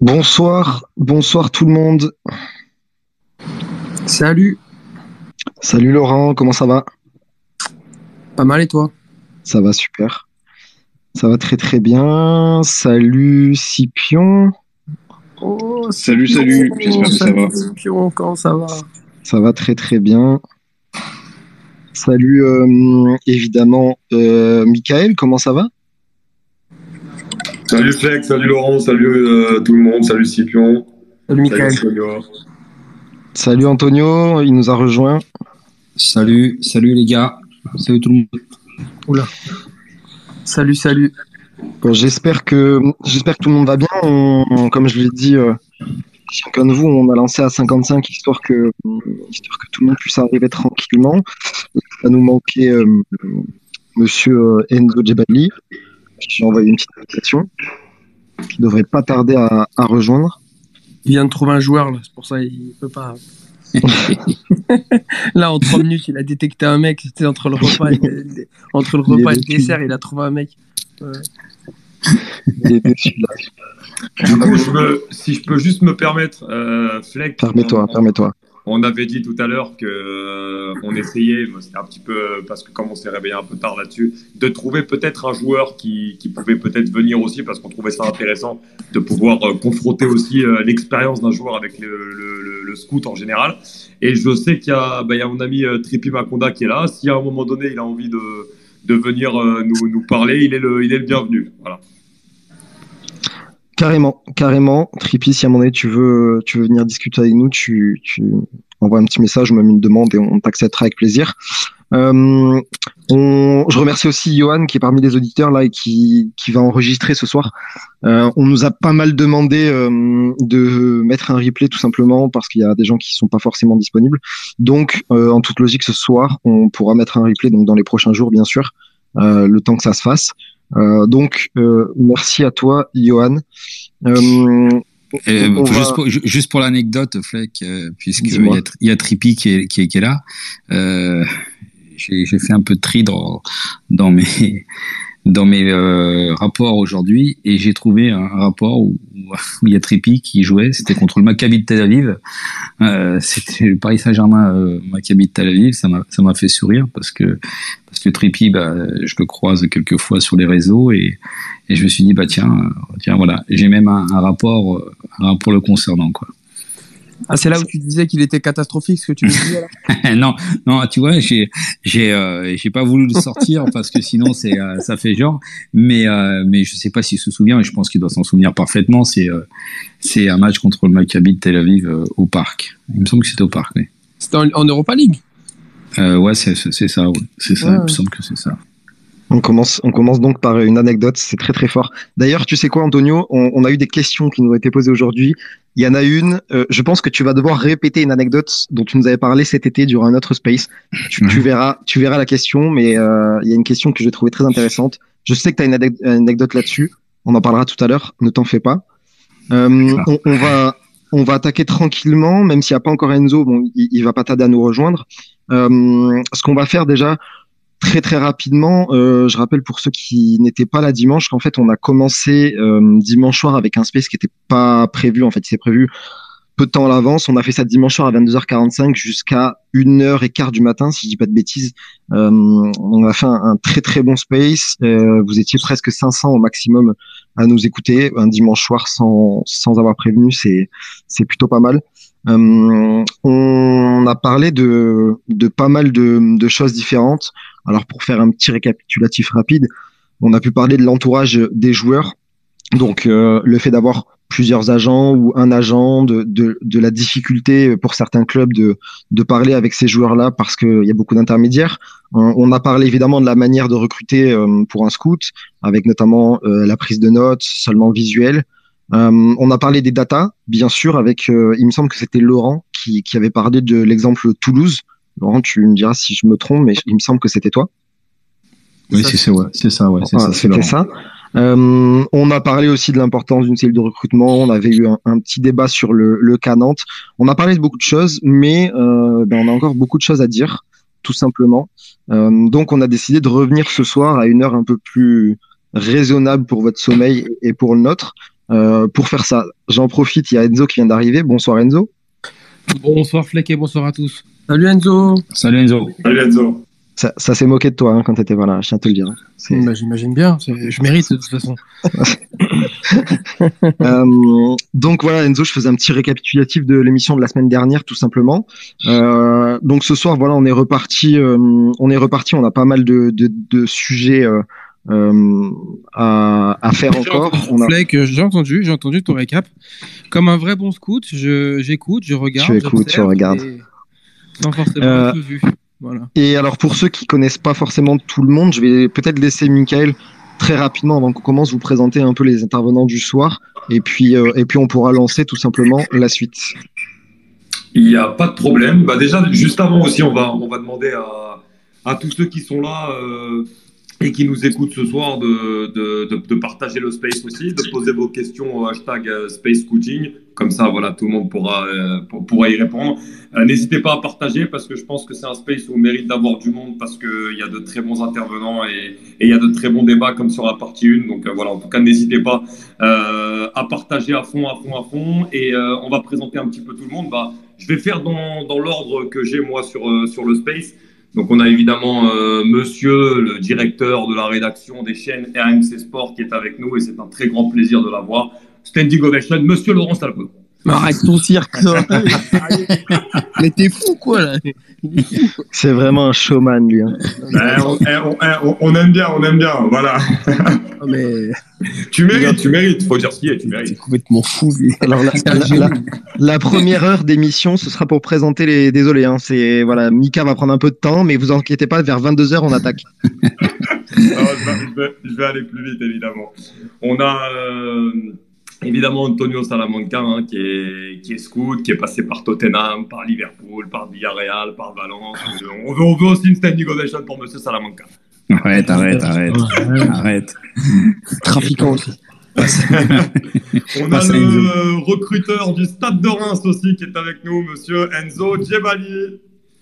Bonsoir tout le monde. Salut, Salut Laurent, comment ça va? pas mal et toi? Ça va super. Ça va très très bien. Salut Scipion, Oh, Salut, Scipion, salut, j'espère que ça salut va. Scipion, comment ça va? ça va très très bien. Salut évidemment Michael, comment ça va? Salut Fleck, salut Laurent, salut tout le monde, salut Scipion, Salut salut Michael. Antonio. Salut Antonio, il nous a rejoint. Salut les gars, salut tout le monde. Oula. Salut. Bon, j'espère que tout le monde va bien. Comme je l'ai dit, chacun de vous, on a lancé à 55 histoire que tout le monde puisse arriver tranquillement. Ça nous manquait Monsieur Enzo Djebali. J'ai envoyé une petite invitation qui devrait pas tarder à rejoindre. Il vient de trouver un joueur, là, c'est pour ça il peut pas. Là, en 3 minutes, il a détecté un mec, c'était entre le repas et le dessert, il a trouvé un mec. Ouais. Il est dessus, là. Du coup, si je peux juste me permettre, Fleck, Permets-toi. on avait dit tout à l'heure que on essayait, mais c'était un petit peu parce que comme on s'est réveillé un peu tard là-dessus, de trouver peut-être un joueur qui pouvait peut-être venir aussi parce qu'on trouvait ça intéressant de pouvoir confronter aussi l'expérience d'un joueur avec le scout en général. Et je sais qu'il y a mon ami Tripi Makonda qui est là. Si à un moment donné il a envie de venir nous parler, il est le bienvenu. Voilà. Carrément. Tripi, si à un moment donné tu veux venir discuter avec nous, tu envoies un petit message ou même une demande et on t'acceptera avec plaisir. Je remercie aussi Johan qui est parmi les auditeurs là et qui va enregistrer ce soir. On nous a pas mal demandé de mettre un replay tout simplement parce qu'il y a des gens qui sont pas forcément disponibles. Donc, en toute logique, ce soir, on pourra mettre un replay donc dans les prochains jours, bien sûr, le temps que ça se fasse. Merci à toi, Johan. Juste pour l'anecdote, Fleck, puisqu'il Dis-moi. y a Trippi qui est là, j'ai fait un peu de tri dans mes rapports aujourd'hui et j'ai trouvé un rapport où il y a Trippi qui jouait, c'était contre le Maccabi de Tel Aviv. C'était le Paris Saint-Germain Maccabi de Tel Aviv, ça m'a fait sourire parce que Trippi, je le croise quelques fois sur les réseaux et je me suis dit tiens voilà, j'ai même un rapport le concernant quoi. Ah, c'est là où tu disais qu'il était catastrophique, ce que tu me disais là. non, tu vois, j'ai pas voulu le sortir parce que sinon ça fait genre, mais je sais pas s'il se souvient, mais je pense qu'il doit s'en souvenir parfaitement. C'est un match contre le Maccabi de Tel Aviv au parc. Il me semble que c'était au parc, oui. C'était en Europa League. Ouais, c'est ça, ouais. C'est ça. Ouais. Il me semble que c'est ça. On commence donc par une anecdote, c'est très très fort. D'ailleurs, tu sais quoi, Antonio, on a eu des questions qui nous ont été posées aujourd'hui. Il y en a une, je pense que tu vas devoir répéter une anecdote dont tu nous avais parlé cet été durant un autre space. Tu verras la question, mais il y a une question que j'ai trouvée très intéressante. Je sais que tu as une anecdote là-dessus. On en parlera tout à l'heure, ne t'en fais pas. On va attaquer tranquillement, même s'il n'y a pas encore Enzo, bon, il va pas tarder à nous rejoindre. Ce qu'on va faire déjà, très très rapidement, je rappelle pour ceux qui n'étaient pas là dimanche qu'en fait on a commencé dimanche soir avec un space qui n'était pas prévu. En fait, il s'est prévu peu de temps à l'avance. On a fait ça dimanche soir à 22h45 jusqu'à 1h15 du matin, si je dis pas de bêtises. On a fait un très très bon space. Vous étiez presque 500 au maximum à nous écouter un dimanche soir sans avoir prévenu. C'est plutôt pas mal. On a parlé de pas mal de choses différentes. Alors pour faire un petit récapitulatif rapide, on a pu parler de l'entourage des joueurs, donc le fait d'avoir plusieurs agents ou un agent, de la difficulté pour certains clubs de parler avec ces joueurs-là parce qu'il y a beaucoup d'intermédiaires. On a parlé évidemment de la manière de recruter pour un scout, avec notamment la prise de notes seulement visuelle. On a parlé des datas, bien sûr, avec, il me semble que c'était Laurent qui avait parlé de l'exemple Toulouse. Laurent, tu me diras si je me trompe, mais il me semble que c'était toi. Oui, c'est ça, ouais. C'était ça. On a parlé aussi de l'importance d'une cellule de recrutement. On avait eu un petit débat sur le cas Nantes. On a parlé de beaucoup de choses, mais on a encore beaucoup de choses à dire, tout simplement. Donc, on a décidé de revenir ce soir à une heure un peu plus raisonnable pour votre sommeil et pour le nôtre. Pour faire ça, j'en profite, il y a Enzo qui vient d'arriver. Bonsoir Enzo. Bonsoir Fleck et bonsoir à tous. Salut Enzo. Salut Enzo. Salut Enzo. Ça s'est moqué de toi hein, quand t'étais pas là, je tiens à te le dire. Bah, j'imagine bien, je mérite de toute façon. Donc voilà Enzo, je faisais un petit récapitulatif de l'émission de la semaine dernière tout simplement. Donc ce soir voilà on est reparti, on a pas mal de sujets à faire encore. Fleck, j'ai entendu ton récap. Comme un vrai bon scout, j'écoute, je regarde. Tu écoutes, tu regardes. Sans forcément être vu. Voilà. Et alors pour ceux qui connaissent pas forcément tout le monde, je vais peut-être laisser Michael très rapidement avant qu'on commence vous présenter un peu les intervenants du soir et puis on pourra lancer tout simplement la suite. Il n'y a pas de problème. Bah déjà juste avant aussi on va demander à tous ceux qui sont là et qui nous écoutent ce soir de partager le space aussi, de poser vos questions au hashtag Space Scouting. Comme ça, voilà, tout le monde pourra y répondre. N'hésitez pas à partager parce que je pense que c'est un space où on mérite d'avoir du monde parce qu'il y a de très bons intervenants et il y a de très bons débats comme sur la partie 1. Donc voilà, en tout cas, n'hésitez pas à partager à fond. Et on va présenter un petit peu tout le monde. Bah, je vais faire dans l'ordre que j'ai moi sur le space. Donc on a évidemment monsieur le directeur de la rédaction des chaînes RMC Sport qui est avec nous et c'est un très grand plaisir de l'avoir. Standing ovation, monsieur Laurent Salpo. Arrête ton cirque, toi. Mais t'es fou, quoi, là. C'est vraiment un showman, lui. Hein. On aime bien, voilà. Non, mais... Tu mérites, faut dire ce qu'il est, tu mérites. C'est complètement fou, lui. Alors, la première heure d'émission, ce sera pour présenter les... Désolé, hein, c'est... Voilà, Mika va prendre un peu de temps, mais vous inquiétez pas, vers 22h, on attaque. Je vais aller plus vite, évidemment. On a... évidemment, Antonio Salamanca, hein, qui est scout, qui est passé par Tottenham, par Liverpool, par Villarreal, par Valence. On veut aussi une standing ovation pour monsieur Salamanca. Arrête. Trafiquant aussi. On a le recruteur du Stade de Reims aussi qui est avec nous, monsieur Enzo Djebali.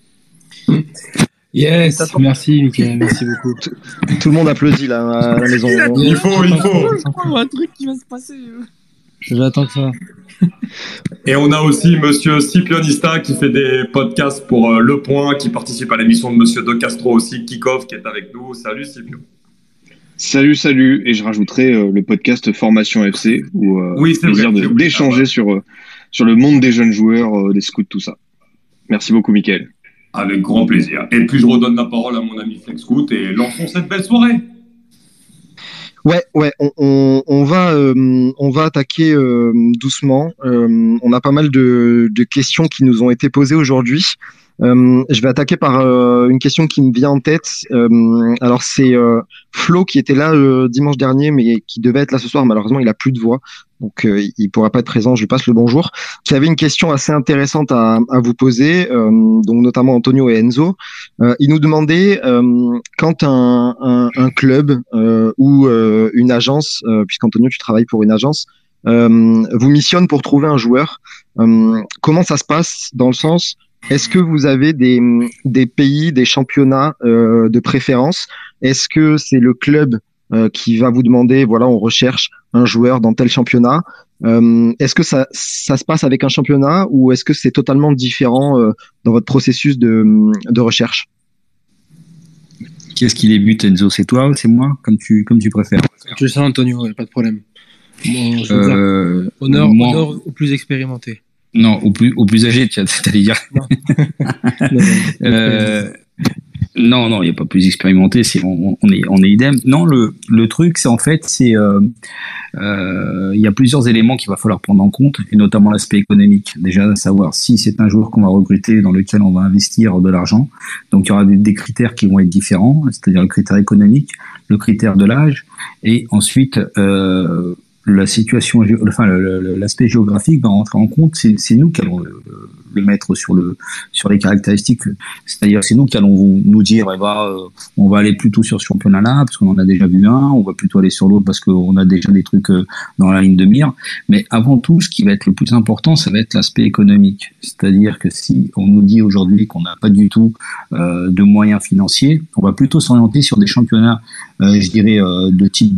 Yes, merci Mickaël, merci beaucoup. Tout le monde applaudit là à la maison. Il faut. Je crois un truc qui va se passer. J'attends que ça. Et on a aussi monsieur Scipionista qui fait des podcasts pour Le Point, qui participe à l'émission de monsieur De Castro aussi, Kickoff, qui est avec nous. Salut Scipio. Salut. Et je rajouterai le podcast Formation FC où oui, c'est plaisir d'échanger sur le monde des jeunes joueurs, des scouts, tout ça. Merci beaucoup Mickaël. Avec grand plaisir. Et puis je redonne la parole à mon ami Flex Scout et lançons cette belle soirée. Ouais, on va attaquer doucement. On a pas mal de questions qui nous ont été posées aujourd'hui. Je vais attaquer par une question qui me vient en tête. Alors c'est Flo qui était là dimanche dernier, mais qui devait être là ce soir. Malheureusement, il a plus de voix, donc il pourra pas être présent. Je lui passe le bonjour. Qui avait une question assez intéressante à vous poser, donc notamment Antonio et Enzo. Il nous demandait quand un club ou une agence, puisqu'Antonio tu travailles pour une agence, vous missionne pour trouver un joueur. Comment ça se passe dans le sens? Est-ce que vous avez des pays, des championnats de préférence? Est-ce que c'est le club qui va vous demander, voilà, on recherche un joueur dans tel championnat? Est-ce que ça se passe avec un championnat ou est-ce que c'est totalement différent dans votre processus de recherche? Qui est-ce qui débute, Enzo? C'est toi ou c'est moi, comme tu préfères? Je sens Antonio, pas de problème. Bon, honneur au plus expérimenté. Non, au plus âgé, t'allais dire. Non, il n'y a pas plus expérimenté. On est idem. Non, le truc, c'est en fait, il y a plusieurs éléments qu'il va falloir prendre en compte, et notamment l'aspect économique. Déjà, savoir si c'est un joueur qu'on va recruter, dans lequel on va investir de l'argent. Donc, il y aura des critères qui vont être différents, c'est-à-dire le critère économique, le critère de l'âge, et ensuite, la situation, enfin l'aspect géographique va rentrer en compte. C'est nous qui allons le mettre sur les caractéristiques. C'est-à-dire c'est nous qui allons nous dire on va aller plutôt sur ce championnat-là parce qu'on en a déjà vu un, on va plutôt aller sur l'autre parce qu'on a déjà des trucs dans la ligne de mire. Mais avant tout, ce qui va être le plus important, ça va être l'aspect économique. C'est-à-dire que si on nous dit aujourd'hui qu'on n'a pas du tout de moyens financiers, on va plutôt s'orienter sur des championnats, je dirais, de type B.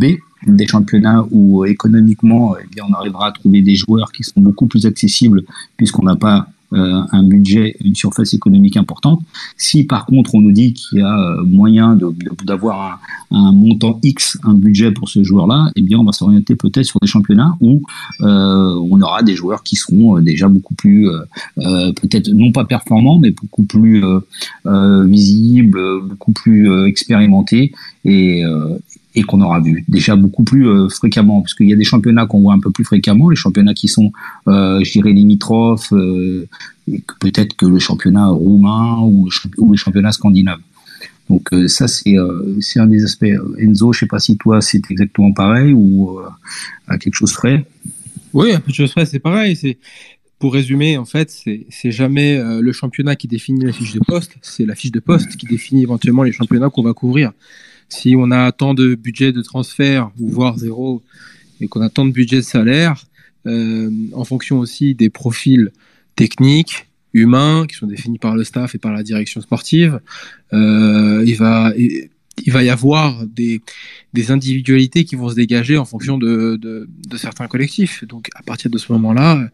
des championnats où économiquement, eh bien, on arrivera à trouver des joueurs qui sont beaucoup plus accessibles puisqu'on n'a pas un budget, une surface économique importante. Si par contre on nous dit qu'il y a moyen d'avoir un montant X, un budget pour ce joueur-là, eh bien on va s'orienter peut-être sur des championnats où on aura des joueurs qui seront déjà beaucoup plus, peut-être non pas performants, mais beaucoup plus visibles, beaucoup plus expérimentés et qu'on aura vu déjà beaucoup plus fréquemment, parce qu'il y a des championnats qu'on voit un peu plus fréquemment, les championnats qui sont, je dirais, limitrophes, et peut-être que le championnat roumain ou les championnats scandinaves. Donc ça, c'est un des aspects. Enzo, je sais pas si toi, c'est exactement pareil ou à quelque chose près. Oui, à quelque chose près, c'est pareil. Pour résumer, en fait, c'est jamais le championnat qui définit la fiche de poste, c'est la fiche de poste qui définit éventuellement les championnats qu'on va couvrir. Si on a tant de budget de transfert, ou voire zéro, et qu'on a tant de budget de salaire, en fonction aussi des profils techniques, humains, qui sont définis par le staff et par la direction sportive, il va y avoir des individualités qui vont se dégager en fonction de certains collectifs. Donc à partir de ce moment-là,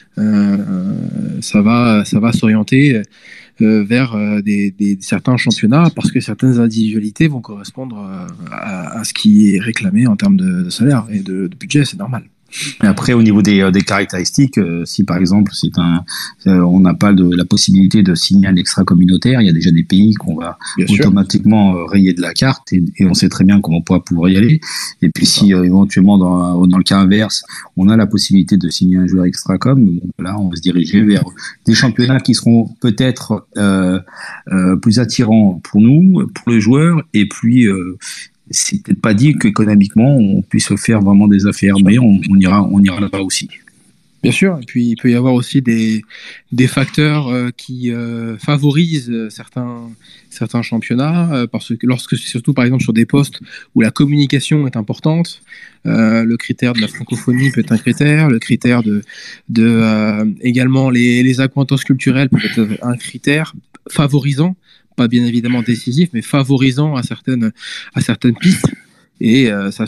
ça va s'orienter vers certains championnats, parce que certaines individualités vont correspondre à ce qui est réclamé en termes de salaire et de budget, c'est normal. Et après, au niveau des caractéristiques, si par exemple on n'a pas la possibilité de signer un extra communautaire, il y a déjà des pays qu'on va automatiquement rayer de la carte et on sait très bien comment on pourra pouvoir y aller. Et puis si éventuellement dans le cas inverse, on a la possibilité de signer un joueur extra com, là on va se diriger vers des championnats qui seront peut-être plus attirants pour nous, pour le joueur, et puis c'est peut-être pas dit qu'économiquement on puisse faire vraiment des affaires, mais on ira là-bas aussi. Bien sûr, et puis il peut y avoir aussi des facteurs qui favorisent certains championnats, parce que lorsque c'est surtout par exemple sur des postes où la communication est importante, le critère de la francophonie peut être un critère, le critère également les accointances culturelles peut être un critère favorisant, pas bien évidemment décisif, mais favorisant à certaines pistes, et ça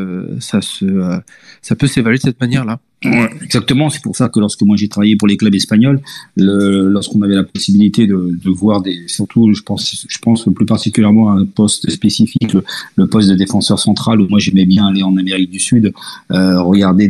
peut s'évaluer de cette manière-là. Ouais, exactement, c'est pour ça que lorsque moi j'ai travaillé pour les clubs espagnols, lorsqu'on avait la possibilité de voir surtout je pense plus particulièrement à un poste spécifique, le poste de défenseur central, où moi j'aimais bien aller en Amérique du Sud, regarder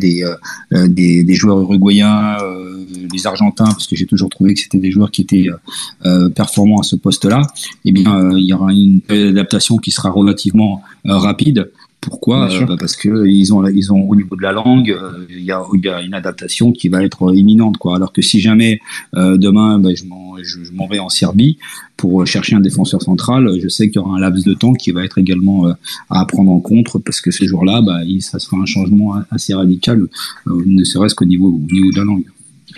des joueurs uruguayens, les Argentins, parce que j'ai toujours trouvé que c'était des joueurs qui étaient performants à ce poste-là. Eh bien, il y aura une adaptation qui sera relativement rapide. Pourquoi ? Parce que ils ont au niveau de la langue, il y a une adaptation qui va être imminente, quoi. Alors que si jamais demain, je m'en vais en Serbie pour chercher un défenseur central, je sais qu'il y aura un laps de temps qui va être également à prendre en compte, parce que ces jours-là, ça sera un changement assez radical, ne serait-ce qu'au niveau de la langue.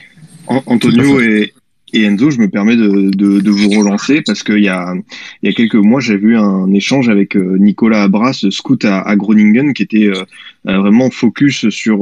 Antonio et Enzo, je me permets de vous relancer, parce qu'il y a quelques mois, j'ai vu un échange avec Nicolas Abras, scout à Groningen, qui était vraiment focus sur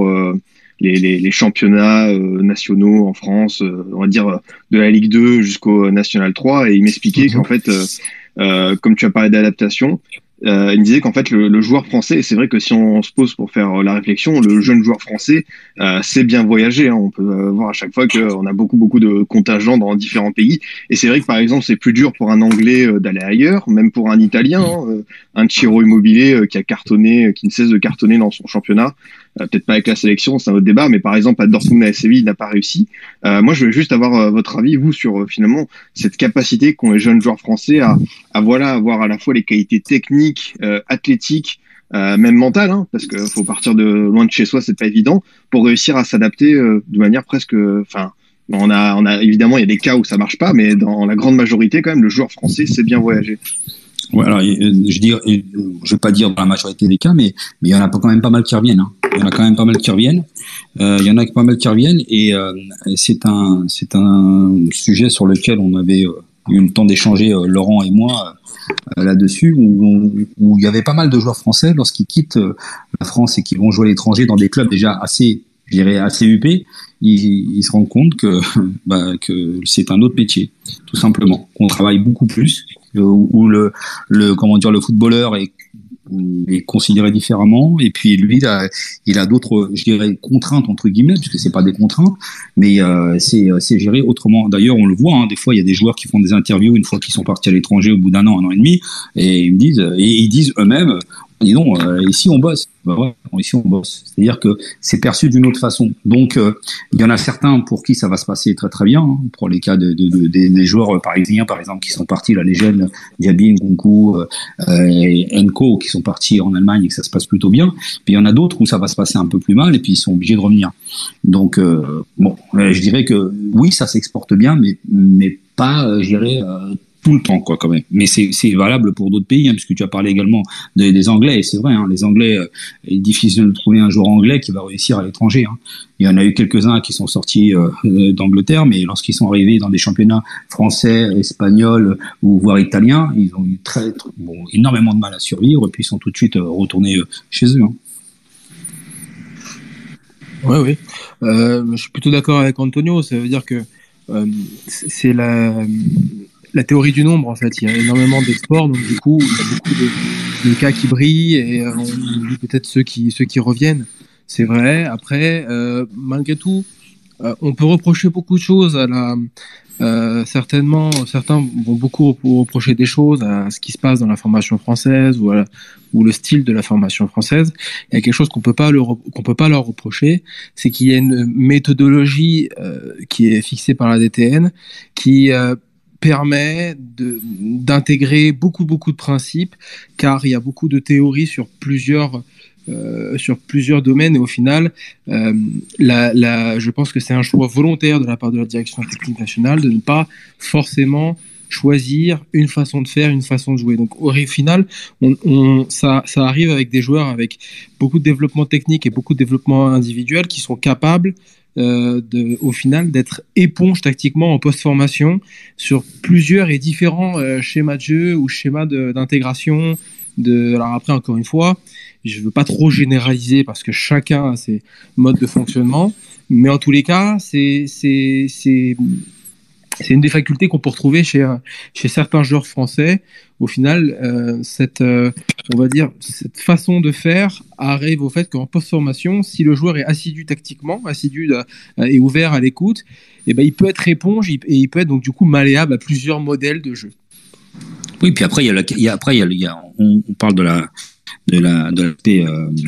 les championnats nationaux en France, on va dire de la Ligue 2 jusqu'au National 3, et il m'expliquait qu'en fait, comme tu as parlé d'adaptation, il me disait qu'en fait le joueur français, et c'est vrai que si on se pose pour faire la réflexion, le jeune joueur français sait bien voyager, hein. On peut voir à chaque fois qu'on a beaucoup de contingents dans différents pays, et c'est vrai que par exemple c'est plus dur pour un Anglais d'aller ailleurs, même pour un Italien, un Ciro Immobile qui ne cesse de cartonner dans son championnat, peut-être pas avec la sélection, c'est un autre débat, mais par exemple à Dortmund et à Séville, il n'a pas réussi. Moi je voulais juste avoir votre avis, vous, sur finalement cette capacité qu'ont les jeunes joueurs français à avoir à la fois les qualités techniques, athlétiques, même mentales, hein, parce que faut partir de loin de chez soi, c'est pas évident, pour réussir à s'adapter de manière presque, on a évidemment, il y a des cas où ça marche pas, mais dans la grande majorité quand même, le joueur français sait bien voyager. Ouais, alors je vais pas dire dans la majorité des cas, mais il y en a quand même pas mal qui reviennent, hein. Il y en a quand même pas mal qui reviennent. Et c'est un sujet sur lequel on avait eu le temps d'échanger, Laurent et moi, là-dessus, où il y avait pas mal de joueurs français, lorsqu'ils quittent la France et qu'ils vont jouer à l'étranger dans des clubs déjà assez huppés, ils se rendent compte que c'est un autre métier, tout simplement. On travaille beaucoup plus, où le footballeur est est considéré différemment. Et puis lui, il a d'autres, je dirais, contraintes entre guillemets, puisque c'est pas des contraintes, mais c'est géré autrement. D'ailleurs, on le voit, hein, des fois, il y a des joueurs qui font des interviews une fois qu'ils sont partis à l'étranger au bout d'un an et demi, et ils disent eux-mêmes, dis donc, ici on bosse. Bah ouais, ici on bosse. C'est-à-dire que c'est perçu d'une autre façon. Donc, il y en a certains pour qui ça va se passer très très bien. Hein, pour les cas des joueurs parisiens, par exemple, qui sont partis, là, les jeunes, Diaby, Nkunku, Enco, qui sont partis en Allemagne et que ça se passe plutôt bien. Puis il y en a d'autres où ça va se passer un peu plus mal et puis ils sont obligés de revenir. Donc, bon, je dirais que oui, ça s'exporte bien, mais pas, je dirais, tout le temps, quoi, quand même. Mais c'est valable pour d'autres pays, hein, puisque tu as parlé également des Anglais, et c'est vrai, hein, les Anglais, il est difficile de trouver un joueur anglais qui va réussir à l'étranger. Hein. Il y en a eu quelques-uns qui sont sortis d'Angleterre, mais lorsqu'ils sont arrivés dans des championnats français, espagnols ou voire italiens, ils ont eu énormément de mal à survivre, et puis ils sont tout de suite retournés chez eux. Hein. Oui. Je suis plutôt d'accord avec Antonio. Ça veut dire que c'est la théorie du nombre, en fait. Il y a énormément d'exports, donc du coup, il y a beaucoup de cas qui brillent et on oublie peut-être ceux qui reviennent. C'est vrai. Après, malgré tout, on peut reprocher beaucoup de choses certainement, certains vont beaucoup reprocher des choses à ce qui se passe dans la formation française ou le style de la formation française. Il y a quelque chose qu'on peut pas leur reprocher, c'est qu'il y a une méthodologie qui est fixée par la DTN qui permet d'intégrer beaucoup de principes, car il y a beaucoup de théories sur plusieurs domaines, et au final, je pense que c'est un choix volontaire de la part de la direction technique nationale de ne pas forcément choisir une façon de faire, une façon de jouer. Donc au final, ça arrive avec des joueurs avec beaucoup de développement technique et beaucoup de développement individuel qui sont capables au final d'être éponge tactiquement en post-formation sur plusieurs et différents schémas de jeu ou schémas d'intégration. Alors après, encore une fois, je ne veux pas trop généraliser parce que chacun a ses modes de fonctionnement, mais en tous les cas, c'est une des facultés qu'on peut retrouver chez certains joueurs français. Au final, cette façon de faire arrive au fait qu'en post-formation, si le joueur est assidu tactiquement, et ouvert à l'écoute, et ben, il peut être éponge et il peut être donc du coup malléable à plusieurs modèles de jeu. Oui, puis après, on parle de l'aspect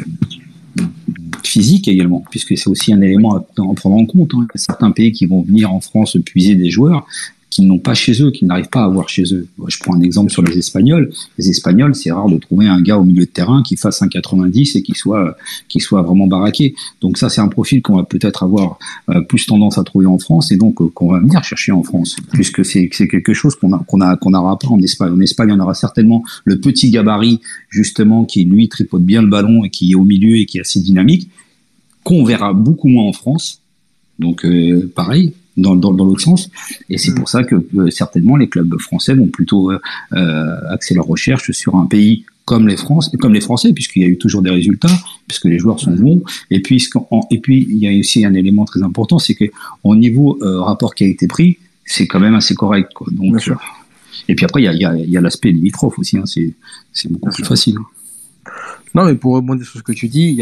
physique également, puisque c'est aussi un élément à prendre en compte. Hein. Il y a certains pays qui vont venir en France puiser des joueurs qui n'ont pas chez eux, qui n'arrivent pas à avoir chez eux. Je prends un exemple sur les Espagnols. Les Espagnols, c'est rare de trouver un gars au milieu de terrain qui fasse un 90 et qui soit vraiment baraqué. Donc ça, c'est un profil qu'on va peut-être avoir plus tendance à trouver en France et donc qu'on va venir chercher en France, puisque c'est quelque chose qu'on n'aura pas en Espagne. En Espagne, on aura certainement le petit gabarit justement qui lui tripote bien le ballon et qui est au milieu et qui est assez dynamique, qu'on verra beaucoup moins en France. Donc pareil. Dans l'autre sens, et c'est pour ça que certainement les clubs français vont plutôt axer leur recherche sur un pays comme les Français, puisqu'il y a eu toujours des résultats, puisque les joueurs sont bons, et puis il y a aussi un élément très important, c'est que au niveau rapport qualité-prix, c'est quand même assez correct, quoi. Donc, et puis après il y a l'aspect limitrophe aussi, hein, c'est beaucoup plus facile. Non, mais pour rebondir sur ce que tu dis,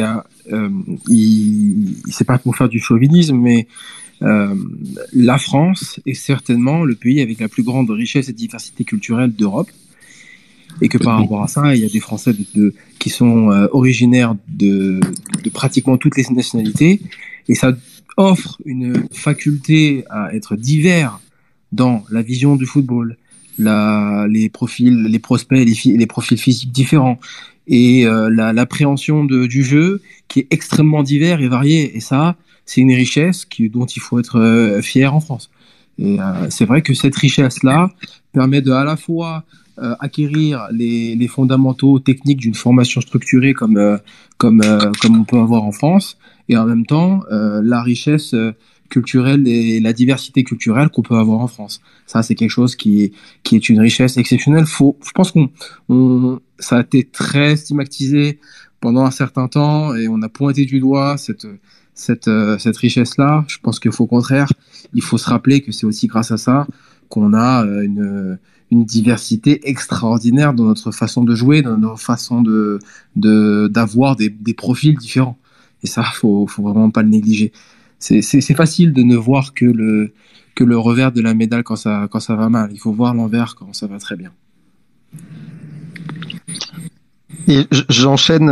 c'est pas pour faire du chauvinisme, mais la France est certainement le pays avec la plus grande richesse et diversité culturelle d'Europe, et que par rapport à ça, il y a des Français qui sont originaires de pratiquement toutes les nationalités, et ça offre une faculté à être divers dans la vision du football, les profils, les prospects, les profils physiques différents, et l'appréhension du jeu qui est extrêmement divers et varié, et ça, c'est une richesse dont il faut être fier en France. Et c'est vrai que cette richesse-là permet à la fois acquérir les fondamentaux techniques d'une formation structurée comme on peut avoir en France, et en même temps la richesse culturelle et la diversité culturelle qu'on peut avoir en France. Ça, c'est quelque chose qui est une richesse exceptionnelle. Je pense ça a été très stigmatisé pendant un certain temps, et on a pointé du doigt cette richesse-là. Je pense qu'il faut, au contraire, il faut se rappeler que c'est aussi grâce à ça qu'on a une diversité extraordinaire dans notre façon de jouer, dans notre façon d'avoir des profils différents. Et ça, faut vraiment pas le négliger. C'est facile de ne voir que le revers de la médaille quand ça va mal. Il faut voir l'envers quand ça va très bien. Et j'enchaîne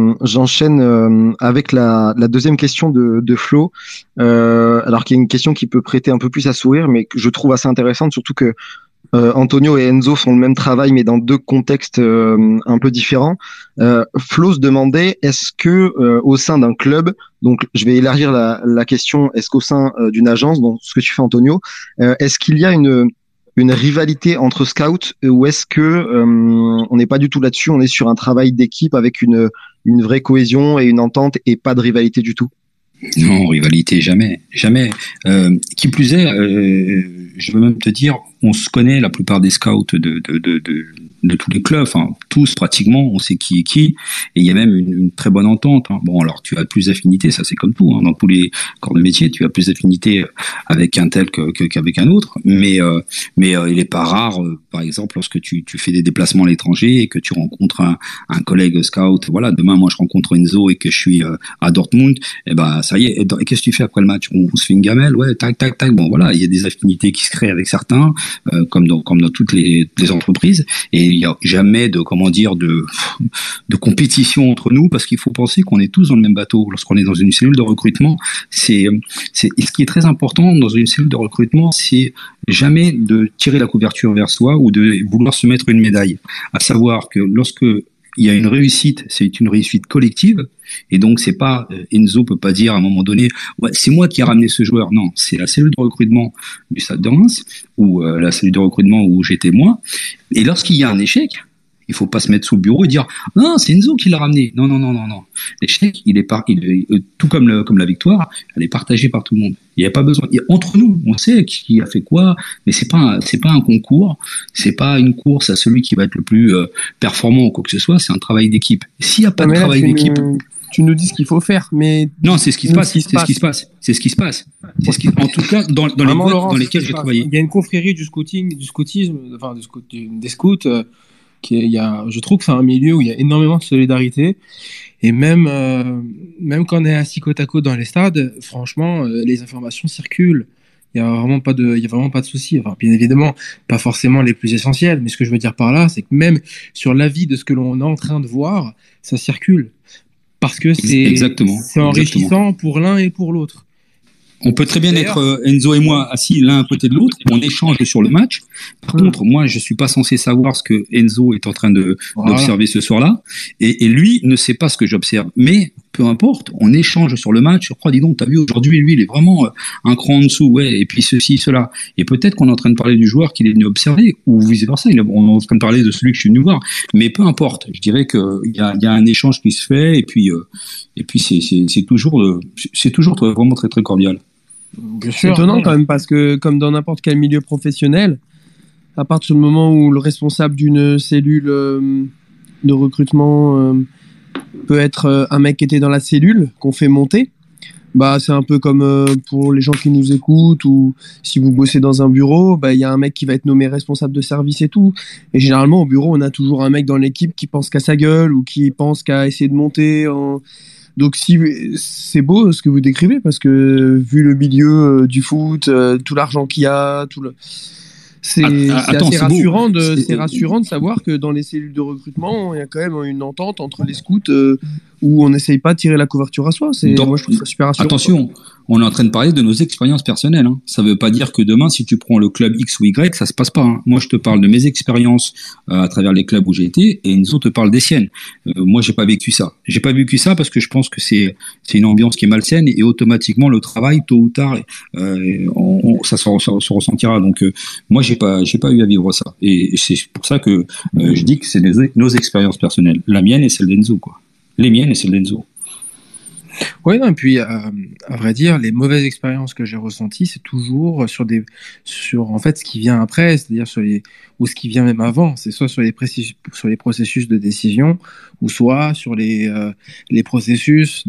avec la deuxième question de Flo, alors qu'il y a une question qui peut prêter un peu plus à sourire, mais que je trouve assez intéressante, surtout que Antonio et Enzo font le même travail, mais dans deux contextes un peu différents. Flo se demandait, est-ce que au sein d'un club, donc je vais élargir la question, est-ce qu'au sein d'une agence, donc ce que tu fais Antonio, est-ce qu'il y a une rivalité entre scouts ou est-ce que on n'est pas du tout là-dessus, on est sur un travail d'équipe avec une vraie cohésion et une entente et pas de rivalité du tout? Non, rivalité, jamais. Qui plus est, je veux même te dire, on se connaît, la plupart des scouts de tous les clubs, enfin tous pratiquement, on sait qui est qui, et il y a même une très bonne entente. Hein. Bon, alors tu as plus d'affinités, ça c'est comme tout, hein, dans tous les corps de métier, tu as plus d'affinités avec un tel qu'avec un autre, mais il est pas rare, par exemple, lorsque tu fais des déplacements à l'étranger et que tu rencontres un collègue scout, voilà, demain moi je rencontre Enzo et que je suis à Dortmund, et ben ça y est, et qu'est-ce que tu fais après le match? On se fait une gamelle, ouais, tac, tac, tac, bon voilà, il y a des affinités qui se créent avec certains, comme dans toutes les entreprises, et il y a jamais de compétition entre nous, parce qu'il faut penser qu'on est tous dans le même bateau. Lorsqu'on est dans une cellule de recrutement, ce qui est très important dans une cellule de recrutement, c'est jamais de tirer la couverture vers soi ou de vouloir se mettre une médaille. À savoir que lorsque il y a une réussite, c'est une réussite collective, et donc c'est pas Enzo peut pas dire à un moment donné ouais, c'est moi qui ai ramené ce joueur. Non, c'est la cellule de recrutement du Stade de Reims ou la cellule de recrutement où j'étais moi. Et lorsqu'il y a un échec, il faut pas se mettre sous le bureau et dire non, c'est Enzo qui l'a ramené. Non. L'échec, tout comme la victoire, elle est partagée par tout le monde. Il n'y a pas besoin. Entre nous, on sait qui a fait quoi, mais c'est pas un concours, c'est pas une course à celui qui va être le plus performant ou quoi que ce soit. C'est un travail d'équipe. S'il n'y a pas de travail d'équipe, tu nous dis ce qu'il faut faire, mais non, c'est ce qui se passe. C'est ce qui se passe. En tout cas, dans les boîtes dans lesquelles j'ai travaillé. Il y a une confrérie du scoutisme, enfin des scouts. Je trouve que c'est un milieu où il y a énormément de solidarité, et même quand on est assis côte à côte dans les stades, franchement, les informations circulent. Il y a vraiment pas de souci. Enfin, bien évidemment, pas forcément les plus essentiels, mais ce que je veux dire par là, c'est que même sur l'avis de ce que l'on est en train de voir, ça circule, parce que c'est enrichissant pour l'un et pour l'autre. On peut très bien être Enzo et moi assis l'un à côté de l'autre, on échange sur le match. Par contre, moi, je suis pas censé savoir ce que Enzo est en train d'observer ce soir-là, et lui ne sait pas ce que j'observe. Mais peu importe, on échange sur le match. Je crois, dis donc, t'as vu aujourd'hui, lui, il est vraiment un cran en dessous, ouais. Et puis ceci, cela. Et peut-être qu'on est en train de parler du joueur qu'il est venu observer, ou vice versa. On est en train de parler de celui que je suis venu voir. Mais peu importe. Je dirais que il y a un échange qui se fait, et puis c'est toujours vraiment très très cordial. C'est étonnant quand même, parce que comme dans n'importe quel milieu professionnel, à partir du moment où le responsable d'une cellule de recrutement peut être un mec qui était dans la cellule qu'on fait monter, bah c'est un peu comme pour les gens qui nous écoutent, ou si vous bossez dans un bureau, bah il y a un mec qui va être nommé responsable de service et tout. Et généralement au bureau, on a toujours un mec dans l'équipe qui pense qu'à sa gueule ou qui pense qu'à essayer de monter en... Donc si c'est beau ce que vous décrivez, parce que vu le milieu du foot, tout l'argent qu'il y a, c'est assez rassurant de savoir que dans les cellules de recrutement, il y a quand même une entente entre les scouts où on n'essaye pas de tirer la couverture à soi. Moi je trouve ça super rassurant. Attention, on est en train de parler de nos expériences personnelles. Hein. Ça ne veut pas dire que demain, si tu prends le club X ou Y, ça se passe pas. Hein. Moi, je te parle de mes expériences à travers les clubs où j'ai été, et Enzo te parle des siennes. Moi, j'ai pas vécu ça. J'ai pas vécu ça parce que je pense que c'est une ambiance qui est malsaine, et automatiquement le travail, tôt ou tard, ça se ressentira. Donc, moi, j'ai pas eu à vivre ça. Et c'est pour ça que je dis que c'est nos expériences personnelles. La mienne et celle d'Enzo, quoi. Les miennes et celles d'Enzo. Oui, non, et puis à vrai dire, les mauvaises expériences que j'ai ressenties, c'est toujours sur en fait ce qui vient après, c'est-à-dire ou ce qui vient même avant. C'est soit sur les processus de décision, ou soit sur les processus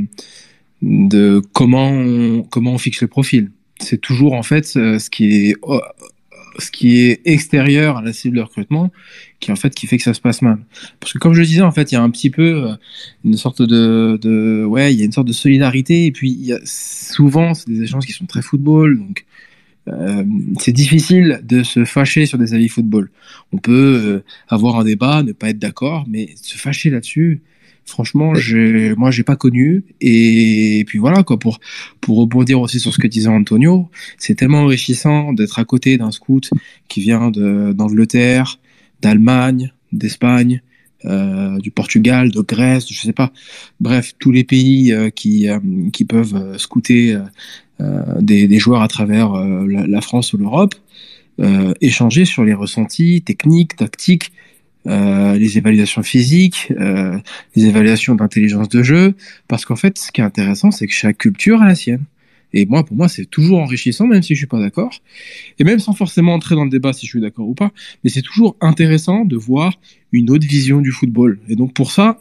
de comment on fixe le profil. C'est toujours en fait ce qui est ce qui est extérieur à la cellule de recrutement qui fait que ça se passe mal. Parce que comme je le disais, en fait, il y a un petit peu une sorte il y a une sorte de solidarité, et puis souvent c'est des échanges qui sont très football, donc c'est difficile de se fâcher sur des avis football. On peut avoir un débat, ne pas être d'accord, mais se fâcher là-dessus, franchement, moi, j'ai pas connu. Et puis voilà, quoi, pour rebondir aussi sur ce que disait Antonio, c'est tellement enrichissant d'être à côté d'un scout qui vient d'Angleterre, d'Allemagne, d'Espagne, du Portugal, de Grèce, je sais pas. Bref, tous les pays qui peuvent scouter des joueurs à travers la France ou l'Europe, échanger sur les ressentis techniques, tactiques, les évaluations physiques, les évaluations d'intelligence de jeu, parce qu'en fait, ce qui est intéressant, c'est que chaque culture a la sienne. Et pour moi, c'est toujours enrichissant, même si je suis pas d'accord, et même sans forcément entrer dans le débat si je suis d'accord ou pas, mais c'est toujours intéressant de voir une autre vision du football. Et donc pour ça,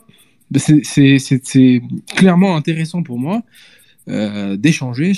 c'est clairement intéressant pour moi d'échanger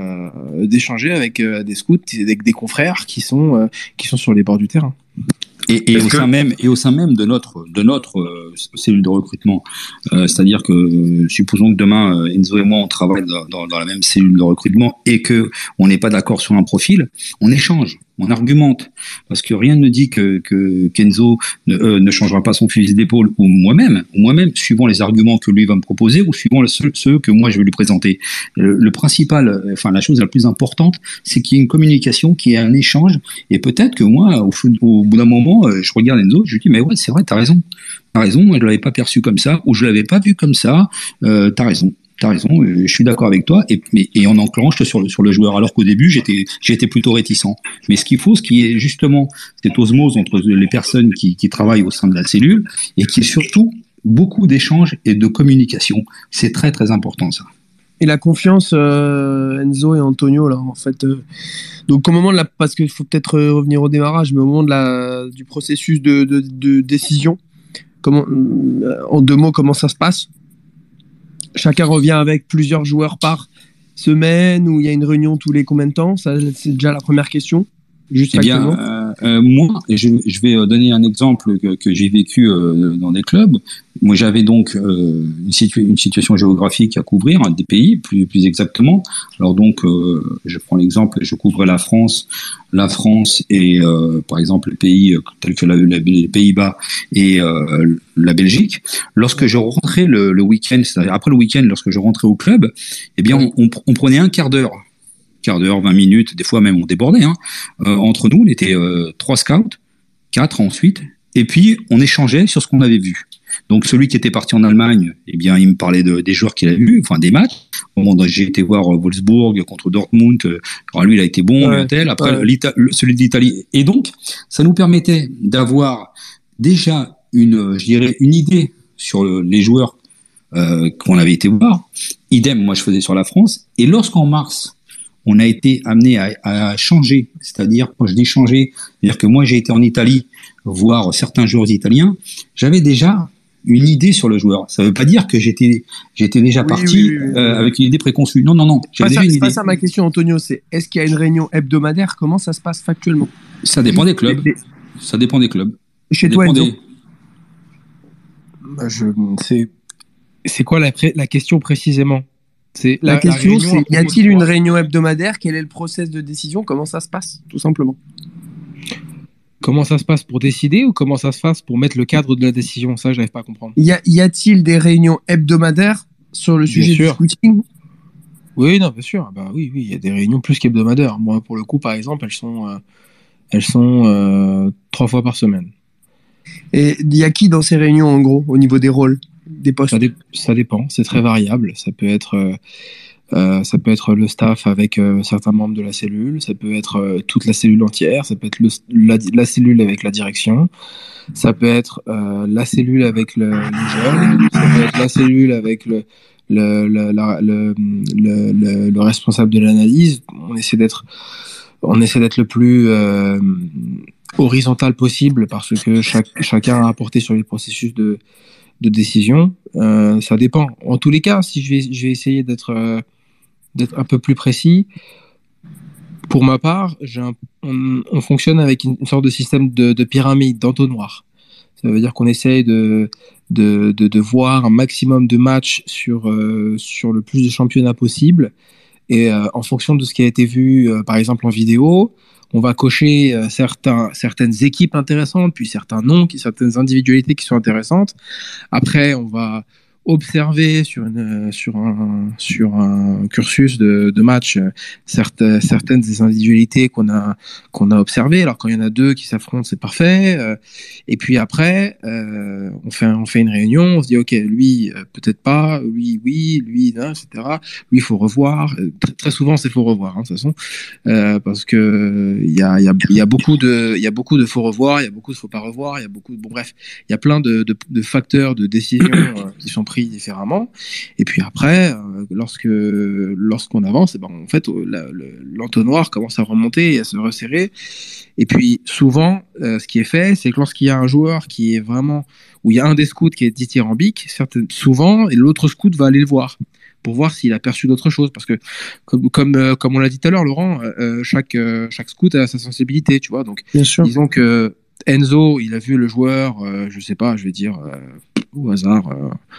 avec des scouts, avec des confrères qui sont sur les bords du terrain. Et au sein même de notre cellule de recrutement, c'est-à-dire que supposons que demain Enzo et moi on travaille dans la même cellule de recrutement et que on n'est pas d'accord sur un profil, on échange, on argumente, parce que rien ne dit que Kenzo ne changera pas son fusil d'épaule, ou moi-même suivant les arguments que lui va me proposer ou suivant ceux que moi je vais lui présenter. Le principal, la chose la plus importante, c'est qu'il y ait une communication, qu'il y ait un échange, et peut-être que moi au bout d'un moment je regarde Enzo, je lui dis mais ouais, c'est vrai, t'as raison, moi je l'avais pas perçu comme ça, ou je l'avais pas vu comme ça, t'as raison, je suis d'accord avec toi, et on enclenche sur le joueur, alors qu'au début j'étais plutôt réticent. Mais ce qu'il y ait justement cette osmose entre les personnes qui travaillent au sein de la cellule, et qu'il y ait surtout beaucoup d'échanges et de communication. C'est très très important ça. Et la confiance, Enzo et Antonio, là, en fait. Donc, au moment parce qu'il faut peut-être revenir au démarrage, mais au moment du processus de décision, en 2 mots, comment ça se passe? Chacun revient avec plusieurs joueurs par semaine, ou il y a une réunion tous les combien de temps? Ça, c'est déjà la première question. Juste moi, je vais donner un exemple que j'ai vécu dans des clubs. Moi, j'avais donc une situation géographique à couvrir, des pays plus exactement. Alors donc, je prends l'exemple, je couvrais la France et par exemple les pays tels que les Pays-Bas et la Belgique. Lorsque je rentrais le week-end, c'est-à-dire après le week-end, lorsque je rentrais au club, eh bien on prenait un quart d'heure, 20 minutes, des fois même on débordait. Entre nous, on était 3 scouts, 4 ensuite, et puis on échangeait sur ce qu'on avait vu. Donc celui qui était parti en Allemagne, eh bien il me parlait des joueurs qu'il a vus, enfin des matchs. Au moment où j'ai été voir Wolfsburg contre Dortmund, alors lui il a été bon, après celui d'Italie. Et donc ça nous permettait d'avoir déjà une idée sur les joueurs qu'on avait été voir. Idem, moi je faisais sur la France. Et lorsqu'en mars on a été amené à changer, c'est-à-dire, quand je dis changer, c'est-à-dire que moi j'ai été en Italie voir certains joueurs italiens, j'avais déjà une idée sur le joueur. Ça ne veut pas dire que j'étais déjà parti avec une idée préconçue. Non. J'avais déjà une idée. C'est pas ça ma question, Antonio. C'est est-ce qu'il y a une réunion hebdomadaire? Comment ça se passe factuellement? Ça dépend des clubs. Ça dépend des clubs. Chez toi, Enzo C'est quoi la question précisément? La question, c'est y a-t-il une réunion hebdomadaire? Quel est le process de décision? Comment ça se passe, tout simplement? Comment ça se passe pour décider, ou comment ça se passe pour mettre le cadre de la décision? Ça, je n'arrive pas à comprendre. Y a-t-il des réunions hebdomadaires sur le sujet du scouting? Oui, non, bien sûr. Oui, il y a des réunions plus qu'hebdomadaires. Moi, pour le coup, par exemple, elles sont 3 fois par semaine. Et il y a qui dans ces réunions, en gros, au niveau des rôles, des postes? Ça dépend, c'est très variable. Ça peut être le staff avec certains membres de la cellule, ça peut être toute la cellule entière, ça peut être la cellule avec la direction, ça peut être la cellule avec les jeunes, ça peut être la cellule avec le responsable de l'analyse. On essaie d'être le plus horizontal possible, parce que chacun a apporté sur les processus de décision. Ça dépend. En tous les cas, si je vais essayer d'être un peu plus précis, Pour ma part, on fonctionne avec une sorte de système de pyramide, d'entonnoir. Ça veut dire qu'on essaye de voir un maximum de matchs sur le plus de championnats possible. Et en fonction de ce qui a été vu, par exemple en vidéo, on va cocher certaines équipes intéressantes, puis certains noms, certaines individualités qui sont intéressantes. Après, on va observer sur un cursus de match certaines des individualités qu'on a observées. Alors quand il y en a deux qui s'affrontent, c'est parfait. Et puis après, on fait une réunion, on se dit ok, lui peut-être pas, lui oui, lui non, etc. Lui il faut revoir. Très souvent c'est faut revoir, hein, de toute façon, parce que il y a beaucoup de faut revoir, il y a beaucoup de faut pas revoir, il y a beaucoup bon bref, il y a plein de facteurs de décision qui sont pris différemment. Et puis après, lorsqu'on avance, et ben en fait l'entonnoir commence à remonter et à se resserrer. Et puis souvent, ce qui est fait, c'est que lorsqu'il y a un joueur qui est vraiment où il y a un des scouts qui est dithyrambique, souvent, et l'autre scout va aller le voir pour voir s'il a perçu d'autres choses, parce que comme on l'a dit tout à l'heure, Laurent, chaque scout a sa sensibilité, tu vois. Donc disons que Enzo, il a vu le joueur, je sais pas, je vais dire au hasard,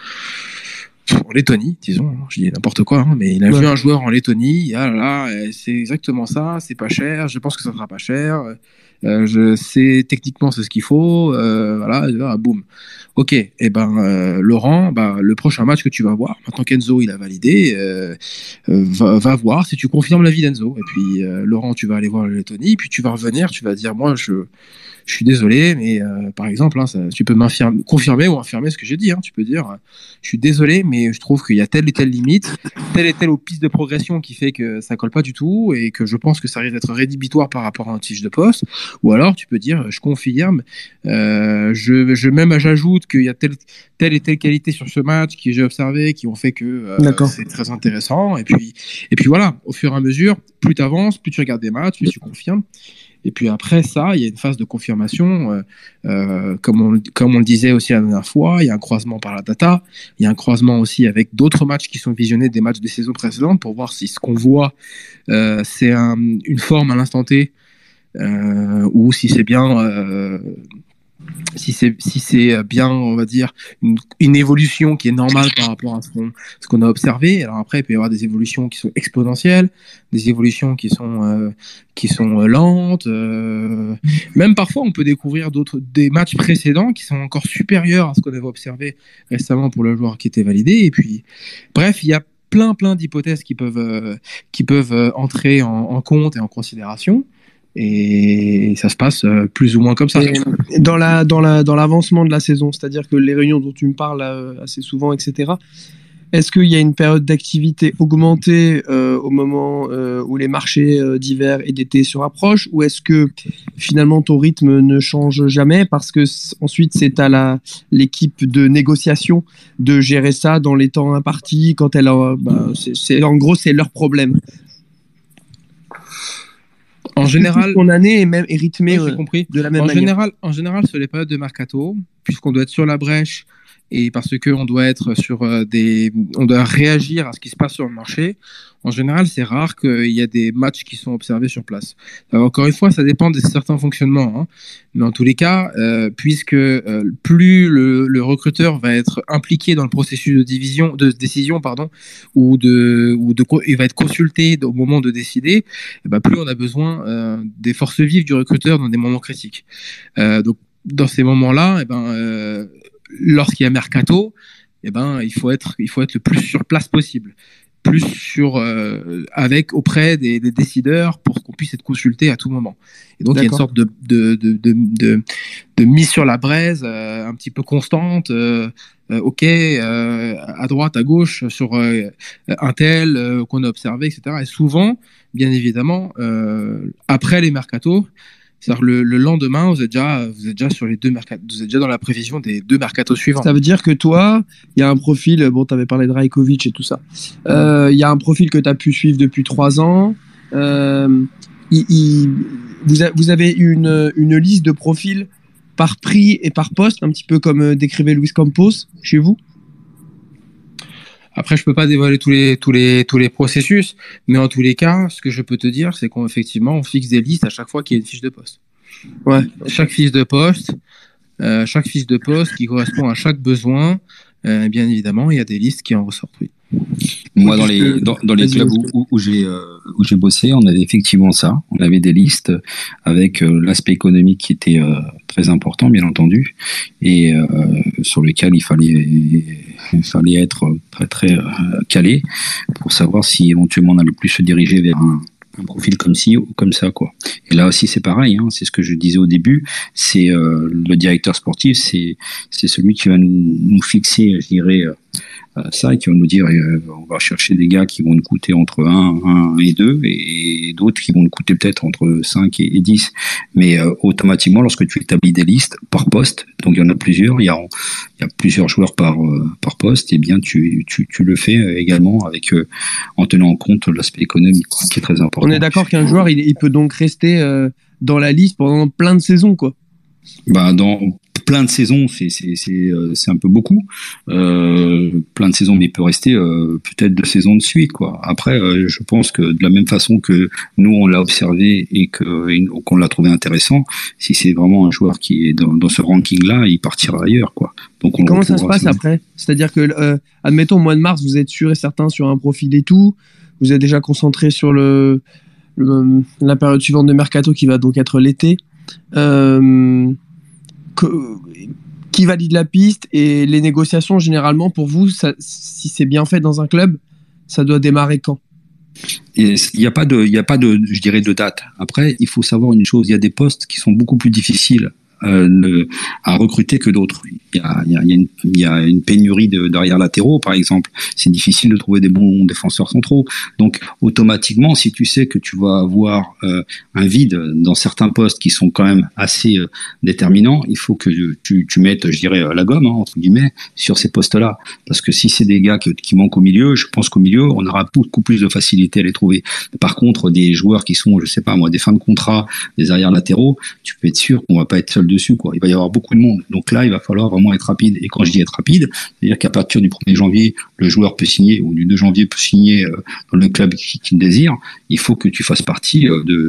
en Lettonie, disons, je dis n'importe quoi, hein, mais il a vu un joueur en Lettonie, ah là, c'est exactement ça, c'est pas cher, je pense que ça sera pas cher, techniquement c'est ce qu'il faut, voilà, boum. Ok, et ben Laurent, le prochain match que tu vas voir, maintenant qu'Enzo il a validé, va voir si tu confirmes l'avis d'Enzo. Et puis Laurent, tu vas aller voir la Lettonie, puis tu vas revenir, tu vas dire moi je suis désolé, mais par exemple, hein, tu peux confirmer ou infirmer ce que j'ai dit. Hein, tu peux dire, je suis désolé, mais je trouve qu'il y a telle et telle limite, telle et telle piste de progression qui fait que ça colle pas du tout et que je pense que ça risque d'être rédhibitoire par rapport à un fiche de poste. Ou alors, tu peux dire, je confirme, j'ajoute qu'il y a telle et telle qualité sur ce match que j'ai observé, qui ont fait que c'est très intéressant. Et puis voilà, au fur et à mesure, plus tu avances, plus tu regardes des matchs, plus tu confirmes. Et puis après ça, il y a une phase de confirmation, comme on le disait aussi la dernière fois, il y a un croisement par la data, il y a un croisement aussi avec d'autres matchs qui sont visionnés des matchs des saisons précédentes pour voir si ce qu'on voit, c'est une forme à l'instant T, ou si c'est bien... Si c'est bien, on va dire, une évolution qui est normale par rapport à ce qu'on a observé. Alors après, il peut y avoir des évolutions qui sont exponentielles, des évolutions qui sont lentes. Même parfois, on peut découvrir des matchs précédents qui sont encore supérieurs à ce qu'on avait observé récemment pour le joueur qui était validé. Et puis, bref, il y a plein d'hypothèses qui peuvent entrer en compte et en considération. Et ça se passe plus ou moins comme ça. Et dans l'avancement de la saison, c'est-à-dire que les réunions dont tu me parles assez souvent, etc., est-ce qu'il y a une période d'activité augmentée au moment où les marchés d'hiver et d'été se rapprochent, ou est-ce que finalement ton rythme ne change jamais parce que ensuite c'est à l'équipe de négociation de gérer ça dans les temps impartis quand en gros c'est leur problème? En général, ton année est rythmée de la même manière. En général, sur les périodes de mercato, puisqu'on doit être sur la brèche et parce que on doit être on doit réagir à ce qui se passe sur le marché. En général, c'est rare qu'il y ait des matchs qui sont observés sur place. Alors, encore une fois, ça dépend de certains fonctionnements, hein. Mais en tous les cas, puisque plus le recruteur va être impliqué dans le processus de décision, ou il va être consulté au moment de décider, plus on a besoin des forces vives du recruteur dans des moments critiques. Donc, dans ces moments-là, lorsqu'il y a mercato, il faut être le plus sur place possible, plus auprès des décideurs pour qu'on puisse être consulté à tout moment. Et donc il y a une sorte de mise sur la braise un petit peu constante. À droite, à gauche, sur un tel qu'on a observé, etc. Et souvent, bien évidemment, après les mercatos, c'est-à-dire le lendemain, vous êtes déjà sur les deux mercatos, vous êtes déjà dans la prévision des deux mercatos suivants. Ça veut dire que toi, il y a un profil, tu avais parlé de Rajkovic et tout ça, il y a un profil que tu as pu suivre depuis 3 ans, vous avez une liste de profils par prix et par poste, un petit peu comme décrivait Luis Campos chez vous? Après, je peux pas dévoiler tous les processus, mais en tous les cas, ce que je peux te dire, c'est qu'effectivement, on fixe des listes à chaque fois qu'il y a une fiche de poste. Ouais. Chaque fiche de poste qui correspond à chaque besoin, bien évidemment, il y a des listes qui en ressortent. Oui. Moi, dans les clubs où j'ai bossé, on avait effectivement ça. On avait des listes avec l'aspect économique qui était très important, bien entendu, et sur lequel il fallait être très très calé pour savoir si éventuellement on allait plus se diriger vers un profil comme ci ou comme ça, quoi. Et là aussi c'est pareil, hein, c'est ce que je disais au début, c'est le directeur sportif, c'est celui qui va nous fixer, je dirais, ça, et qui va nous dire on va chercher des gars qui vont nous coûter entre 1 et 2 et d'autres qui vont nous coûter peut-être entre 5 et 10, mais automatiquement lorsque tu établis des listes par poste, donc il y en a plusieurs, il y a plusieurs joueurs par poste, et bien tu le fais également avec en tenant en compte l'aspect économique, qui est très important. On est d'accord qu'un joueur il peut donc rester dans la liste pendant plein de saisons, quoi. Bah, dans plein de saisons, c'est un peu beaucoup. Plein de saisons, mais il peut rester peut-être 2 saisons de suite, quoi. Après, je pense que de la même façon que nous on l'a observé et qu'on l'a trouvé intéressant, si c'est vraiment un joueur qui est dans ce ranking-là, il partira ailleurs, quoi. Donc comment ça se passe après? C'est-à-dire que, admettons, au mois de mars, vous êtes sûr et certain sur un profil et tout, vous êtes déjà concentré sur la période suivante de mercato qui va donc être l'été. Qui valide la piste, et les négociations généralement pour vous, si c'est bien fait dans un club, ça doit démarrer quand? Il n'y a pas de, je dirais, de date. Après, il faut savoir une chose, il y a des postes qui sont beaucoup plus difficiles à recruter que d'autres. Il y a une pénurie d'arrière latéraux, par exemple. C'est difficile de trouver des bons défenseurs centraux. Donc, automatiquement, si tu sais que tu vas avoir un vide dans certains postes qui sont quand même assez déterminants, il faut que tu mettes, je dirais, la gomme, hein, entre guillemets, sur ces postes-là. Parce que si c'est des gars qui manquent au milieu, je pense qu'au milieu, on aura beaucoup plus de facilité à les trouver. Par contre, des joueurs qui sont, je sais pas moi, des fins de contrat, des arrière latéraux, tu peux être sûr qu'on va pas être seul dessus, quoi. Il va y avoir beaucoup de monde. Donc là, il va falloir vraiment être rapide. Et quand je dis être rapide, c'est-à-dire qu'à partir du 1er janvier, le joueur peut signer, ou du 2 janvier peut signer dans le club qu'il désire. Il faut que tu fasses partie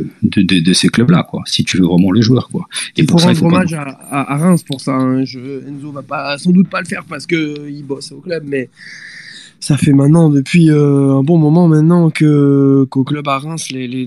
de ces clubs-là, quoi. Si tu veux vraiment le joueur, quoi. Et pour ça, il faut rendre hommage à Reims pour ça. Hein. Enzo va sans doute pas le faire parce que il bosse au club, mais ça fait maintenant depuis un bon moment maintenant qu'au club à Reims,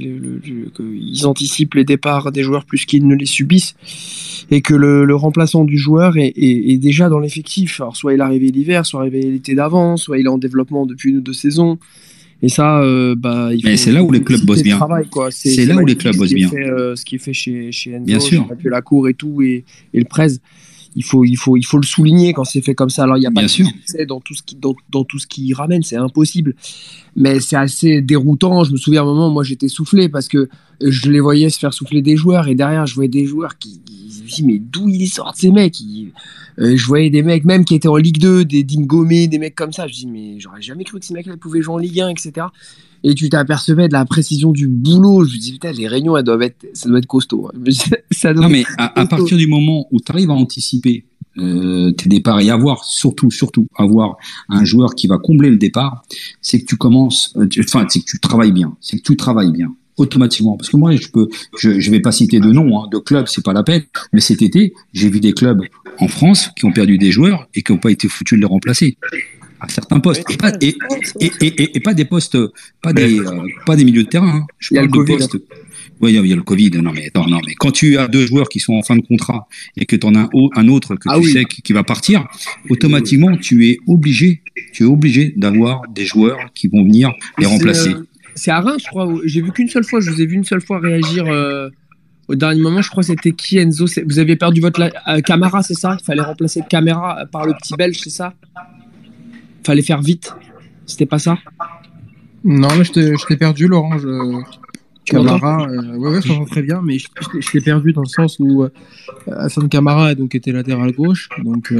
qu'ils anticipent les départs des joueurs plus qu'ils ne les subissent, et que le remplaçant du joueur est déjà dans l'effectif. Alors soit il est arrivé l'hiver, soit arrivé l'été d'avant, soit il est en développement depuis 1 ou 2 saisons. Et ça, mais c'est là où les clubs bossent bien. C'est là où les clubs bossent bien. Ce qui est fait chez Enzo, bien sûr. La cour et tout, et le Prez. Il faut le souligner quand c'est fait comme ça. Alors il n'y a pas de succès dans tout ce qui ramène, c'est impossible. Mais c'est assez déroutant. Je me souviens à un moment, moi j'étais soufflé parce que je les voyais se faire souffler des joueurs, et derrière je voyais des joueurs qui me disaient mais d'où ils sortent ces mecs? Je voyais des mecs même qui étaient en Ligue 2, des Dingomé, des mecs comme ça. Je dis mais j'aurais jamais cru que ces mecs-là pouvaient jouer en Ligue 1, etc. Et tu t'apercevais de la précision du boulot. Je me dis putain, les réunions ça doit être costaud. Non mais à partir du moment où tu arrives à anticiper tes départs et surtout avoir un joueur qui va combler le départ, c'est que tu commences, c'est que tu travailles bien, automatiquement. Parce que moi, je vais pas citer de nom, hein, de clubs, c'est pas la peine. Mais cet été, j'ai vu des clubs en France qui ont perdu des joueurs et qui n'ont pas été foutus de les remplacer à certains postes, et pas des postes, pas des milieux de terrain. Hein. Je parle de postes. Oui, il y a le Covid. Non, mais quand tu as 2 joueurs qui sont en fin de contrat et que tu en as un autre que tu sais qui va partir, automatiquement, tu es obligé d'avoir des joueurs qui vont venir les remplacer. C'est à Reims, je crois. J'ai vu qu'une seule fois. Je vous ai vu une seule fois réagir au dernier moment. Je crois que c'était qui, Enzo? Vous avez perdu votre Camara, c'est ça? Il fallait remplacer Camara par le petit Belge, c'est ça? Fallait faire vite. C'était pas ça? Non, mais je t'ai perdu, Laurent. Camara, ouais, je t'entends très bien, mais je t'ai perdu dans le sens où Hassan Camara a donc été latéral gauche, donc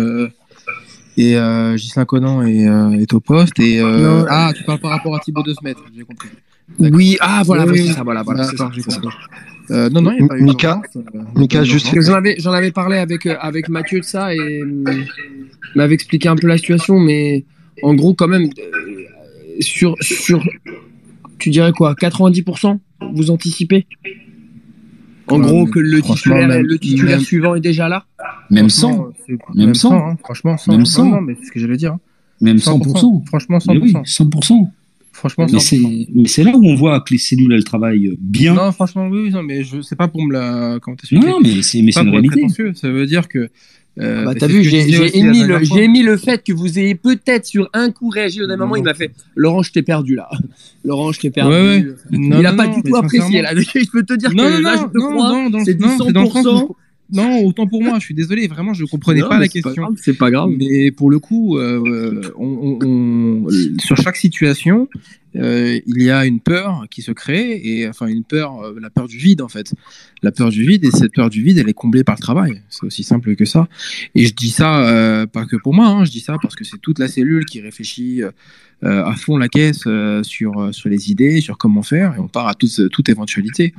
et Ghislain Conan est au poste, et tu parles par rapport à Thibaut de Smet, j'ai compris. D'accord. Oui, voilà, c'est ça, voilà, c'est ça, j'ai compris. Non, il n'y a pas eu Mika, juste. J'en avais parlé avec Mathieu de ça, et m'avait expliqué un peu la situation, mais en gros, quand même, sur, tu dirais quoi, 90%? Vous anticipez? En gros, que le titulaire suivant est déjà là? Même 100. Même 100. Hein, franchement, 100. Même 100. Non, mais c'est ce que j'allais dire. Même 100%. Franchement, 100%. Oui, 100%. Franchement, 100%. Mais c'est là où on voit que les cellules, elles travaillent bien. Non, franchement, oui, non, mais c'est pas pour me la. Comment t'expliquer? Non, mais c'est une réalité. Ça veut dire que. T'as vu, j'ai émis le fait que vous ayez peut-être sur un coup réagi au moment. Il m'a fait Laurent, je t'ai perdu là. Laurent, je t'ai perdu. Ouais. Il n'a pas du tout apprécié là. Je peux te dire que là, je te crois. C'est du 100%. Non, autant pour moi, je suis désolé, vraiment, je comprenais pas la question. C'est pas grave. Mais pour le coup, sur chaque situation, il y a une peur qui se crée, et enfin une peur, la peur du vide en fait. La peur du vide, et cette peur du vide, elle est comblée par le travail. C'est aussi simple que ça. Et je dis ça pas que pour moi, hein, je dis ça parce que c'est toute la cellule qui réfléchit à fond la caisse sur les idées, sur comment faire, et on part à toute éventualité.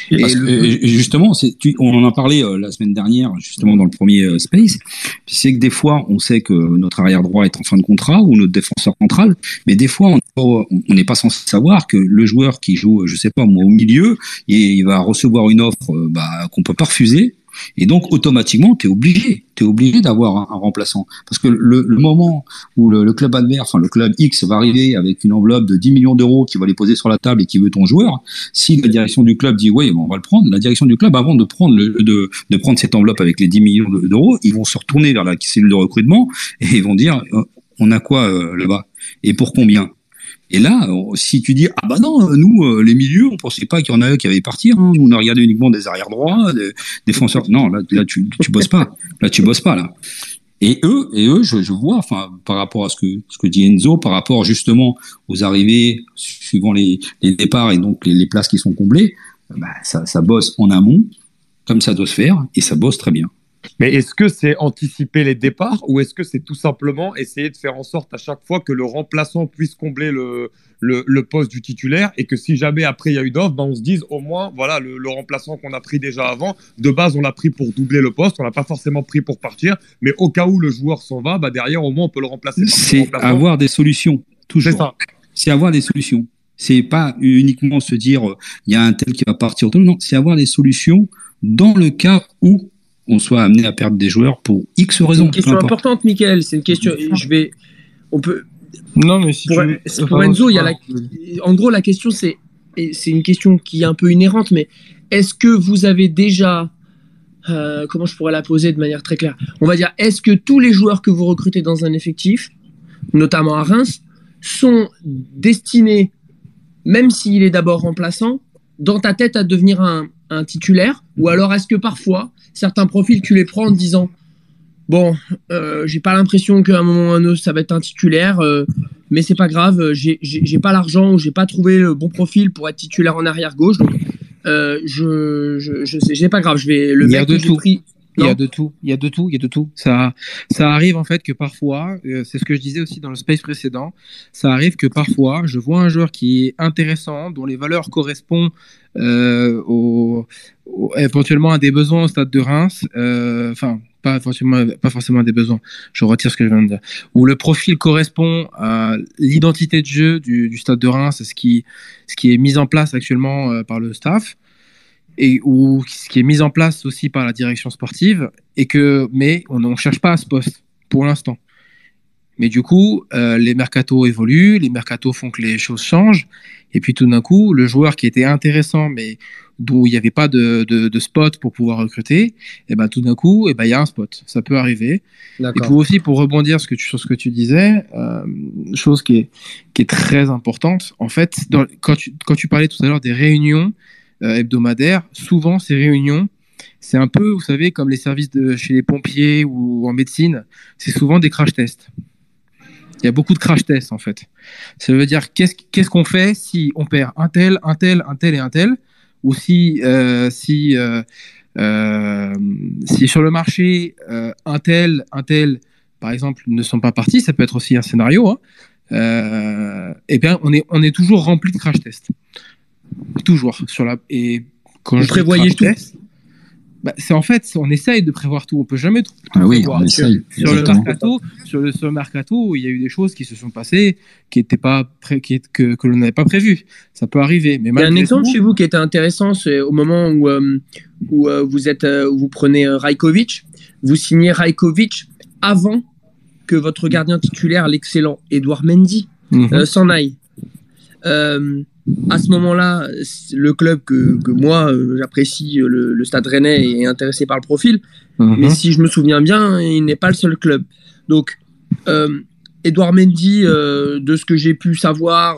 Et justement, on en a parlé la semaine dernière, justement dans le premier Space, c'est que des fois, on sait que notre arrière droit est en fin de contrat, ou notre défenseur central, mais des fois, on n'est pas censé savoir que le joueur qui joue, je sais pas moi, au milieu, il va recevoir une offre qu'on peut pas refuser. Et donc, automatiquement, t'es obligé d'avoir un remplaçant. Parce que le moment où le club adverse, enfin, le club X va arriver avec une enveloppe de 10 millions d'euros qui va les poser sur la table et qui veut ton joueur, si la direction du club dit, oui, on va le prendre, la direction du club, avant de prendre de prendre cette enveloppe avec les 10 millions d'euros, ils vont se retourner vers la cellule de recrutement et ils vont dire, on a quoi là-bas? Et pour combien? Et là, si tu dis, ah bah non, nous, les milieux, on pensait pas qu'il y en a qui allaient partir, hein. Nous, on a regardé uniquement des arrières droits, des défenseurs. Non, là, tu bosses pas. Là, tu bosses pas, là. Et eux, je vois, enfin, par rapport à ce que dit Enzo, par rapport justement aux arrivées, suivant les départs et donc les places qui sont comblées, ça bosse en amont, comme ça doit se faire, et ça bosse très bien. Mais est-ce que c'est anticiper les départs, ou est-ce que c'est tout simplement essayer de faire en sorte à chaque fois que le remplaçant puisse combler le poste du titulaire, et que si jamais après il y a une offre, on se dise au moins, voilà, le remplaçant qu'on a pris déjà avant, de base on l'a pris pour doubler le poste, on l'a pas forcément pris pour partir, mais au cas où le joueur s'en va, derrière au moins on peut le remplacer. C'est avoir des solutions, toujours. C'est ça. C'est avoir des solutions. C'est pas uniquement se dire, il y a un tel qui va partir. Non, c'est avoir des solutions dans le cas où on soit amené à perdre des joueurs pour X raisons. C'est une question importante, Mickaël. C'est une question. On peut. Non, mais si pour Enzo, il y a en gros, la question, c'est une question qui est un peu inhérente, mais est-ce que vous avez déjà. Comment je pourrais la poser de manière très claire? On va dire, est-ce que tous les joueurs que vous recrutez dans un effectif, notamment à Reims, sont destinés, même s'il est d'abord remplaçant, dans ta tête à devenir un titulaire? Ou alors est-ce que parfois certains profils tu les prends en te disant bon, j'ai pas l'impression qu'à un moment ou à un autre ça va être un titulaire, mais c'est pas grave, j'ai pas l'argent ou j'ai pas trouvé le bon profil pour être titulaire en arrière gauche, donc je sais, j'ai pas grave, je vais le mec que j'ai pris. Il y a de tout. Ça arrive en fait que parfois, c'est ce que je disais aussi dans le space précédent, ça arrive que parfois, je vois un joueur qui est intéressant, dont les valeurs correspondent éventuellement à des besoins au stade de Reims, enfin, pas forcément à des besoins, je retire ce que je viens de dire, où le profil correspond à l'identité de jeu du stade de Reims, ce qui est mis en place actuellement par le staff, et ou ce qui est mis en place aussi par la direction sportive, mais on ne cherche pas à ce poste pour l'instant. Mais du coup, les mercatos évoluent, les mercatos font que les choses changent, et puis tout d'un coup, le joueur qui était intéressant, mais d'où il n'y avait pas de spot pour pouvoir recruter, et ben tout d'un coup, il y a un spot. Ça peut arriver. D'accord. Et pour rebondir sur ce que tu disais, chose qui est très importante, en fait, quand tu parlais tout à l'heure des réunions hebdomadaires, souvent ces réunions, c'est un peu, vous savez, comme les services chez les pompiers ou en médecine, c'est souvent des crash tests. Il y a beaucoup de crash tests en fait. Ça veut dire qu'est-ce qu'on fait si on perd un tel et un tel, ou si sur le marché un tel par exemple ne sont pas partis, ça peut être aussi un scénario, hein. Et bien on est toujours rempli de crash tests. Toujours et quand je prévoyais tout. c'est en fait, on essaye de prévoir tout. On peut jamais tout prévoir. On essaye. Sur le mercato, il y a eu des choses qui se sont passées qui étaient pas que l'on n'avait pas prévues. Ça peut arriver. Mais il y a un exemple chez vous qui était intéressant, c'est au moment où vous prenez Rajkovic, vous signez Rajkovic avant que votre gardien titulaire, l'excellent Edouard Mendy, s'en aille. À ce moment-là, le club que moi j'apprécie, le Stade Rennais, est intéressé par le profil, mais si je me souviens bien, il n'est pas le seul club. Donc, Edouard Mendy, de ce que j'ai pu savoir,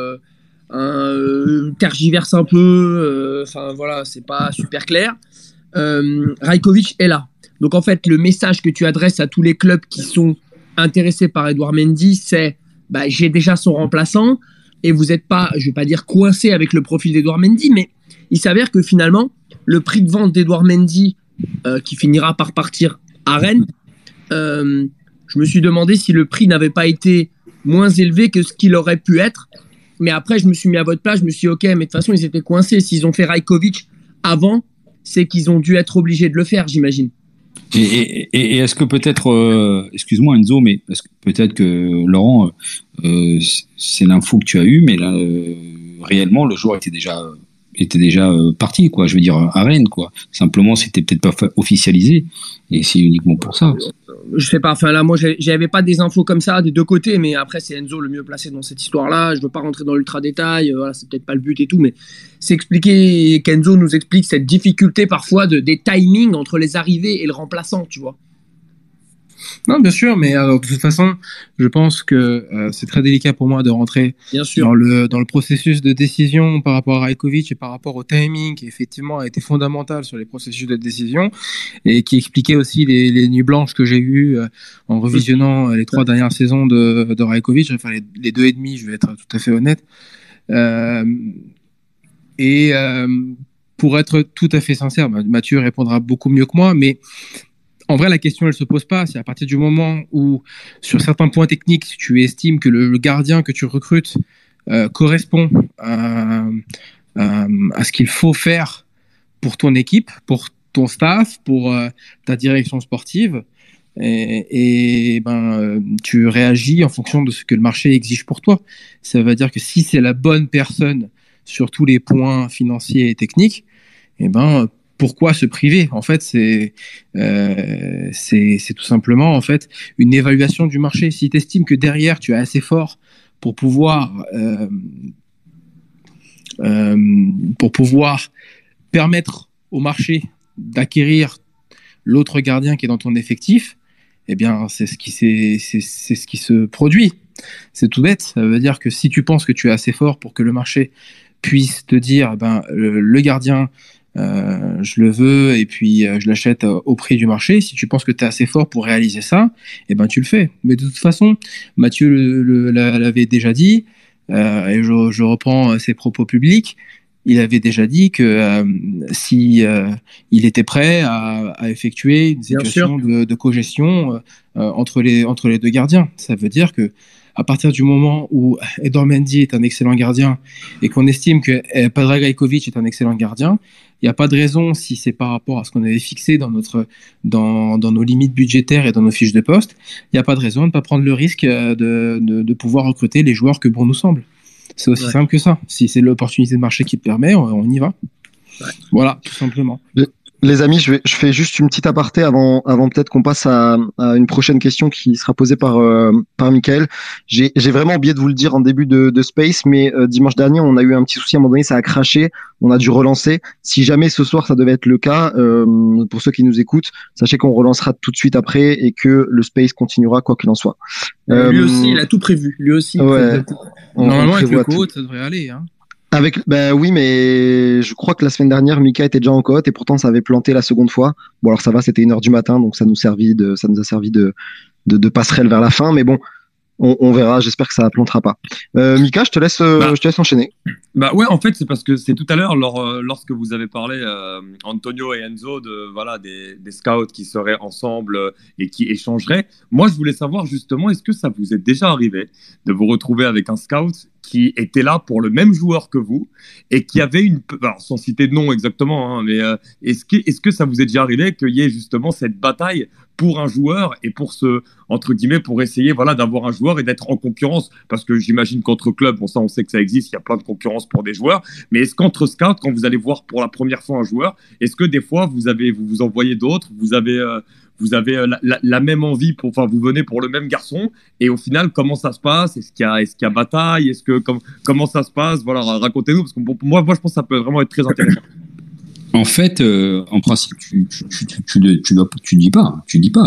tergiverse un peu, voilà, c'est pas super clair. Rajkovic est là. Donc en fait, le message que tu adresses à tous les clubs qui sont intéressés par Edouard Mendy, c'est j'ai déjà son remplaçant. Et vous n'êtes pas, je ne vais pas dire coincé avec le profil d'Edouard Mendy, mais il s'avère que finalement, le prix de vente d'Edouard Mendy, qui finira par partir à Rennes, je me suis demandé si le prix n'avait pas été moins élevé que ce qu'il aurait pu être. Mais après, je me suis mis à votre place, je me suis dit, ok, mais de toute façon, ils étaient coincés. S'ils ont fait Rajkovic avant, c'est qu'ils ont dû être obligés de le faire, j'imagine. Et est-ce que peut-être, excuse-moi Enzo, mais est-ce que peut-être que Laurent, c'est l'info que tu as eue, mais là, réellement, le joueur était déjà parti, quoi. Je veux dire, à Rennes, quoi. Simplement, c'était peut-être pas officialisé, et c'est uniquement pour ça. Je sais pas. Enfin là, moi, j'avais pas des infos comme ça des deux côtés, mais après, c'est Enzo le mieux placé dans cette histoire-là. Je veux pas rentrer dans l'ultra détail. Voilà, c'est peut-être pas le but et tout, mais c'est expliquer. Kenzo nous explique cette difficulté parfois des timings entre les arrivées et le remplaçant, tu vois. Non, bien sûr, mais de toute façon, je pense que c'est très délicat pour moi de rentrer dans le processus de décision par rapport à Rajkovic et par rapport au timing qui effectivement a été fondamental sur les processus de décision et qui expliquait aussi les nuits blanches que j'ai eues en revisionnant les 3 dernières saisons de Rajkovic, enfin les 2 et demi, je vais être tout à fait honnête. Pour être tout à fait sincère, Mathieu répondra beaucoup mieux que moi, mais en vrai, la question, elle se pose pas. C'est à partir du moment où, sur certains points techniques, tu estimes que le gardien que tu recrutes correspond à ce qu'il faut faire pour ton équipe, pour ton staff, pour ta direction sportive, tu réagis en fonction de ce que le marché exige pour toi. Ça veut dire que si c'est la bonne personne sur tous les points financiers et techniques, pourquoi se priver ? En fait, c'est tout simplement en fait une évaluation du marché. Si tu estimes que derrière tu es assez fort pour pouvoir permettre au marché d'acquérir l'autre gardien qui est dans ton effectif, c'est ce qui se produit. C'est tout bête. Ça veut dire que si tu penses que tu es assez fort pour que le marché puisse te dire, le gardien, je le veux et puis je l'achète au prix du marché. Si tu penses que tu es assez fort pour réaliser ça, tu le fais. Mais de toute façon, Mathieu l'avait déjà dit, et je reprends ses propos publics. Il avait déjà dit que si il était prêt à effectuer une situation de cogestion entre les 2 gardiens. Ça veut dire que à partir du moment où Edouard Mendy est un excellent gardien et qu'on estime que Predrag Rajkovic est un excellent gardien, il n'y a pas de raison, si c'est par rapport à ce qu'on avait fixé dans nos limites budgétaires et dans nos fiches de poste, il n'y a pas de raison de ne pas prendre le risque de pouvoir recruter les joueurs que bon nous semble. C'est aussi simple que ça. Si c'est l'opportunité de marché qui le permet, on y va. Ouais. Voilà, tout simplement. Les amis, je fais juste une petite aparté avant peut-être qu'on passe à une prochaine question qui sera posée par Michael. J'ai vraiment oublié de vous le dire en début de Space, mais dimanche dernier, on a eu un petit souci à un moment donné, ça a craché, on a dû relancer. Si jamais ce soir ça devait être le cas, pour ceux qui nous écoutent, sachez qu'on relancera tout de suite après et que le Space continuera quoi qu'il en soit. Lui aussi, il a tout prévu. Lui aussi. Ouais, normalement, avec le co, ça devrait aller, hein. Oui, mais je crois que la semaine dernière, Mika était déjà en côte et pourtant ça avait planté la seconde fois. Bon, alors ça va, c'était 1h du matin, donc ça nous a servi de passerelle vers la fin. Mais bon, on verra. J'espère que ça plantera pas. Mika, je te laisse enchaîner. Bah ouais, en fait, c'est parce que c'est tout à l'heure, lorsque vous avez parlé, Antonio et Enzo, des scouts qui seraient ensemble et qui échangeraient. Moi, je voulais savoir justement, est-ce que ça vous est déjà arrivé de vous retrouver avec un scout qui était là pour le même joueur que vous et qui avait alors, sans citer de nom exactement, hein, mais est-ce que ça vous est déjà arrivé qu'il y ait justement cette bataille pour un joueur et pour entre guillemets, pour essayer, voilà, d'avoir un joueur et d'être en concurrence, parce que j'imagine qu'entre clubs, bon, ça, on sait que ça existe, il y a plein de concurrence pour des joueurs, mais est-ce qu'entre scouts, quand vous allez voir pour la première fois un joueur, est-ce que des fois, vous vous en voyez d'autres, vous avez la même envie enfin, vous venez pour le même garçon, et au final, comment ça se passe? Est-ce qu'il y a bataille? Comment ça se passe? Voilà, racontez-nous, parce que pour moi, je pense que ça peut vraiment être très intéressant. En fait, en principe, tu dis pas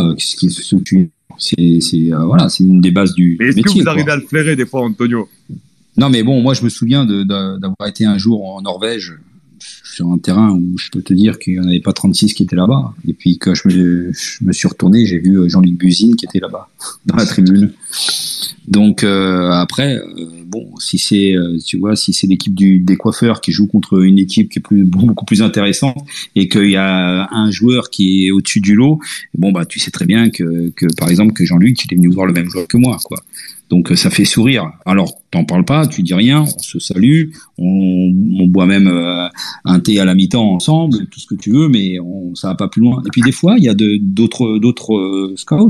c'est une des bases du mais est-ce métier. Que vous arrivez à le flairer des fois, Antonio? Non, mais bon, moi, je me souviens d'avoir été un jour en Norvège sur un terrain où je peux te dire qu'il n'y en avait pas 36 qui étaient là-bas. Et puis, quand je me suis retourné, j'ai vu Jean-Luc Buzine qui était là-bas, dans la tribune. Donc, après, bon, si c'est l'équipe des coiffeurs qui joue contre une équipe qui est beaucoup plus intéressante et qu'il y a un joueur qui est au-dessus du lot, bon, bah, tu sais très bien que par exemple, que Jean-Luc, il est venu voir le même joueur que moi, quoi. Donc ça fait sourire. Alors t'en parles pas, tu dis rien, on se salue, on boit même un thé à la mi-temps ensemble, tout ce que tu veux, mais ça va pas plus loin. Et puis des fois, il y a d'autres scouts.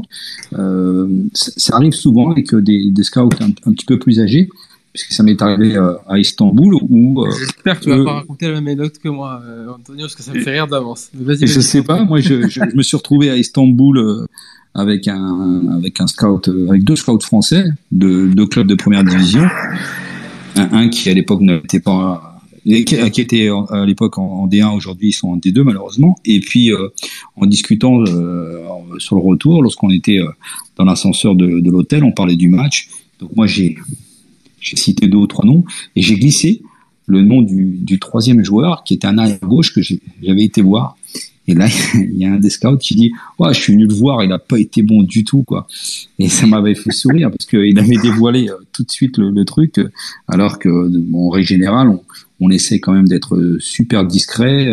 Ça arrive souvent avec des scouts un petit peu plus âgés, puisque ça m'est arrivé à Istanbul où. J'espère que tu vas pas raconter la même anecdote que moi, Antonio, parce que ça me fait rire d'avance. Vas-y. Je sais pas. Moi, je me suis retrouvé à Istanbul. Avec un scout, avec deux scouts français de deux clubs de première division, un qui à l'époque n'était pas, qui était à l'époque en D1, aujourd'hui ils sont en D2 malheureusement. Et puis en discutant sur le retour, lorsqu'on était dans l'ascenseur de l'hôtel, on parlait du match. Donc moi j'ai cité 2 ou 3 noms et j'ai glissé le nom du troisième joueur qui était un arrière gauche que j'avais été voir. Et là, il y a un des scouts qui dit « Ouais, je suis venu le voir, il n'a pas été bon du tout, quoi. » Et ça m'avait fait sourire parce qu'il avait dévoilé tout de suite le truc, alors que, en règle générale, on essaie quand même d'être super discret.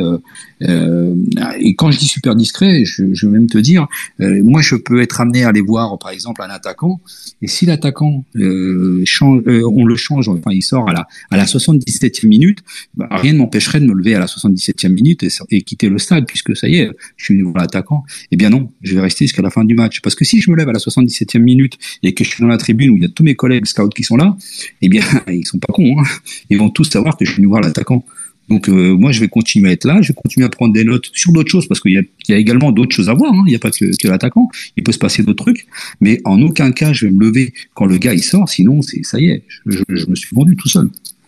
Et quand je dis super discret, je vais même te dire, moi, je peux être amené à aller voir, par exemple, un attaquant. Et si l'attaquant change, on le change, enfin, il sort à la 77e minute, bah, rien ne m'empêcherait de me lever à la 77e minute et quitter le stade, puisque ça y est, je suis venu voir l'attaquant. Eh bien non, je vais rester jusqu'à la fin du match. Parce que si je me lève à la 77e minute et que je suis dans la tribune où il y a tous mes collègues scouts qui sont là, eh bien, ils sont pas cons, hein. Ils vont tous savoir que je suis venu voir l'attaquant. Donc moi, je vais continuer à être là, je vais continuer à prendre des notes sur d'autres choses, parce qu'il y a également d'autres choses à voir, hein. Il n'y a pas que l'attaquant, il peut se passer d'autres trucs, mais en aucun cas, je vais me lever quand le gars il sort, sinon, ça y est, je me suis vendu tout seul.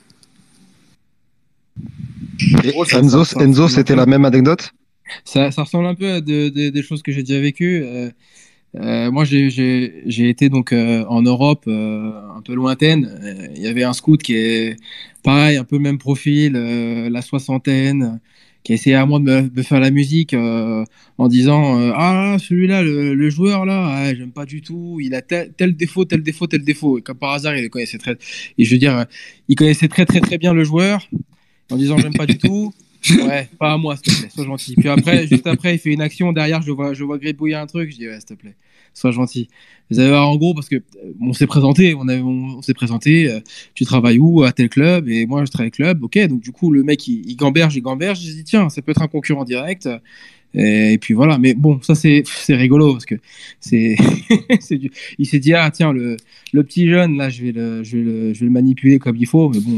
Et Enzo, c'était la même anecdote? Ça ressemble un peu à des choses que j'ai déjà vécues. Moi, j'ai été donc en Europe, un peu lointaine. Il y avait un scout qui est pareil, un peu le même profil, la soixantaine, qui a essayé à moi de me faire la musique en disant ah, celui-là, le joueur là, j'aime pas du tout. Il a tel défaut, tel défaut, tel défaut. Et comme par hasard, il connaissait et je veux dire, il connaissait très très très bien le joueur en disant j'aime pas du tout. Ouais, pas à moi, s'il te plaît, sois gentil. Puis après, juste après, il fait une action derrière, je vois gribouiller un truc, je dis ouais, s'il te plaît, sois gentil. Vous avez en gros, parce que on s'est présenté, on s'est présenté, tu travailles où, à tel club, et moi je travaille au club, ok, donc du coup le mec il gamberge, j'ai dit tiens, ça peut être un concurrent direct. Et puis voilà, mais bon, ça c'est rigolo parce que c'est il s'est dit ah tiens le petit jeune là je vais le manipuler comme il faut, mais bon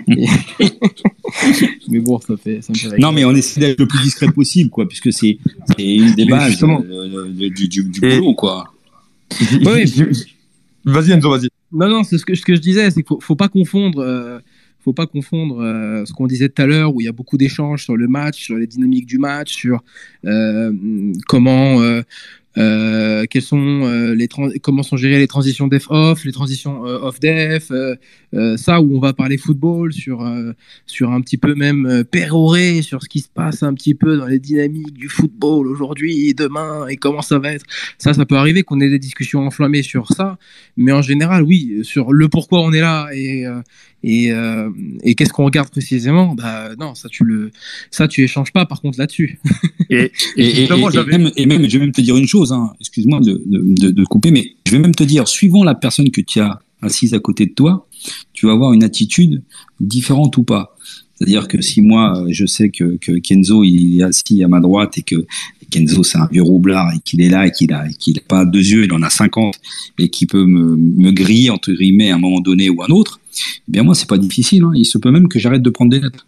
mais bon ça me fait rigolo. Non mais on essaie d'être le plus discret possible quoi, puisque c'est une des bases du boulot quoi. Oui, vas-y Enzo, vas-y. Non c'est ce que je disais, c'est qu'il faut pas confondre. Faut pas confondre ce qu'on disait tout à l'heure où il y a beaucoup d'échanges sur le match, sur les dynamiques du match, sur comment quels sont comment sont gérées les transitions def-off, les transitions off-def, ça où on va parler football, sur un petit peu même péroré sur ce qui se passe un petit peu dans les dynamiques du football aujourd'hui et demain et comment ça va être. Ça peut arriver qu'on ait des discussions enflammées sur ça, mais en général, oui, sur le pourquoi on est là et qu'est-ce qu'on regarde précisément, non, ça tu échanges pas par contre là-dessus. Et même, je vais même te dire une chose, hein, excuse-moi de couper, mais je vais même te dire, suivant la personne que tu as assise à côté de toi, tu vas avoir une attitude différente ou pas. C'est-à-dire que si moi, je sais que Kenzo, il est assis à ma droite et que Kenzo, c'est un vieux roublard et qu'il est là et qu'il a pas 2 yeux, il en a 50 et qu'il peut me griller, entre guillemets, à un moment donné ou un autre, eh bien moi, c'est pas difficile, hein. Il se peut même que j'arrête de prendre des notes.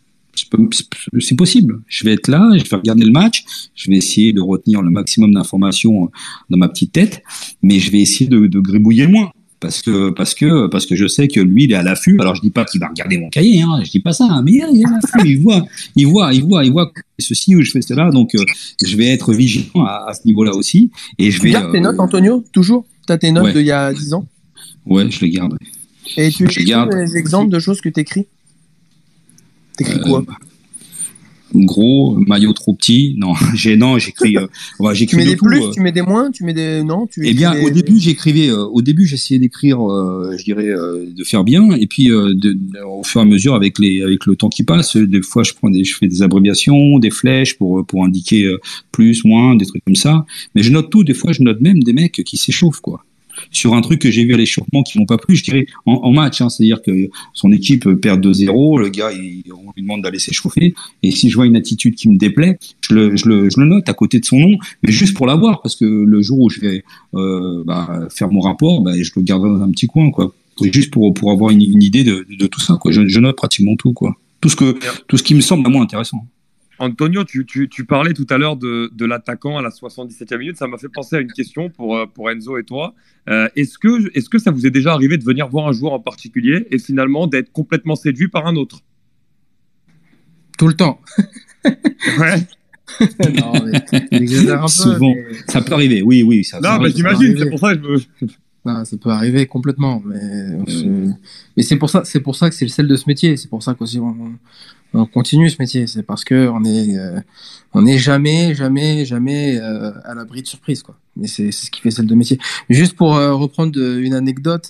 C'est possible. Je vais être là, je vais regarder le match, je vais essayer de retenir le maximum d'informations dans ma petite tête, mais je vais essayer de gribouiller moins. Parce que je sais que lui, il est à l'affût. Alors, je dis pas qu'il va regarder mon cahier, hein. Je dis pas ça, hein, mais il est à l'affût. Il voit ceci ou je fais cela. Donc, je vais être vigilant à ce niveau-là aussi. Et je vais. Tu gardes tes notes, Antonio? Toujours? T'as tes notes d'il y a 10 ans? Ouais, je les garde. Et tu gardes des exemples de choses que t'écris? T'écris quoi? Gros, maillot trop petit. J'écris. Tu mets des plus, tu mets des moins, tu mets des Eh bien, au début, j'écrivais. Au début, j'essayais d'écrire, je dirais, de faire bien. Et puis, au fur et à mesure, avec le temps qui passe, des fois, je fais des abréviations, des flèches pour indiquer plus, moins, des trucs comme ça. Mais je note tout. Des fois, je note même des mecs qui s'échauffent, quoi. Sur un truc que j'ai vu à l'échauffement qui m'ont pas plu, je dirais en match, hein, c'est-à-dire que son équipe perd 2-0, le gars on lui demande d'aller s'échauffer, et si je vois une attitude qui me déplaît, je le note à côté de son nom, mais juste pour l'avoir, parce que le jour où je vais faire mon rapport, je le garderai dans un petit coin, quoi, juste pour avoir une idée de tout ça, quoi. Je note pratiquement tout, quoi, tout ce qui me semble moins intéressant. Antonio, tu parlais tout à l'heure de l'attaquant à la 77e minute. Ça m'a fait penser à une question pour Enzo et toi. Est-ce que ça vous est déjà arrivé de venir voir un joueur en particulier et finalement d'être complètement séduit par un autre? Tout le temps. Ouais. Non, mais un peu, souvent. Mais... Ça peut arriver, oui. Ça non, mais j'imagine, c'est pour ça que je me... Non, ça peut arriver complètement, mais c'est pour ça que c'est le sel de ce métier. C'est pour ça qu'aussi on continue ce métier. C'est parce que on est jamais à l'abri de surprise, quoi. Mais c'est ce qui fait celle de métier. Juste pour reprendre une anecdote,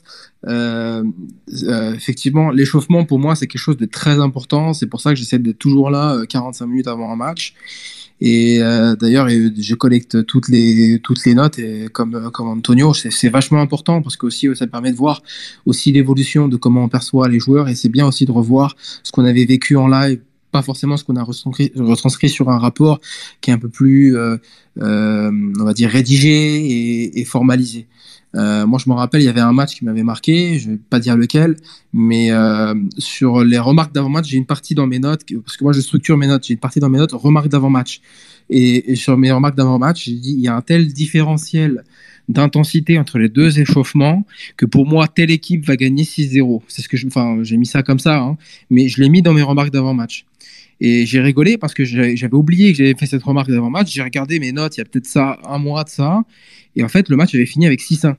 effectivement, l'échauffement pour moi c'est quelque chose de très important. C'est pour ça que j'essaie d'être toujours là 45 minutes avant un match. Et d'ailleurs, je collecte toutes les notes et comme Antonio, c'est vachement important parce que aussi ça permet de voir aussi l'évolution de comment on perçoit les joueurs et c'est bien aussi de revoir ce qu'on avait vécu en live, pas forcément ce qu'on a retranscrit sur un rapport qui est un peu plus, on va dire, rédigé et formalisé. Moi, je me rappelle, il y avait un match qui m'avait marqué, je vais pas dire lequel, mais sur les remarques d'avant-match, j'ai une partie dans mes notes, parce que moi, je structure mes notes, j'ai une partie dans mes notes, remarques d'avant-match. Et sur mes remarques d'avant-match, j'ai dit, il y a un tel différentiel d'intensité entre les deux échauffements que pour moi, telle équipe va gagner 6-0. C'est ce que j'ai mis ça comme ça, hein, mais je l'ai mis dans mes remarques d'avant-match. Et j'ai rigolé parce que j'avais oublié que j'avais fait cette remarque d'avant-match. J'ai regardé mes notes, il y a peut-être un mois de ça. Et en fait, le match avait fini avec 6-1.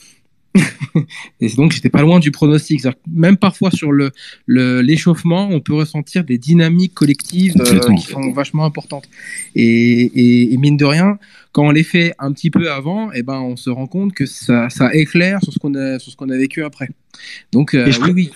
Et donc, j'étais pas loin du pronostic. Même parfois sur l'échauffement, on peut ressentir des dynamiques collectives qui sont vachement importantes. Et mine de rien, quand on les fait un petit peu avant, on se rend compte que ça éclaire sur ce qu'on a vécu après. Donc, oui.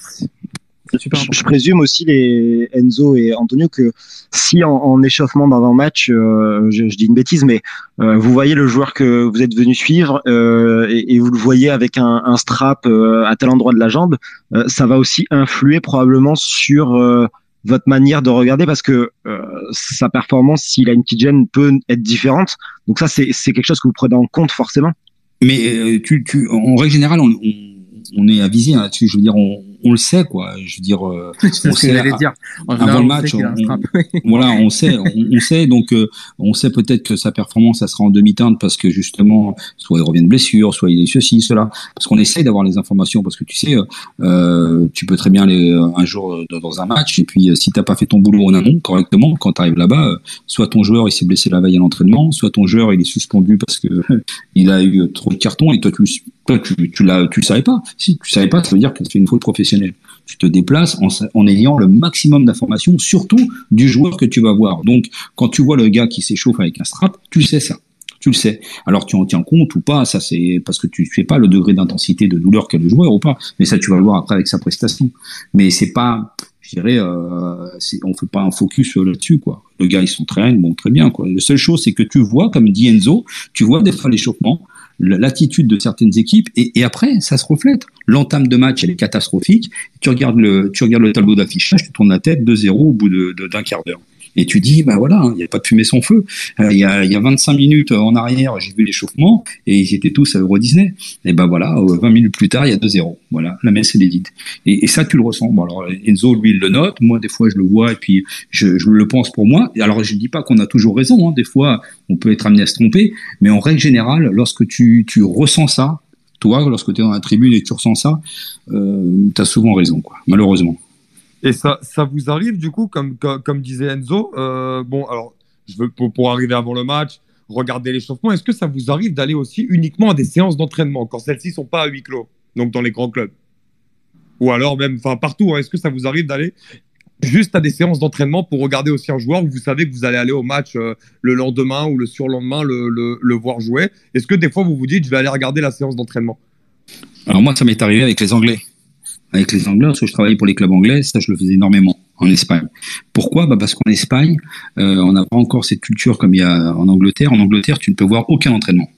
Je présume aussi, les Enzo et Antonio, que si en échauffement d'avant-match, je dis une bêtise, mais vous voyez le joueur que vous êtes venu suivre et vous le voyez avec un strap à tel endroit de la jambe, ça va aussi influer probablement sur votre manière de regarder parce que sa performance, s'il a une petite gêne, peut être différente. Donc ça, c'est quelque chose que vous prenez en compte forcément. Mais en règle générale, on est avisé hein, là-dessus. Je veux dire, on le sait, quoi. Je veux dire, c'est ce que j'allais dire. Avant le match, voilà, on sait. Donc, on sait peut-être que sa performance, ça sera en demi-teinte parce que justement, soit il revient de blessure, soit il est ceci, cela. Parce qu'on essaye d'avoir les informations, parce que tu sais, tu peux très bien aller un jour dans un match et puis si t'as pas fait ton boulot en amont correctement, quand tu arrives là-bas, soit ton joueur il s'est blessé la veille à l'entraînement, soit ton joueur il est suspendu parce que il a eu trop de cartons et toi tu le savais pas. Si tu savais pas, ça veut dire que tu fais une faute professionnelle. Tu te déplaces en ayant le maximum d'informations, surtout du joueur que tu vas voir. Donc, quand tu vois le gars qui s'échauffe avec un strap, tu sais ça. Tu le sais. Alors, tu en tiens compte ou pas, ça c'est parce que tu sais pas le degré d'intensité de douleur qu'a le joueur ou pas. Mais ça, tu vas le voir après avec sa prestation. Mais c'est pas, je dirais, on fait pas un focus là-dessus, quoi. Le gars, il s'entraîne, bon, très bien, quoi. La seule chose, c'est que tu vois, comme dit Enzo, tu vois des fois l'échauffement, l'attitude de certaines équipes et après ça se reflète. L'entame de match elle est catastrophique. Tu regardes le tableau d'affichage, tu tournes la tête 2-0 au bout d'un quart d'heure. Et tu dis, bah voilà, il n'y a pas de fumée sans feu. Il y a 25 minutes en arrière, j'ai vu l'échauffement, et ils étaient tous à Euro Disney. Et ben voilà, 20 minutes plus tard, il y a 2-0. Voilà, la messe est dite. Et ça, tu le ressens. Bon, alors, Enzo, lui, il le note. Moi, des fois, je le vois, et puis je le pense pour moi. Et alors, je ne dis pas qu'on a toujours raison. Hein. Des fois, on peut être amené à se tromper. Mais en règle générale, lorsque tu ressens ça, toi, lorsque tu es dans la tribune et que tu ressens ça, tu as souvent raison, quoi, malheureusement. Et ça vous arrive du coup, comme disait Enzo, bon, alors, je veux pour arriver avant le match, regarder l'échauffement, est-ce que ça vous arrive d'aller aussi uniquement à des séances d'entraînement quand celles-ci sont pas à huis clos, donc dans les grands clubs, ou alors même, enfin partout, hein, est-ce que ça vous arrive d'aller juste à des séances d'entraînement pour regarder aussi un joueur où vous savez que vous allez aller au match le lendemain ou le surlendemain le voir jouer? Est-ce que des fois vous vous dites je vais aller regarder la séance d'entraînement? Alors moi, ça m'est arrivé avec les Anglais. Avec les Anglais, parce que je travaillais pour les clubs anglais, ça je le faisais énormément en Espagne. Pourquoi ? Parce qu'en Espagne, on n'a pas encore cette culture comme il y a en Angleterre. En Angleterre, tu ne peux voir aucun entraînement.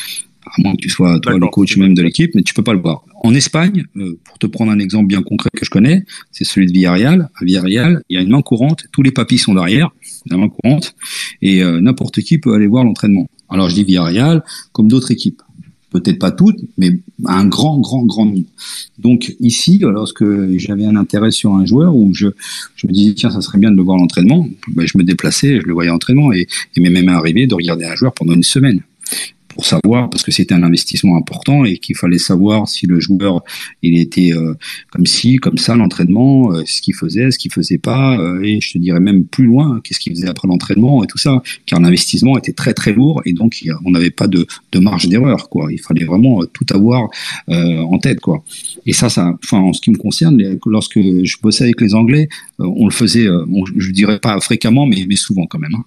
À moins que tu sois toi le coach même de l'équipe, mais tu peux pas le voir. En Espagne, pour te prendre un exemple bien concret que je connais, c'est celui de Villarreal. À Villarreal, il y a une main courante, tous les papis sont derrière, la main courante, et n'importe qui peut aller voir l'entraînement. Alors je dis Villarreal, comme d'autres équipes. Peut-être pas toutes, mais un grand nombre. Donc ici, lorsque j'avais un intérêt sur un joueur où je me disais tiens ça serait bien de le voir à l'entraînement, je me déplaçais, je le voyais à l'entraînement et m'est même arrivé de regarder un joueur pendant une semaine pour savoir, parce que c'était un investissement important et qu'il fallait savoir si le joueur il était comme ci, comme ça l'entraînement, ce qu'il faisait pas, et je te dirais même plus loin, qu'est-ce qu'il faisait après l'entraînement et tout ça, car l'investissement était très très lourd et donc on n'avait pas de marge d'erreur, quoi. Il fallait vraiment tout avoir en tête, quoi. Et ça, enfin en ce qui me concerne, lorsque je bossais avec les Anglais, on le faisait, je dirais pas fréquemment, mais souvent quand même. Hein.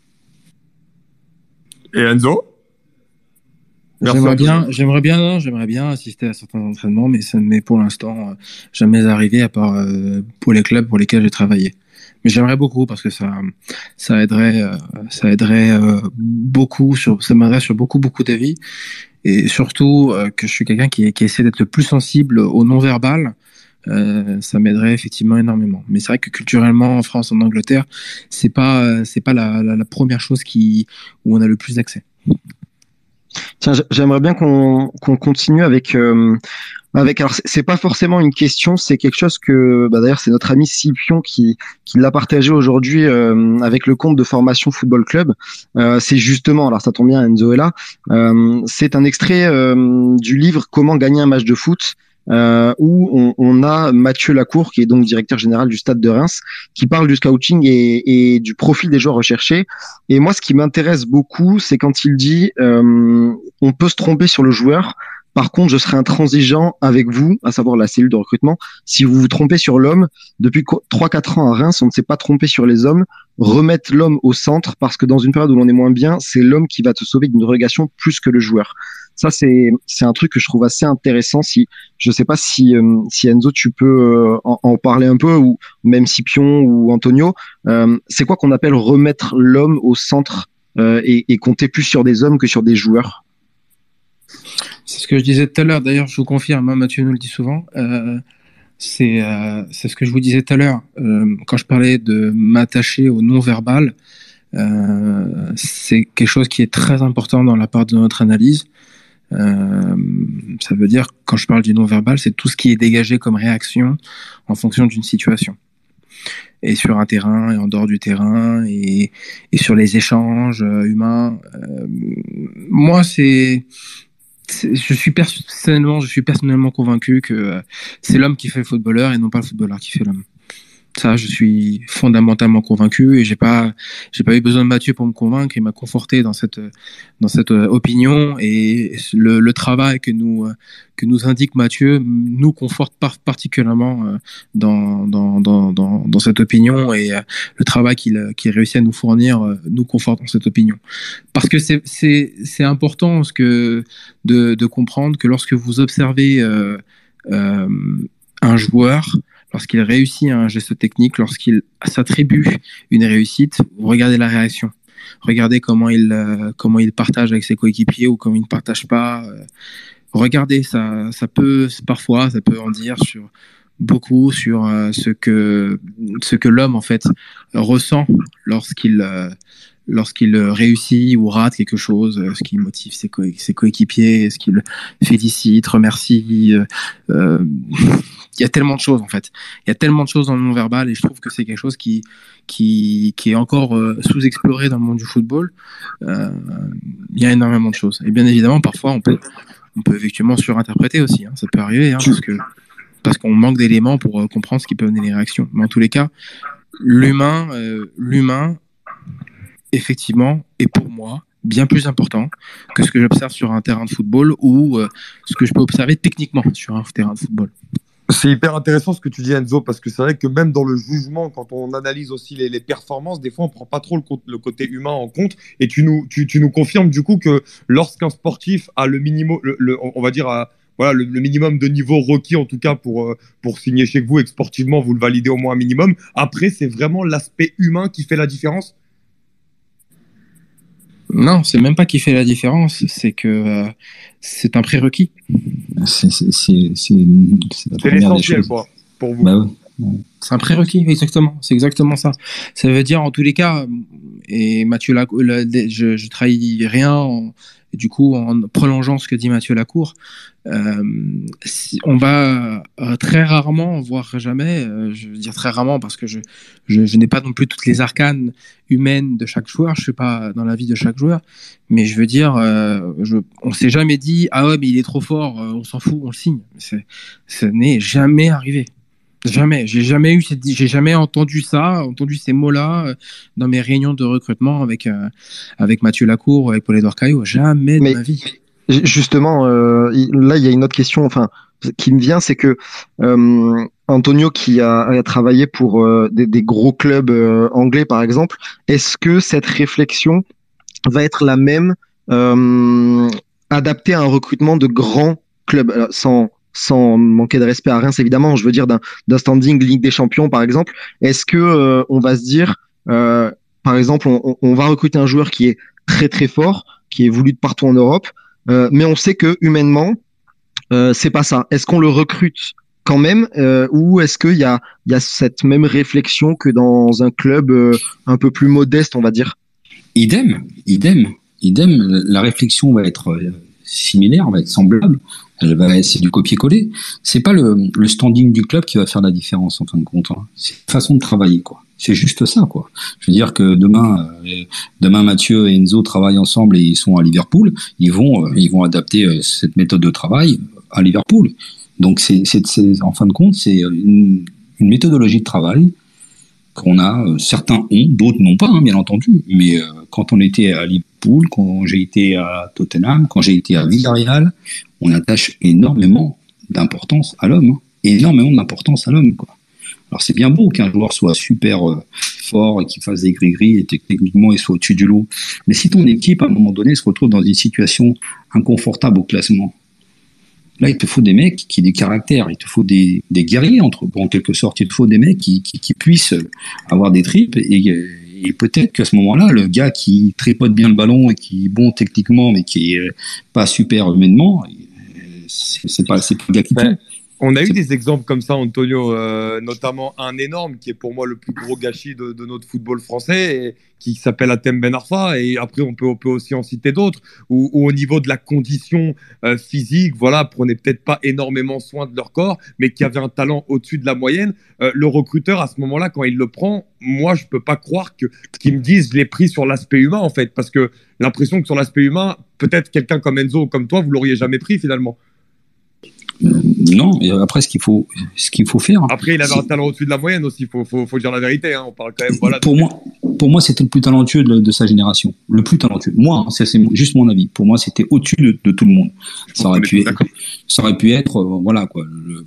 Et Enzo? J'aimerais bien assister à certains entraînements, mais ça ne m'est pour l'instant jamais arrivé à part pour les clubs pour lesquels j'ai travaillé. Mais j'aimerais beaucoup parce que ça aiderait beaucoup ça m'aiderait sur beaucoup d'avis et surtout que je suis quelqu'un qui essaie d'être le plus sensible au non-verbal. Ça m'aiderait effectivement énormément. Mais c'est vrai que culturellement en France, en Angleterre, c'est pas la première chose où on a le plus d'accès. Tiens, j'aimerais bien qu'on continue avec alors c'est pas forcément une question, c'est quelque chose que d'ailleurs c'est notre ami Scipion qui l'a partagé aujourd'hui avec le compte de Formation Football Club. C'est justement, alors ça tombe bien, Enzo est là, c'est un extrait du livre Comment gagner un match de foot. Où on a Mathieu Lacour, qui est donc directeur général du Stade de Reims, qui parle du scouting et du profil des joueurs recherchés. Et moi, ce qui m'intéresse beaucoup, c'est quand il dit on peut se tromper sur le joueur. Par contre, je serai intransigeant avec vous, à savoir la cellule de recrutement. Si vous vous trompez sur l'homme, depuis 3-4 ans à Reims, on ne s'est pas trompé sur les hommes. Remettre l'homme au centre, parce que dans une période où l'on est moins bien, c'est l'homme qui va te sauver d'une relégation plus que le joueur. Ça, c'est un truc que je trouve assez intéressant. Je sais pas si Enzo, tu peux en parler un peu, ou même Scipion ou Antonio. C'est quoi qu'on appelle remettre l'homme au centre et compter plus sur des hommes que sur des joueurs? C'est ce que je disais tout à l'heure. D'ailleurs, je vous confirme, hein, Mathieu nous le dit souvent. C'est ce que je vous disais tout à l'heure. Quand je parlais de m'attacher au non-verbal, c'est quelque chose qui est très important dans la part de notre analyse. Ça veut dire, quand je parle du non-verbal, c'est tout ce qui est dégagé comme réaction en fonction d'une situation. Et sur un terrain et en dehors du terrain et sur les échanges humains. Moi, je suis personnellement convaincu que c'est l'homme qui fait le footballeur et non pas le footballeur qui fait l'homme. Ça, je suis fondamentalement convaincu et j'ai pas eu besoin de Mathieu pour me convaincre. Il m'a conforté dans cette opinion et le travail que nous indique Mathieu nous conforte particulièrement dans cette opinion et le travail qu'il réussit à nous fournir nous conforte dans cette opinion. Parce que c'est important de comprendre que lorsque vous observez un joueur, lorsqu'il réussit un geste technique, lorsqu'il s'attribue une réussite, vous regardez la réaction. Regardez comment il partage avec ses coéquipiers ou comment il ne partage pas. Regardez, ça peut en dire sur ce que l'homme en fait ressent lorsqu'il réussit ou rate quelque chose, ce qui motive ses coéquipiers, ce qu'il félicite, remercie. Il y a tellement de choses en fait. Il y a tellement de choses dans le non-verbal et je trouve que c'est quelque chose qui est encore sous-exploré dans le monde du football. Il y a énormément de choses. Et bien évidemment, parfois, on peut effectivement surinterpréter aussi. Ça peut arriver parce qu'on manque d'éléments pour comprendre ce qui peut donner les réactions. Mais en tous les cas, l'humain, effectivement, est pour moi bien plus important que ce que j'observe sur un terrain de football ou ce que je peux observer techniquement sur un terrain de football. C'est hyper intéressant ce que tu dis, Enzo, parce que c'est vrai que même dans le jugement, quand on analyse aussi les performances, des fois on prend pas trop le côté humain en compte. Et tu nous confirmes du coup que lorsqu'un sportif a le minimum, on va dire le minimum de niveau requis en tout cas pour signer chez vous et que sportivement vous le validez au moins un minimum. Après, c'est vraiment l'aspect humain qui fait la différence. Non, c'est même pas qui fait la différence, c'est que c'est un prérequis. C'est l'essentiel, quoi, pour vous. Bah ouais. C'est un prérequis, exactement. C'est exactement ça. Ça veut dire, en tous les cas, et Mathieu Lacour, je trahis rien, du coup, en prolongeant ce que dit Mathieu Lacour, on va très rarement, voire jamais, je veux dire très rarement parce que je n'ai pas non plus toutes les arcanes humaines de chaque joueur, je ne suis pas dans la vie de chaque joueur, mais je veux dire, on s'est jamais dit « Ah ouais, mais il est trop fort, on s'en fout, on le signe ». Ce n'est jamais arrivé. Jamais. J'ai jamais entendu ces mots-là dans mes réunions de recrutement avec Mathieu Lacour, avec Paul-Édouard Caillot. Jamais de ma vie. Justement, là, il y a une autre question, qui me vient, c'est que Antonio, qui a travaillé pour des gros clubs anglais, par exemple, est-ce que cette réflexion va être la même adaptée à un recrutement de grands clubs, sans manquer de respect à Reims, évidemment, je veux dire d'un standing Ligue des Champions, par exemple. Est-ce que on va se dire, par exemple, on va recruter un joueur qui est très très fort, qui est voulu de partout en Europe, mais on sait que humainement, c'est pas ça. Est-ce qu'on le recrute quand même, ou est-ce qu'il y a cette même réflexion que dans un club un peu plus modeste, on va dire? Idem. La réflexion va être similaire, va être semblable. C'est du copier-coller. C'est pas le standing du club qui va faire la différence en fin de compte. C'est la façon de travailler, quoi. C'est juste ça, quoi. Je veux dire que demain Mathieu et Enzo travaillent ensemble et ils sont à Liverpool. Ils vont adapter cette méthode de travail à Liverpool. Donc c'est en fin de compte, c'est une méthodologie de travail qu'on a. Certains ont, d'autres n'ont pas, bien entendu. Mais quand on était à Liverpool, quand j'ai été à Tottenham, quand j'ai été à Villarreal, on attache énormément d'importance à l'homme. Énormément d'importance à l'homme, quoi. Alors c'est bien beau qu'un joueur soit super fort et qu'il fasse des gris-gris et techniquement il soit au-dessus du lot. Mais si ton équipe à un moment donné se retrouve dans une situation inconfortable au classement, là il te faut des mecs qui aient des caractères, il te faut des guerriers en quelque sorte, il te faut des mecs qui puissent avoir des tripes et peut-être qu'à ce moment-là, le gars qui tripote bien le ballon et qui est bon techniquement mais qui est pas super humainement, c'est pas le gars qui peut. On a eu des exemples comme ça, Antonio, notamment un énorme qui est pour moi le plus gros gâchis de notre football français, et qui s'appelle Hatem Ben Arfa. Et après, on peut aussi en citer d'autres, où au niveau de la condition physique, voilà, prenaient peut-être pas énormément soin de leur corps, mais qui avaient un talent au-dessus de la moyenne. Le recruteur, à ce moment-là, quand il le prend, moi, je peux pas croire qu'il me dise je l'ai pris sur l'aspect humain, en fait, parce que l'impression que sur l'aspect humain, peut-être quelqu'un comme Enzo ou comme toi, vous l'auriez jamais pris finalement. Non, et après, ce qu'il faut faire. Après, il avait un talent au-dessus de la moyenne aussi, faut dire la vérité. Hein. On parle quand même. Voilà, pour moi, c'était le plus talentueux de sa génération. Le plus talentueux. Moi, c'est juste mon avis. Pour moi, c'était au-dessus de tout le monde. Ça aurait pu être, voilà, quoi,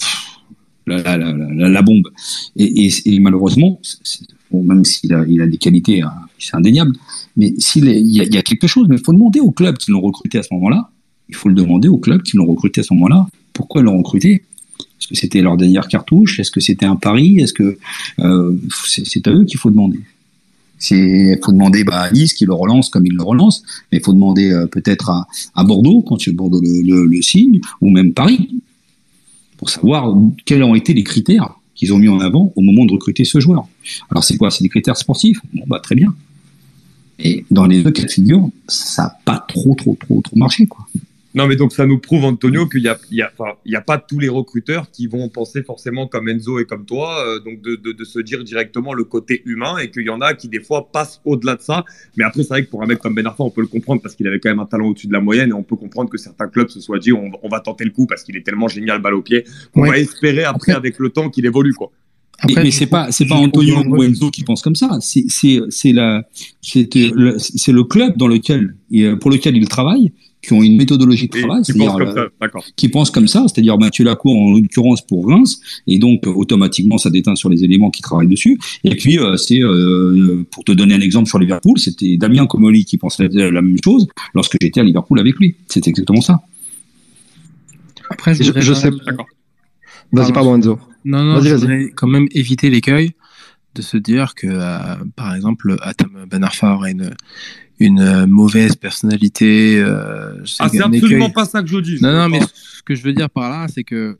la bombe. Et malheureusement, même s'il a des qualités, hein, c'est indéniable, mais il y a quelque chose. Mais il faut demander aux clubs qui l'ont recruté à ce moment-là. Il faut le demander aux clubs qui l'ont recruté à ce moment-là. Pourquoi ils l'ont recruté? Est-ce que c'était leur dernière cartouche? Est-ce que c'était un pari? Est-ce que c'est à eux qu'il faut demander? Il faut demander à Nice qui le relance comme il le relance, mais il faut demander peut-être à Bordeaux quand Bordeaux le signe, ou même Paris, pour savoir quels ont été les critères qu'ils ont mis en avant au moment de recruter ce joueur. Alors c'est quoi? C'est des critères sportifs? Bon, très bien. Et dans les deux cas de figure, ça n'a pas trop marché, quoi. Non, mais donc ça nous prouve, Antonio, qu'il y a pas tous les recruteurs qui vont penser forcément comme Enzo et comme toi, donc de se dire directement le côté humain, et qu'il y en a qui des fois passent au-delà de ça. Mais après, c'est vrai que pour un mec comme Ben Arfa, on peut le comprendre parce qu'il avait quand même un talent au-dessus de la moyenne, et on peut comprendre que certains clubs se soient dit on va tenter le coup parce qu'il est tellement génial balle au pied qu'on va espérer après avec le temps qu'il évolue, quoi. Mais c'est pas Antonio ou Enzo qui pense comme ça. C'est le club pour lequel il travaille, qui ont une méthodologie de travail, qui pensent comme ça, c'est-à-dire Mathieu Lacour en l'occurrence pour Reims, et donc automatiquement ça déteint sur les éléments qui travaillent dessus. Et puis pour te donner un exemple sur Liverpool, c'était Damien Comolli qui pensait la même chose lorsque j'étais à Liverpool avec lui. C'était exactement ça. Après, je sais. D'accord. Vas-y, pardon Enzo. Non, je voudrais quand même éviter l'écueil de se dire que, par exemple, Hatem Ben Arfa aurait une mauvaise personnalité. C'est absolument pas ça que je dis. Non, mais ce que je veux dire par là, c'est que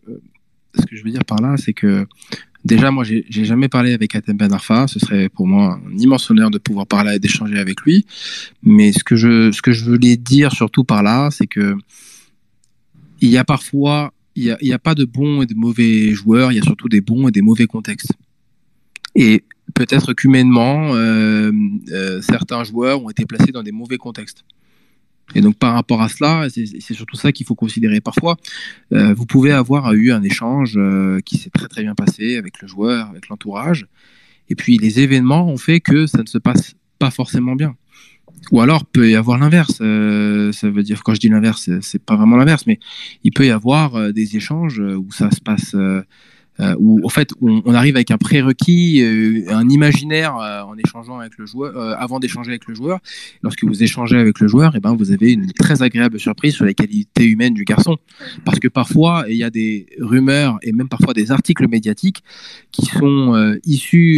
déjà, moi, j'ai jamais parlé avec Hatem Ben Arfa. Ce serait pour moi un immense honneur de pouvoir parler et d'échanger avec lui. Mais ce que je voulais dire surtout par là, c'est que il y a parfois, il y a pas de bons et de mauvais joueurs. Il y a surtout des bons et des mauvais contextes. Et peut-être qu'humainement, certains joueurs ont été placés dans des mauvais contextes. Et donc par rapport à cela, c'est surtout ça qu'il faut considérer. Parfois, vous pouvez avoir eu un échange qui s'est très très bien passé avec le joueur, avec l'entourage, et puis les événements ont fait que ça ne se passe pas forcément bien. Ou alors peut y avoir l'inverse. Ça veut dire, quand je dis l'inverse, c'est pas vraiment l'inverse, mais il peut y avoir des échanges où ça se passe. Où en fait on arrive avec un prérequis, un imaginaire en échangeant avec le joueur, avant d'échanger avec le joueur. Lorsque vous échangez avec le joueur, vous avez une très agréable surprise sur les qualités humaines du garçon, parce que parfois il y a des rumeurs et même parfois des articles médiatiques qui sont issus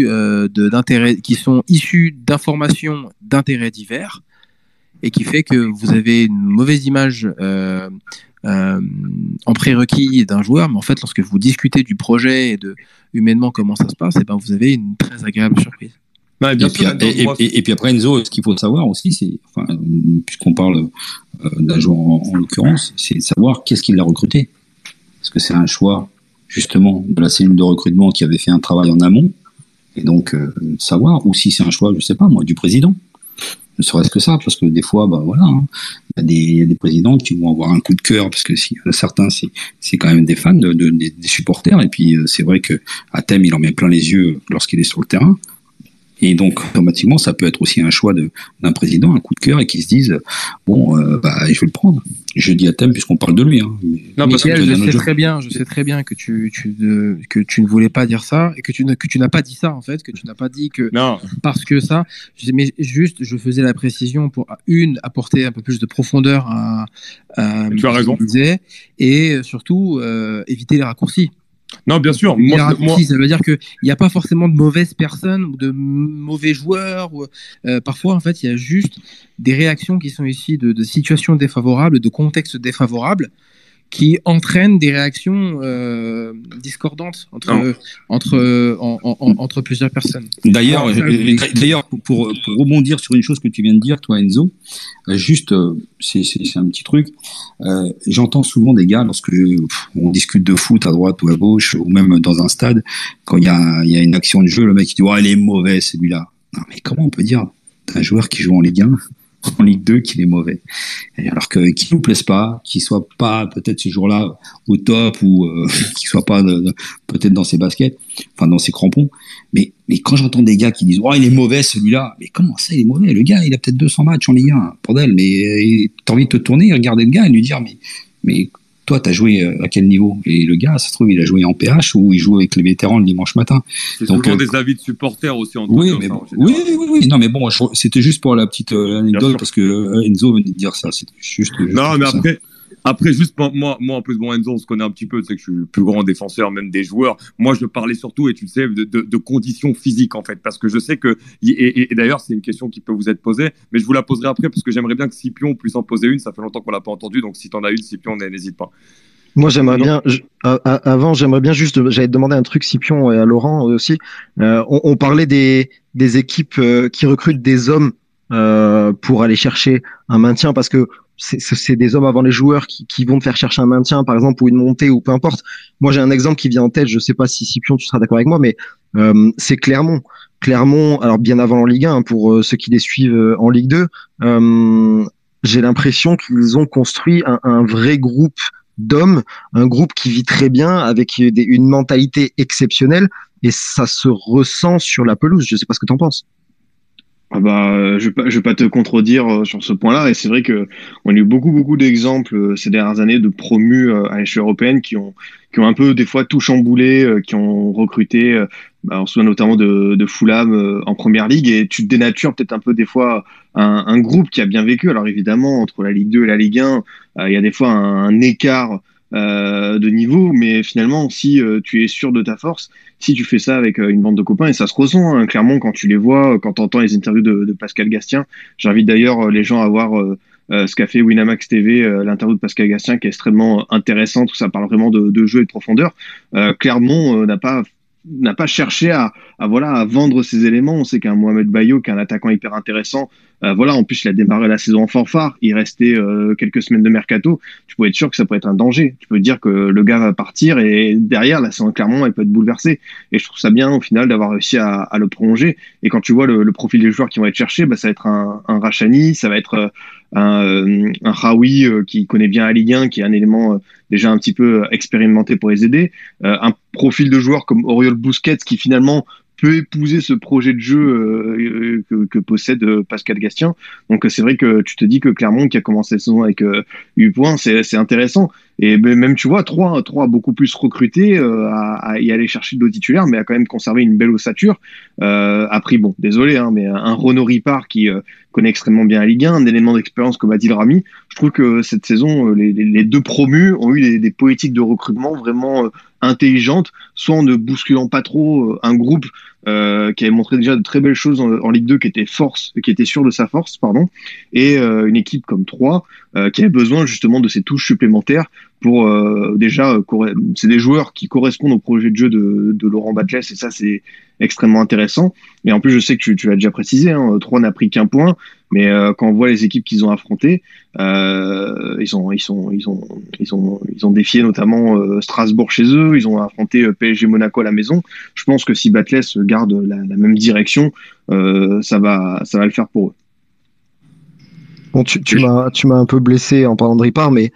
d'informations d'intérêts divers, et qui fait que vous avez une mauvaise image en prérequis d'un joueur, mais en fait, lorsque vous discutez du projet et de humainement comment ça se passe, vous avez une très agréable surprise. Et puis après, Enzo, ce qu'il faut savoir aussi, puisqu'on parle d'un joueur en l'occurrence, c'est de savoir qu'est-ce qui l'a recruté. Est-ce que c'est un choix, justement, de la cellule de recrutement qui avait fait un travail en amont, et donc savoir, ou si c'est un choix, je sais pas moi, du président. Ne serait-ce que ça, parce que des fois, il y a des présidents qui vont avoir un coup de cœur, parce que certains, c'est quand même des fans, des supporters, et puis c'est vrai que Hatem, il en met plein les yeux lorsqu'il est sur le terrain. Et donc, automatiquement, ça peut être aussi un choix d'un président, un coup de cœur, et qui se disent, je vais le prendre. Je dis Hatem puisqu'on parle de lui. Hein. Non, Michael, je sais très bien que tu ne voulais pas dire ça, et que tu n'as pas dit ça, en fait, que tu n'as pas dit que... Non. Parce que ça, mais juste, je faisais la précision pour, apporter un peu plus de profondeur à tu as raison. Disais, et surtout, éviter les raccourcis. Non, bien sûr. Ça veut dire qu'il n'y a pas forcément de mauvaises personnes ou de mauvais joueurs. Parfois, en fait, il y a juste des réactions qui sont issues de situations défavorables, de contextes défavorables, qui entraîne des réactions discordantes entre plusieurs personnes. D'ailleurs, pour rebondir sur une chose que tu viens de dire, toi Enzo, c'est un petit truc. J'entends souvent des gars lorsque on discute de foot à droite ou à gauche, ou même dans un stade, quand il y a une action de jeu, le mec il dit oh, il est mauvais celui-là. Non mais comment on peut dire d'un joueur qui joue en Ligue 1 en Ligue 2 qu'il est mauvais, et alors que qu'il nous plaise pas, qu'il soit pas peut-être ce jour-là au top ou qu'il soit pas peut-être dans ses baskets, enfin dans ses crampons, mais quand j'entends des gars qui disent oh il est mauvais celui-là, mais comment ça il est mauvais, le gars il a peut-être 200 matchs en Ligue 1, bordel, mais t'as envie de te tourner, regarder le gars et lui dire mais toi, t'as joué à quel niveau? Et le gars, ça se trouve, il a joué en PH ou il joue avec les vétérans le dimanche matin. C'est souvent des avis de supporters aussi. Oui. Non, mais bon, c'était juste pour la petite anecdote parce que Enzo venait de dire ça. C'était juste non, mais après, juste moi, en plus, bon, Enzo, on se connaît un petit peu, tu sais que je suis le plus grand défenseur, même des joueurs. Moi, je parlais surtout, et tu le sais, de conditions physiques, en fait, parce que je sais que, et d'ailleurs, c'est une question qui peut vous être posée, mais je vous la poserai après, parce que j'aimerais bien que Scipion puisse en poser une. Ça fait longtemps qu'on l'a pas entendu, donc si t'en as une, Scipion, n'hésite pas. Moi, j'aimerais bien, juste, j'allais te demander un truc, Scipion et à Laurent aussi. On parlait des équipes qui recrutent des hommes pour aller chercher un maintien, parce que c'est des hommes avant les joueurs qui vont te faire chercher un maintien, par exemple, ou une montée, ou peu importe. Moi, j'ai un exemple qui vient en tête, je sais pas si Scipion, tu seras d'accord avec moi, mais c'est Clermont. Clermont, alors bien avant en Ligue 1, pour ceux qui les suivent en Ligue 2, j'ai l'impression qu'ils ont construit un vrai groupe d'hommes, un groupe qui vit très bien, avec une mentalité exceptionnelle, et ça se ressent sur la pelouse. Je sais pas ce que tu en penses. Ah bah, je vais pas te contredire sur ce point-là, et c'est vrai que on a eu beaucoup d'exemples ces dernières années de promus à l'échelle européenne qui ont un peu des fois tout chamboulé, qui ont recruté, on se souvient notamment de Fulham en première ligue, et tu dénatures peut-être un peu des fois un groupe qui a bien vécu. Alors évidemment, entre la Ligue 2 et la Ligue 1, il y a des fois un écart de niveau, mais finalement, si tu es sûr de ta force, si tu fais ça avec une bande de copains, et ça se ressent, hein, clairement, quand tu les vois, quand tu entends les interviews de Pascal Gastien. J'invite d'ailleurs les gens à voir ce qu'a fait Winamax TV, l'interview de Pascal Gastien, qui est extrêmement intéressante, où ça parle vraiment de jeu et de profondeur. Clermont n'a pas cherché à vendre ses éléments. On sait qu'un Mohamed Bayo, qui est un attaquant hyper intéressant, en plus il a démarré la saison en fanfare, il restait quelques semaines de mercato, tu peux être sûr que ça peut être un danger, tu peux dire que le gars va partir, et derrière la saison Clermont elle peut être bouleversée, et je trouve ça bien au final d'avoir réussi à le prolonger. Et quand tu vois le profil des joueurs qui vont être cherchés, ça va être un Rachani, ça va être un Raoui qui connaît bien la Ligue 1, qui est un élément déjà un petit peu expérimenté pour les aider, un profil de joueur comme Oriol Busquets qui finalement peut épouser ce projet de jeu que possède Pascal Gastien. Donc c'est vrai que tu te dis que Clermont, qui a commencé la saison avec 8 points, c'est intéressant. Et même tu vois, 3 a beaucoup plus recruté à y aller chercher d'autres titulaires, mais a quand même conservé une belle ossature. Après, bon, désolé, hein, mais un Renaud Ripard qui connaît extrêmement bien la Ligue 1, un élément d'expérience comme Adil Rami. Je trouve que cette saison, les deux promus ont eu des politiques de recrutement vraiment intelligentes, soit en ne bousculant pas trop un groupe qui avait montré déjà de très belles choses en Ligue 2, qui était sûr de sa force, pardon, et une équipe comme 3 qui avait besoin justement de ces touches supplémentaires pour c'est des joueurs qui correspondent au projet de jeu de Laurent Batles, et ça c'est extrêmement intéressant. Et en plus, je sais que tu l'as déjà précisé, hein, 3 n'a pris qu'un point, mais quand on voit les équipes qu'ils ont affrontées, ils ont défié notamment Strasbourg chez eux, ils ont affronté PSG Monaco à la maison. Je pense que si Batles garde la même direction, ça va le faire pour eux. Bon, tu m'as un peu blessé en parlant de Ripard, mais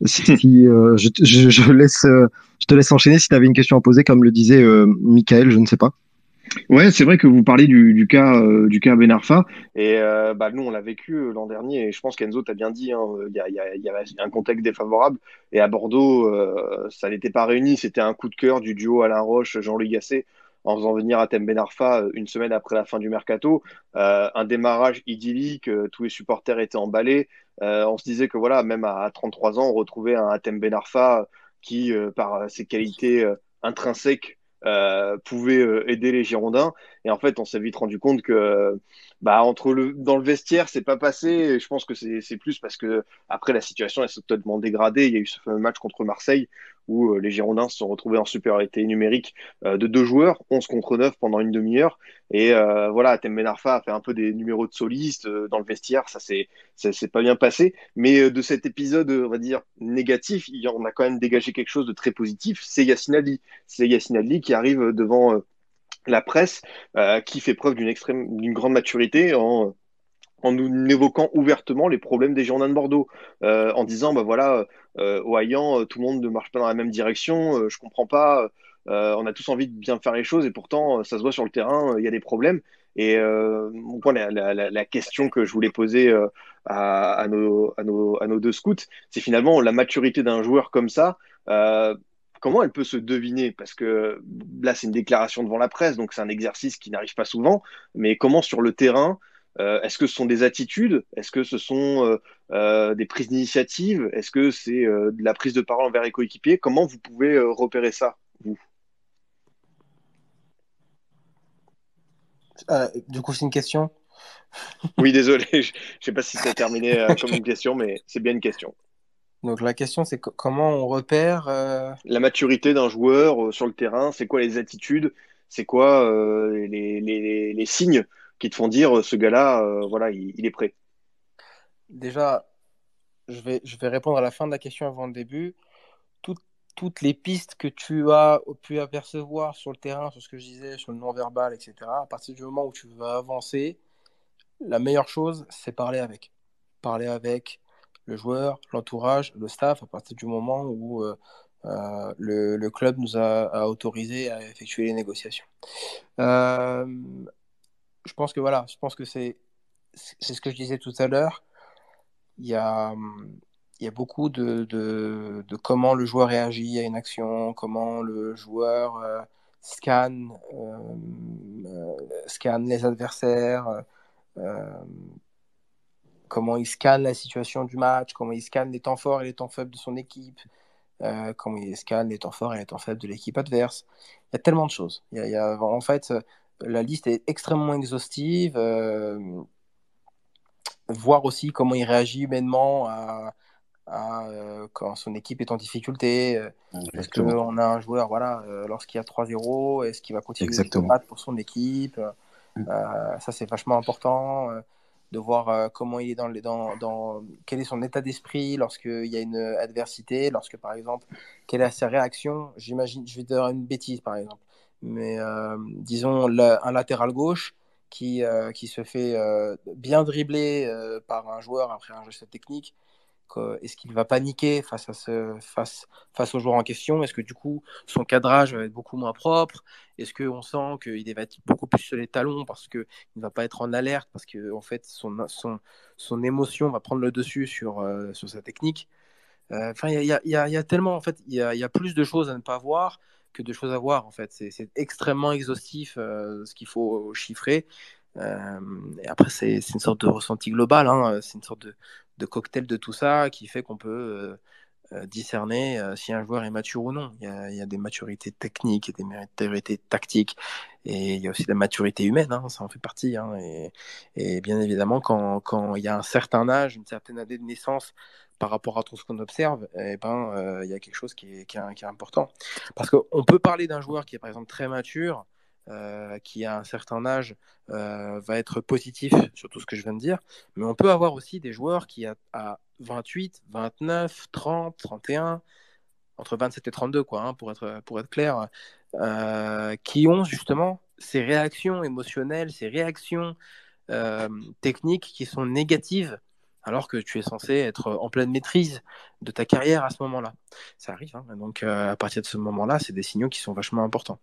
je te laisse enchaîner si tu avais une question à poser, comme le disait Michael, je ne sais pas. Ouais, c'est vrai que vous parlez du cas Ben Arfa, et nous on l'a vécu l'an dernier, et je pense qu'Enzo t'a bien dit, hein, il y avait un contexte défavorable, et à Bordeaux ça n'était pas réuni, c'était un coup de cœur du duo Alain Roche, Jean-Louis Gasset, en faisant venir Hatem Ben Arfa une semaine après la fin du mercato, un démarrage idyllique, tous les supporters étaient emballés, on se disait que voilà, même à 33 ans, on retrouvait un Hatem Ben Arfa qui, par ses qualités intrinsèques, pouvait aider les Girondins. Et en fait, on s'est vite rendu compte que Dans le vestiaire, c'est pas passé. Et je pense que c'est plus parce que après la situation elle s'est totalement dégradée. Il y a eu ce fameux match contre Marseille où les Girondins se sont retrouvés en supériorité numérique de 2 joueurs, 11 contre 9 pendant une demi-heure. Et voilà, Tem Ben Arfa a fait un peu des numéros de soliste dans le vestiaire. Ça s'est pas bien passé. Mais de cet épisode, on va dire négatif, on a quand même dégagé quelque chose de très positif. C'est Yacine Adli. C'est Yacine Adli qui arrive devant la presse, qui fait preuve d'une grande maturité en nous évoquant ouvertement les problèmes des Girondins de Bordeaux, en disant bah voilà, au Hayan, tout le monde ne marche pas dans la même direction, je comprends pas, on a tous envie de bien faire les choses et pourtant ça se voit sur le terrain, il y a des problèmes. Et moi, la question que je voulais poser à nos deux scouts, c'est finalement la maturité d'un joueur comme ça. Comment elle peut se deviner? Parce que là, c'est une déclaration devant la presse, donc c'est un exercice qui n'arrive pas souvent. Mais comment sur le terrain, est-ce que ce sont des attitudes? Est-ce que ce sont des prises d'initiative? Est-ce que c'est de la prise de parole envers les coéquipiers? Comment vous pouvez repérer ça, vous? Du coup, c'est une question. Oui, désolé, je ne sais pas si ça a terminé comme une question, mais c'est bien une question. Donc la question, c'est comment on repère. La maturité d'un joueur sur le terrain, c'est quoi les attitudes? C'est quoi les signes qui te font dire ce gars-là, voilà, il est prêt? Déjà, je vais répondre à la fin de la question avant le début. Toutes les pistes que tu as pu apercevoir sur le terrain, sur ce que je disais, sur le non-verbal, etc., à partir du moment où tu vas avancer, la meilleure chose, c'est parler avec. Parler avec le joueur, l'entourage, le staff, à partir du moment où le club nous a autorisé à effectuer les négociations. Je pense que voilà, je pense que c'est ce que je disais tout à l'heure. Il y a beaucoup de comment le joueur réagit à une action, comment le joueur scanne les adversaires, comment il scanne la situation du match, comment il scanne les temps forts et les temps faibles de son équipe, comment il scanne les temps forts et les temps faibles de l'équipe adverse. Il y a tellement de choses. En fait, la liste est extrêmement exhaustive. Voir aussi comment il réagit humainement quand son équipe est en difficulté. Est-ce qu'on a un joueur, voilà, lorsqu'il y a 3-0, est-ce qu'il va continuer de se battre pour son équipe? Ça, c'est vachement important. De voir comment il est quel est son état d'esprit lorsqu'il y a une adversité, lorsque, par exemple, quelle est sa réaction. J'imagine, je vais te dire une bêtise, par exemple. Mais disons, un latéral gauche qui se fait bien dribbler par un joueur après un geste technique, est-ce qu'il va paniquer face au joueur en question? Est-ce que du coup son cadrage va être beaucoup moins propre? Est-ce qu'on sent qu'il va être beaucoup plus sur les talons parce qu'il ne va pas être en alerte, parce que en fait son émotion va prendre le dessus sur sa technique? Enfin, il y a tellement, en fait, il y a plus de choses à ne pas voir que de choses à voir, en fait. C'est extrêmement exhaustif ce qu'il faut chiffrer. Et après, c'est une sorte de ressenti global, hein. C'est une sorte de cocktail de tout ça qui fait qu'on peut discerner si un joueur est mature ou non. Il y a des maturités techniques et des maturités tactiques, et il y a aussi la maturité humaine, hein, ça en fait partie. Hein, et bien évidemment, quand il y a un certain âge, une certaine année de naissance par rapport à tout ce qu'on observe, il y a quelque chose qui est important. Parce qu'on peut parler d'un joueur qui est par exemple très mature, qui à un certain âge va être positif sur tout ce que je viens de dire, mais on peut avoir aussi des joueurs qui à 28, 29, 30, 31, entre 27 et 32 quoi, hein, pour être clair, qui ont justement ces réactions émotionnelles, ces réactions techniques qui sont négatives, alors que tu es censé être en pleine maîtrise de ta carrière à ce moment-là. Ça arrive, hein, donc à partir de ce moment-là, c'est des signaux qui sont vachement importants.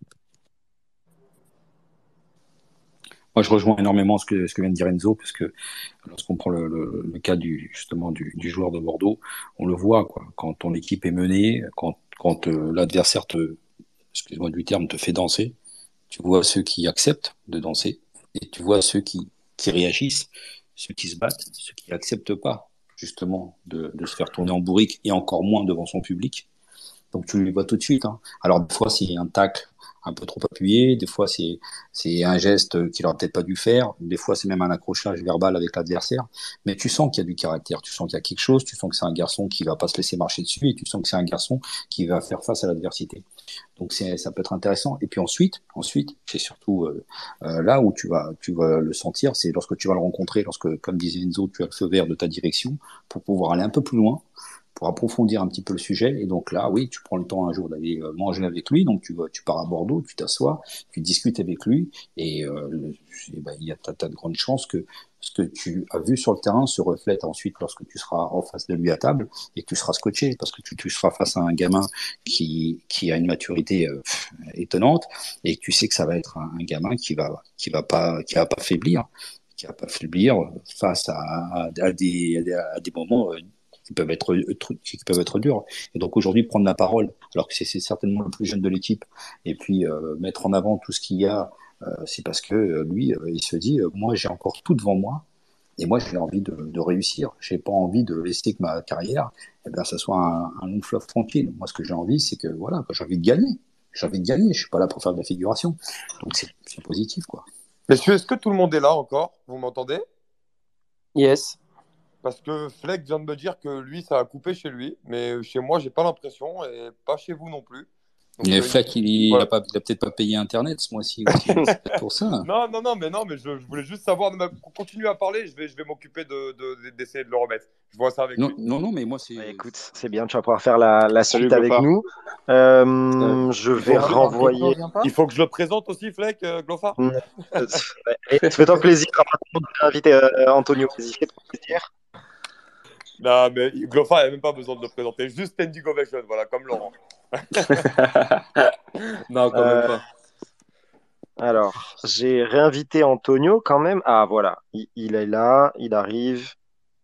Moi, je rejoins énormément ce que vient de dire Enzo, parce que lorsqu'on prend le cas justement du joueur de Bordeaux, on le voit, quoi. Quand ton équipe est menée, quand l'adversaire excuse-moi du terme, te fait danser, tu vois ceux qui acceptent de danser, et tu vois ceux qui réagissent, ceux qui se battent, ceux qui acceptent pas, justement, de se faire tourner en bourrique, et encore moins devant son public. Donc tu les vois tout de suite, hein. Alors des fois, s'il y a un tacle un peu trop appuyé, des fois c'est un geste qu'il aurait peut-être pas dû faire, des fois c'est même un accrochage verbal avec l'adversaire, mais tu sens qu'il y a du caractère, tu sens qu'il y a quelque chose, tu sens que c'est un garçon qui va pas se laisser marcher dessus et tu sens que c'est un garçon qui va faire face à l'adversité. Donc ça peut être intéressant. Et puis ensuite, c'est surtout là où tu vas le sentir, c'est lorsque tu vas le rencontrer, lorsque, comme disait Enzo, tu as le feu vert de ta direction pour pouvoir aller un peu plus loin, pour approfondir un petit peu le sujet. Et donc là, oui, tu prends le temps un jour d'aller manger avec lui. Donc tu pars à Bordeaux, tu t'assois, tu discutes avec lui, et il y a t'as de grandes chances que ce que tu as vu sur le terrain se reflète ensuite lorsque tu seras en face de lui à table et que tu seras scotché parce que tu seras face à un gamin qui a une maturité étonnante et que tu sais que ça va être un gamin qui va pas faiblir face à des moments qui peuvent être durs. Et donc aujourd'hui, prendre la parole, alors que c'est certainement le plus jeune de l'équipe, et puis mettre en avant tout ce qu'il y a, c'est parce que lui, il se dit, moi j'ai encore tout devant moi, et moi j'ai envie de réussir. J'ai pas envie de laisser que ma carrière, ça soit un long fleuve tranquille. Moi, ce que j'ai envie, c'est que voilà, j'ai envie de gagner. J'ai envie de gagner. Je suis pas là pour faire de la figuration. Donc c'est positif, quoi. Messieurs, est-ce que tout le monde est là encore? Vous m'entendez? Yes. Parce que Fleck vient de me dire que lui, ça a coupé chez lui, mais chez moi, j'ai pas l'impression, et pas chez vous non plus. Donc, mais Fleck, il a peut-être pas payé Internet ce mois-ci aussi. C'est pour ça. mais je voulais juste savoir. Continue à parler, je vais m'occuper d'essayer de le remettre. Je vois ça avec lui. Non, mais moi, c'est. Bah, écoute, c'est bien, tu vas pouvoir faire la suite avec nous. Je vais renvoyer. Il faut que je le présente aussi, Fleck, Glofar. Fais-toi plaisir d'inviter Antonio. Fais-toi plaisir. Non, mais Glofar, il n'y a même pas besoin de le présenter. Juste Standing Ovation, voilà, comme Laurent. Non, quand même pas. Alors, j'ai réinvité Antonio quand même. Ah, voilà, il est là, il arrive.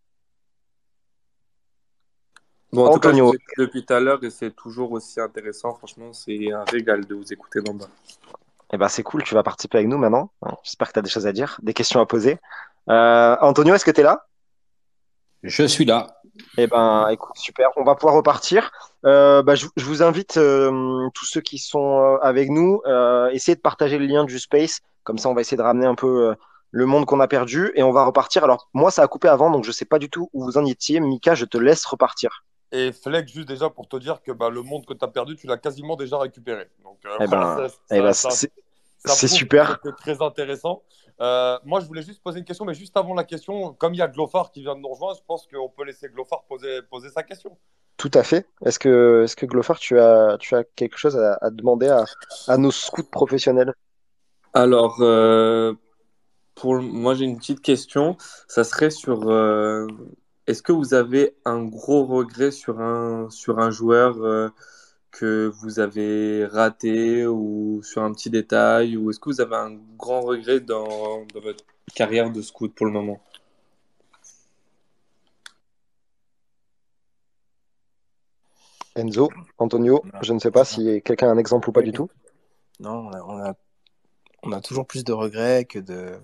Bon, en Antonio. Tout cas, je vous écoute depuis tout à l'heure et c'est toujours aussi intéressant. Franchement, c'est un régal de vous écouter d'en bas. Eh ben, c'est cool, tu vas participer avec nous maintenant. J'espère que tu as des choses à dire, des questions à poser. Antonio, est-ce que tu es là? Je suis là. Eh ben, écoute, super. On va pouvoir repartir. Je vous invite, tous ceux qui sont avec nous, essayez de partager le lien du Space. Comme ça, on va essayer de ramener un peu le monde qu'on a perdu et on va repartir. Alors, moi, ça a coupé avant, donc je sais pas du tout où vous en étiez. Mika, je te laisse repartir. Et Fleck, juste déjà pour te dire que le monde que tu as perdu, tu l'as quasiment déjà récupéré. Donc, c'est super. C'est très intéressant. Moi, je voulais juste poser une question, mais juste avant la question, comme il y a Glofar qui vient de nous rejoindre, je pense qu'on peut laisser Glofar poser sa question. Tout à fait. Est-ce que Glofar, tu as quelque chose à demander à nos scouts professionnels? Alors, moi, j'ai une petite question. Ça serait sur est-ce que vous avez un gros regret sur un joueur que vous avez raté ou sur un petit détail, ou est-ce que vous avez un grand regret dans votre carrière de scout pour le moment? Enzo, Antonio, je ne sais pas si quelqu'un a un exemple ou pas du tout. Non, on a toujours plus de regrets que de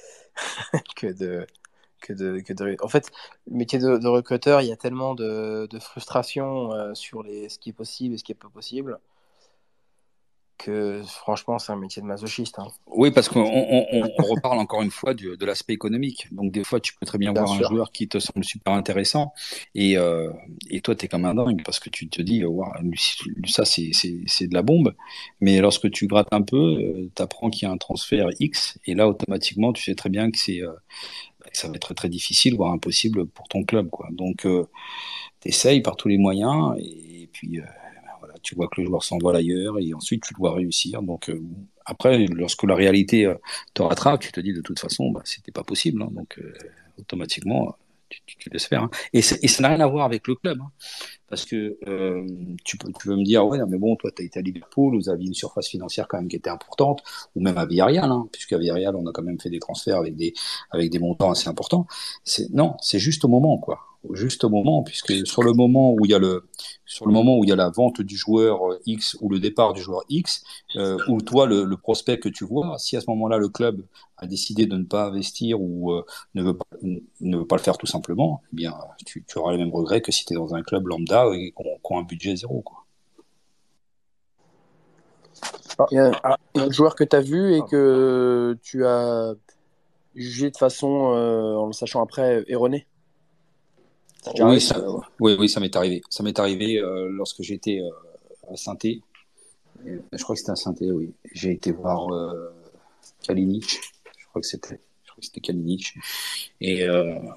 En fait, le métier de recruteur, il y a tellement de frustration sur ce qui est possible et ce qui est pas possible que franchement, c'est un métier de masochiste. Hein. Oui, parce qu'on reparle encore une fois de l'aspect économique. Donc, des fois, tu peux très bien voir un joueur qui te semble super intéressant et toi, tu es comme un dingue parce que tu te dis, wow, ça, c'est de la bombe. Mais lorsque tu grattes un peu, tu apprends qu'il y a un transfert X et là, automatiquement, tu sais très bien que ça va être très, très difficile, voire impossible pour ton club, quoi. Donc, tu essayes par tous les moyens et puis tu vois que le joueur s'envole ailleurs et ensuite tu dois réussir. Donc après, lorsque la réalité te rattrape, tu te dis de toute façon, c'était pas possible. Hein. Donc automatiquement, tu laisses faire. Hein. Et ça n'a rien à voir avec le club. Hein. Parce que tu peux me dire, ouais, mais bon, toi, tu as été à Liverpool, vous aviez une surface financière quand même qui était importante, ou même à Villarreal, hein, puisqu'à Villarreal, on a quand même fait des transferts avec des montants assez importants. Non, c'est juste au moment, quoi. Juste au moment, puisque sur le moment où il y a la vente du joueur X ou le départ du joueur X, ou toi, le prospect que tu vois, si à ce moment-là, le club a décidé de ne pas investir ou ne veut pas le faire tout simplement, eh bien, tu auras les mêmes regrets que si tu es dans un club lambda et qu'on a un budget zéro, quoi. Un joueur que tu as vu et que tu as jugé de façon, en le sachant après, erronée. Oui, ça m'est arrivé. Ça m'est arrivé lorsque j'étais à Saint-Étienne. Je crois que c'était à Saint-Étienne, oui. J'ai été voir Kalinic. Je crois que c'était Kalinic. Et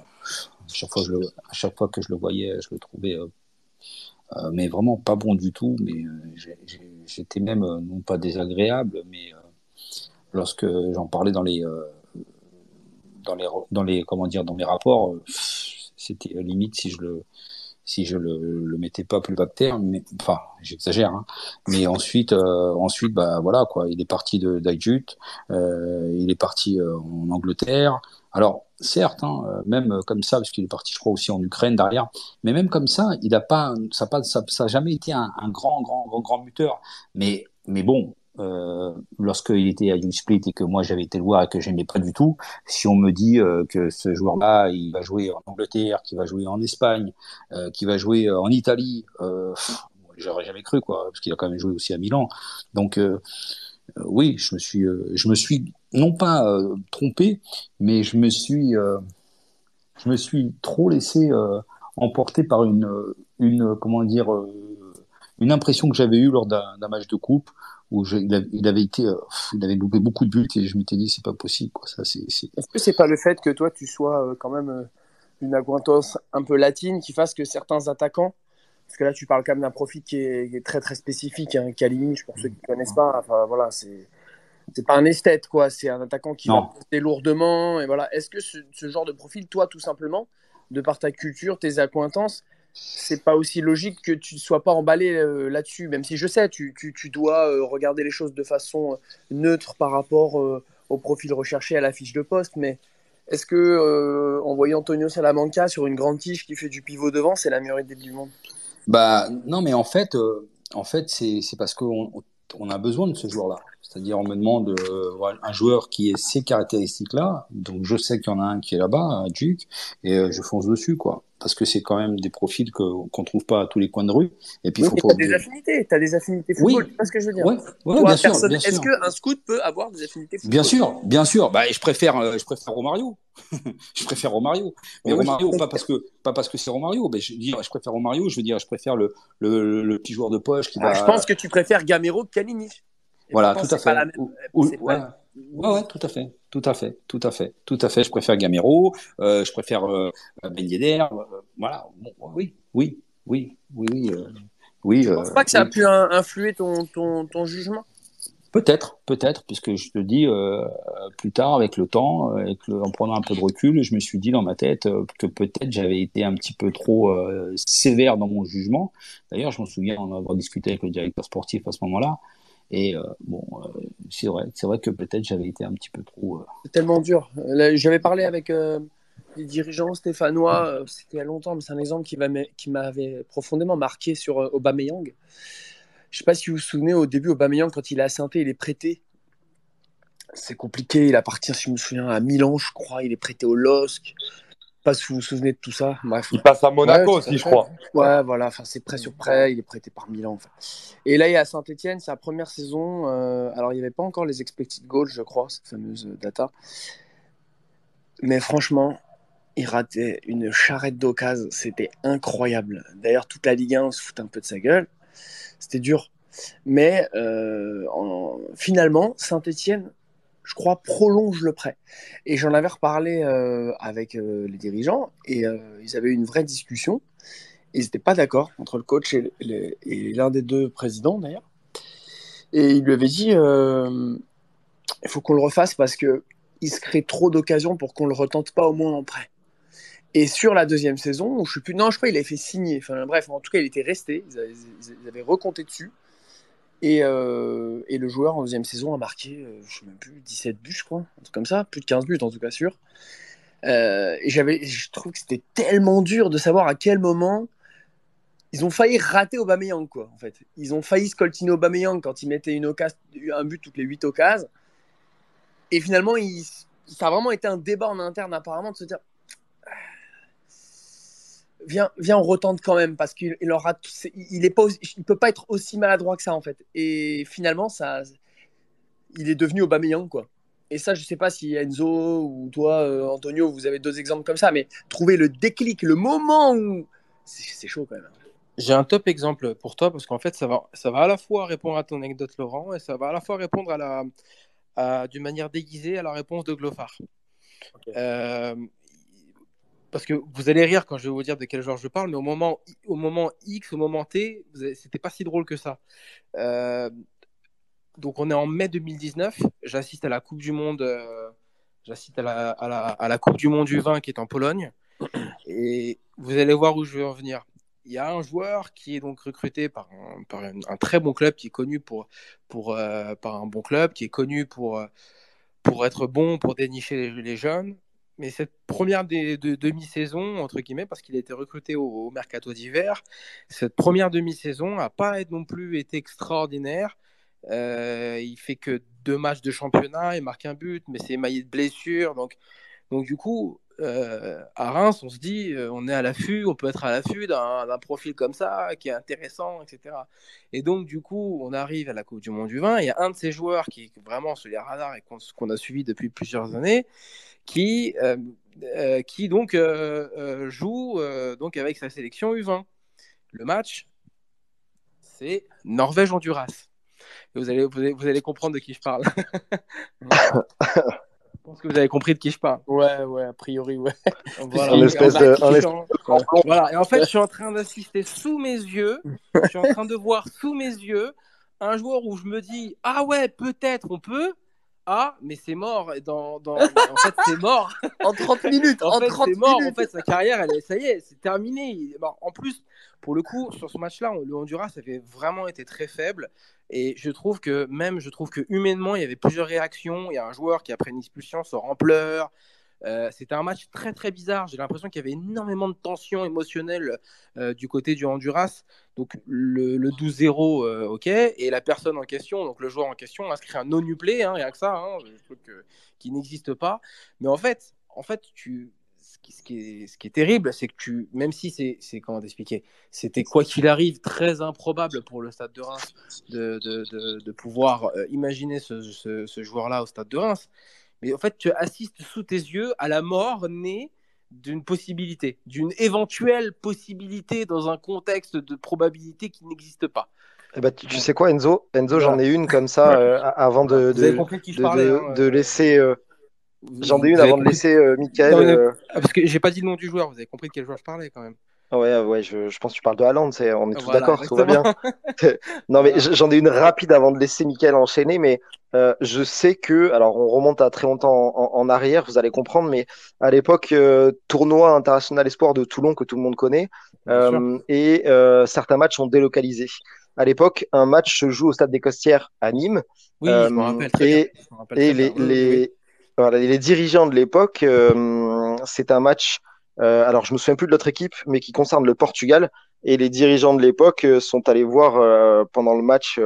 à chaque fois que je le voyais, je le trouvais mais vraiment pas bon du tout. Mais j'étais même non pas désagréable, mais lorsque j'en parlais dans les comment dire, dans mes rapports, c'était limite si je le mettais pas plus bactère, mais enfin j'exagère, hein. Mais ensuite bah voilà quoi, il est parti d'Ajax, il est parti en Angleterre. Alors certes, hein, même comme ça, parce qu'il est parti, je crois aussi en Ukraine derrière, mais même comme ça, il a pas, ça a jamais été un grand muteur. Mais bon. Lorsqu'il était à Young Split et que moi j'avais été le voir et que j'aimais pas du tout, si on me dit que ce joueur-là il va jouer en Angleterre, qu'il va jouer en Espagne, qu'il va jouer en Italie, j'aurais jamais cru quoi, parce qu'il a quand même joué aussi à Milan. Donc oui, je me suis non pas trompé, mais je me suis trop laissé emporter par une comment dire une impression que j'avais eue lors d'un match de coupe où il avait loupé beaucoup de buts et je m'étais dit c'est pas possible quoi. Ça Est-ce que c'est pas le fait que toi tu sois quand même une acquaintance un peu latine qui fasse que certains attaquants, parce que là tu parles quand même d'un profil qui est très très spécifique, hein, Kalinic pour ceux qui ne connaissent pas, enfin voilà, c'est pas un esthète quoi, c'est un attaquant qui va porter lourdement et voilà. Est-ce que ce genre de profil, toi tout simplement, de par ta culture, tes acquaintances, c'est pas aussi logique que tu ne sois pas emballé là-dessus, même si je sais, tu dois regarder les choses de façon neutre par rapport au profil recherché à la fiche de poste, mais est-ce que en voyant Antonio Salamanca sur une grande tige qui fait du pivot devant, c'est la meilleure idée du monde? Bah non, mais en fait c'est parce qu'on a besoin de ce joueur-là. C'est-à-dire, on me demande un joueur qui ait ces caractéristiques-là. Donc, je sais qu'il y en a un qui est là-bas, un Duke, et je fonce dessus, quoi. Parce que c'est quand même des profils qu'on trouve pas à tous les coins de rue. Et puis, oui, t'as des affinités, football. Oui, tu vois ce que je veux dire. Ouais, toi, bien sûr. Est-ce qu'un scout peut avoir des affinités football? Bien sûr. Bah, je préfère Romario. Je préfère Romario. Mais Romario, pas parce que c'est Romario. Mais je préfère Romario. Je veux dire, je préfère le petit joueur de poche qui va. Je pense que tu préfères Gamero que Kalinic. Voilà, tout à fait. Ouais, tout à fait. Je préfère Gamero, je préfère Ben Yedder. Voilà. Bon, oui. Tu penses pas que ça a pu influer ton jugement? Peut-être, puisque je te dis plus tard, avec le temps, en prenant un peu de recul, je me suis dit dans ma tête que peut-être j'avais été un petit peu trop sévère dans mon jugement. D'ailleurs, je me souviens en avoir discuté avec le directeur sportif à ce moment-là. Et c'est vrai que peut-être j'avais été un petit peu trop. C'est tellement dur. J'avais parlé avec les dirigeants stéphanois, c'était il y a longtemps, mais c'est un exemple qui m'avait profondément marqué sur Aubameyang. Je ne sais pas si vous vous souvenez, au début, Aubameyang, quand il est à Saint-Étienne, il est prêté. C'est compliqué. Il appartient, si je me souviens, à Milan, je crois. Il est prêté au LOSC. Pas si vous vous souvenez de tout ça. Bref. Il passe à Monaco aussi, je crois. Ouais, voilà. Enfin, c'est prêt sur prêt. Il est prêté par Milan. Enfin. Et là, il est à Saint-Étienne. C'est sa première saison. Alors, il n'y avait pas encore les expected goals, je crois, cette fameuse data. Mais franchement, il ratait une charrette d'occasion. C'était incroyable. D'ailleurs, toute la Ligue 1 se fout un peu de sa gueule. C'était dur. Mais finalement, Saint-Étienne, je crois, prolonge le prêt. Et j'en avais reparlé avec les dirigeants et ils avaient eu une vraie discussion. Ils n'étaient pas d'accord entre le coach et l'un des deux présidents, d'ailleurs. Et il lui avait dit il faut qu'on le refasse parce qu'il se crée trop d'occasions pour qu'on ne le retente pas au moins en prêt. Et sur la deuxième saison, je crois qu'il avait fait signer. Enfin, bref, en tout cas, il était resté. Ils avaient recompté dessus. Et le joueur en deuxième saison a marqué, je ne sais même plus, 17 buts, je crois. Un truc comme ça. Plus de 15 buts, en tout cas, sûr. Et je trouve que c'était tellement dur de savoir à quel moment ils ont failli rater Aubameyang, quoi, en fait. Ils ont failli scoltiner Aubameyang quand il mettait un but toutes les 8 occasions. Et finalement, ça a vraiment été un débat en interne, apparemment, de se dire viens, on retente quand même parce qu'il peut pas être aussi maladroit que ça en fait. Et finalement, il est devenu Aubameyang, quoi. Et ça, je sais pas si Enzo ou toi, Antonio, vous avez 2 exemples comme ça, mais trouver le déclic, le moment où c'est chaud quand même. J'ai un top exemple pour toi parce qu'en fait, ça va à la fois répondre à ton anecdote, Laurent, et ça va à la fois répondre d'une manière déguisée à la réponse de Glofar. Okay. Parce que vous allez rire quand je vais vous dire de quel joueur je parle, mais au moment X, au moment T, c'était pas si drôle que ça. Donc on est en mai 2019, j'assiste à la Coupe du Monde, à la Coupe du Monde du vin qui est en Pologne, et vous allez voir où je veux en venir. Il y a un joueur qui est donc recruté par un très bon club, qui est connu par un bon club, qui est connu pour être bon, pour dénicher les jeunes. Mais cette première demi-saison, entre guillemets, parce qu'il a été recruté au mercato d'hiver, cette première demi-saison n'a pas non plus été extraordinaire. Il fait que 2 matchs de championnat, il marque un but, mais c'est émaillé de blessures. Donc du coup, à Reims, on se dit, on est à l'affût, on peut être à l'affût d'un profil comme ça, qui est intéressant, etc. Et donc, du coup, on arrive à la Coupe du Monde du vin. Il y a un de ces joueurs qui est vraiment sur les radars et qu'on a suivi depuis plusieurs années, qui donc joue donc avec sa sélection U20. Le match, c'est Norvège-Honduras. Vous allez comprendre de qui je parle. Je pense que vous avez compris de qui je parle. Ouais, a priori, ouais. Voilà. Un espèce de... Voilà. Et en fait, je suis en train d'assister sous mes yeux, je suis en train de voir sous mes yeux un joueur où je me dis, ah ouais, peut-être on peut. Ah, mais c'est mort. En fait, c'est mort. En 30 minutes. En fait, c'est mort. En fait, sa carrière, ça y est, c'est terminé. En plus, pour le coup, sur ce match-là, le Honduras avait vraiment été très faible. Et je trouve que humainement, il y avait plusieurs réactions. Il y a un joueur qui, après une expulsion, sort en pleurs. C'était un match très très bizarre. J'ai l'impression qu'il y avait énormément de tension émotionnelle du côté du Honduras. Donc le 12-0, ok. Et la personne en question, donc le joueur en question, inscrit un non-uplay, rien que ça, un truc qui n'existe pas. Mais en fait, ce qui est terrible, c'est que même si c'est comment t'expliquer, c'était quoi qu'il arrive très improbable pour le Stade de Reims de pouvoir imaginer ce joueur-là au Stade de Reims. Mais en fait, tu assistes sous tes yeux à la mort née d'une possibilité, d'une éventuelle possibilité dans un contexte de probabilité qui n'existe pas. Eh ben, tu sais quoi, Enzo, voilà. J'en ai une comme ça avant de laisser. J'en ai une avant de laisser Mickaël. Parce que j'ai pas dit le nom du joueur, vous avez compris de quel joueur je parlais quand même. Ouais, je pense que tu parles de Haaland, on est tous d'accord, tout va bien. Non, mais j'en ai une rapide avant de laisser Mickaël enchaîner, mais je sais que, alors on remonte à très longtemps en arrière, vous allez comprendre, mais à l'époque, tournoi international espoir de Toulon que tout le monde connaît, et certains matchs sont délocalisés. À l'époque, un match se joue au Stade des Costières à Nîmes. Oui, je me rappelle très bien. Voilà, les dirigeants de l'époque, c'est un match. Alors, je me souviens plus de l'autre équipe, mais qui concerne le Portugal. Et les dirigeants de l'époque sont allés voir pendant le match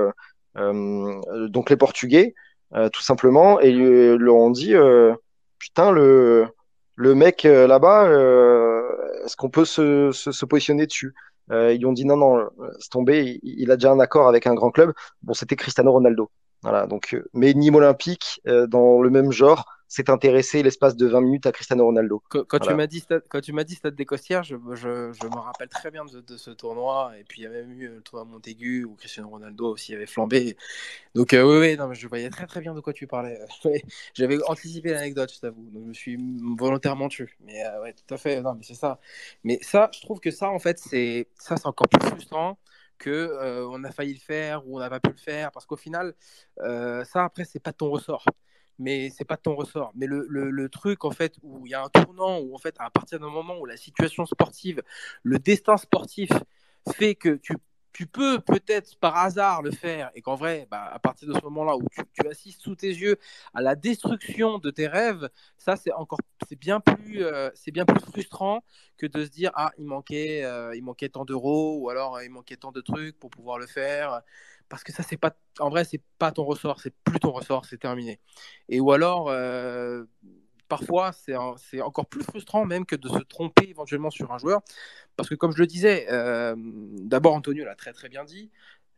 donc les Portugais, tout simplement, et leur ont dit putain, le mec là-bas, est-ce qu'on peut se positionner dessus? Ils lui ont dit non, c'est tombé, il a déjà un accord avec un grand club. Bon, c'était Cristiano Ronaldo. Voilà, donc, mais Nîmes Olympique, dans le même genre, s'est intéressé l'espace de 20 minutes à Cristiano Ronaldo. Quand tu m'as dit Stade des Costières, je me rappelle très bien de ce tournoi. Et puis il y a même eu le tournoi à Montaigu où Cristiano Ronaldo aussi avait flambé. Donc oui, non, mais je voyais très très bien de quoi tu parlais. J'avais anticipé l'anecdote, je t'avoue. Donc je me suis volontairement tué. Mais ouais, tout à fait. Non, mais c'est ça. Mais ça, je trouve que ça, en fait, c'est encore plus frustrant que on a failli le faire ou on n'a pas pu le faire, parce qu'au final, ça après c'est pas de ton ressort. Mais c'est pas de ton ressort. Mais le truc en fait où il y a un tournant, où en fait à partir d'un moment où la situation sportive, le destin sportif fait que tu peux peut-être par hasard le faire, et qu'en vrai, à partir de ce moment-là où tu assistes sous tes yeux à la destruction de tes rêves, ça c'est bien plus frustrant que de se dire il manquait tant d'euros, ou alors il manquait tant de trucs pour pouvoir le faire, parce que ça c'est pas ton ressort, c'est plus ton ressort, c'est terminé. Et ou alors parfois, c'est encore plus frustrant même que de se tromper éventuellement sur un joueur. Parce que comme je le disais, d'abord Antonio l'a très très bien dit,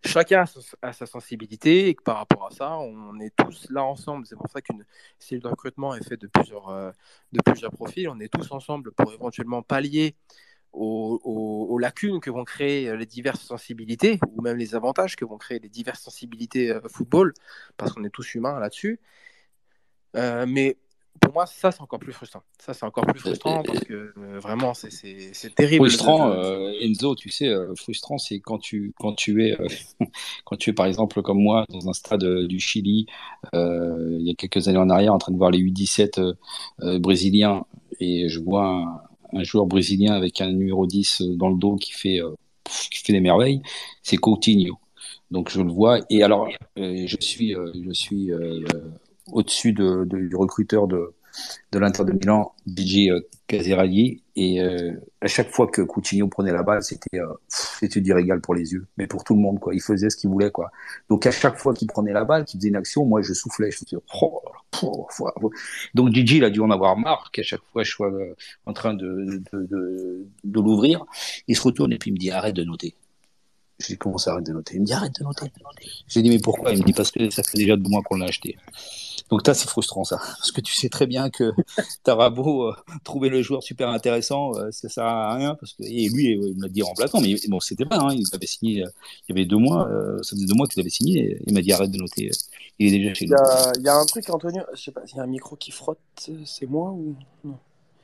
chacun a sa sensibilité et que par rapport à ça, on est tous là ensemble. C'est pour ça qu'une cellule de recrutement est faite de plusieurs profils. On est tous ensemble pour éventuellement pallier aux lacunes que vont créer les diverses sensibilités ou même les avantages que vont créer les diverses sensibilités football, parce qu'on est tous humains là-dessus. Mais pour moi, ça, c'est encore plus frustrant. Ça, c'est encore plus frustrant parce que vraiment, c'est terrible. Frustrant, Enzo, tu sais, frustrant, c'est quand tu es, quand tu es, par exemple, comme moi, dans un stade du Chili, il y a quelques années en arrière, en train de voir les U17 brésiliens, et je vois un joueur brésilien avec un numéro 10 dans le dos qui fait des merveilles, c'est Coutinho. Donc je le vois, et alors je suis au-dessus du recruteur de l'Inter de Milan, Gigi Casiraghi, et à chaque fois que Coutinho prenait la balle, c'était du régal pour les yeux, mais pour tout le monde, quoi. Il faisait ce qu'il voulait, quoi. Donc à chaque fois qu'il prenait la balle, qu'il faisait une action, moi je soufflais, je faisais donc Gigi, il a dû en avoir marre qu'à chaque fois je sois en train de l'ouvrir. Il se retourne et puis il me dit arrête de noter. J'ai commencé à arrêter de noter. Il me dit arrête de noter. J'ai dit mais pourquoi? Il me dit parce que ça fait déjà 2 mois qu'on l'a acheté. Donc ça, c'est frustrant, ça. Parce que tu sais très bien que t'auras beau trouver le joueur super intéressant, ça sert à rien. Et lui, il me l'a dit en remplaçant, mais bon, c'était pas, hein, il avait signé il y avait 2 mois, ça faisait 2 mois qu'il avait signé, et il m'a dit arrête de noter. Il est déjà chez nous. Il y a un truc, Antonio, je sais pas, il y a un micro qui frotte, c'est moi ou non?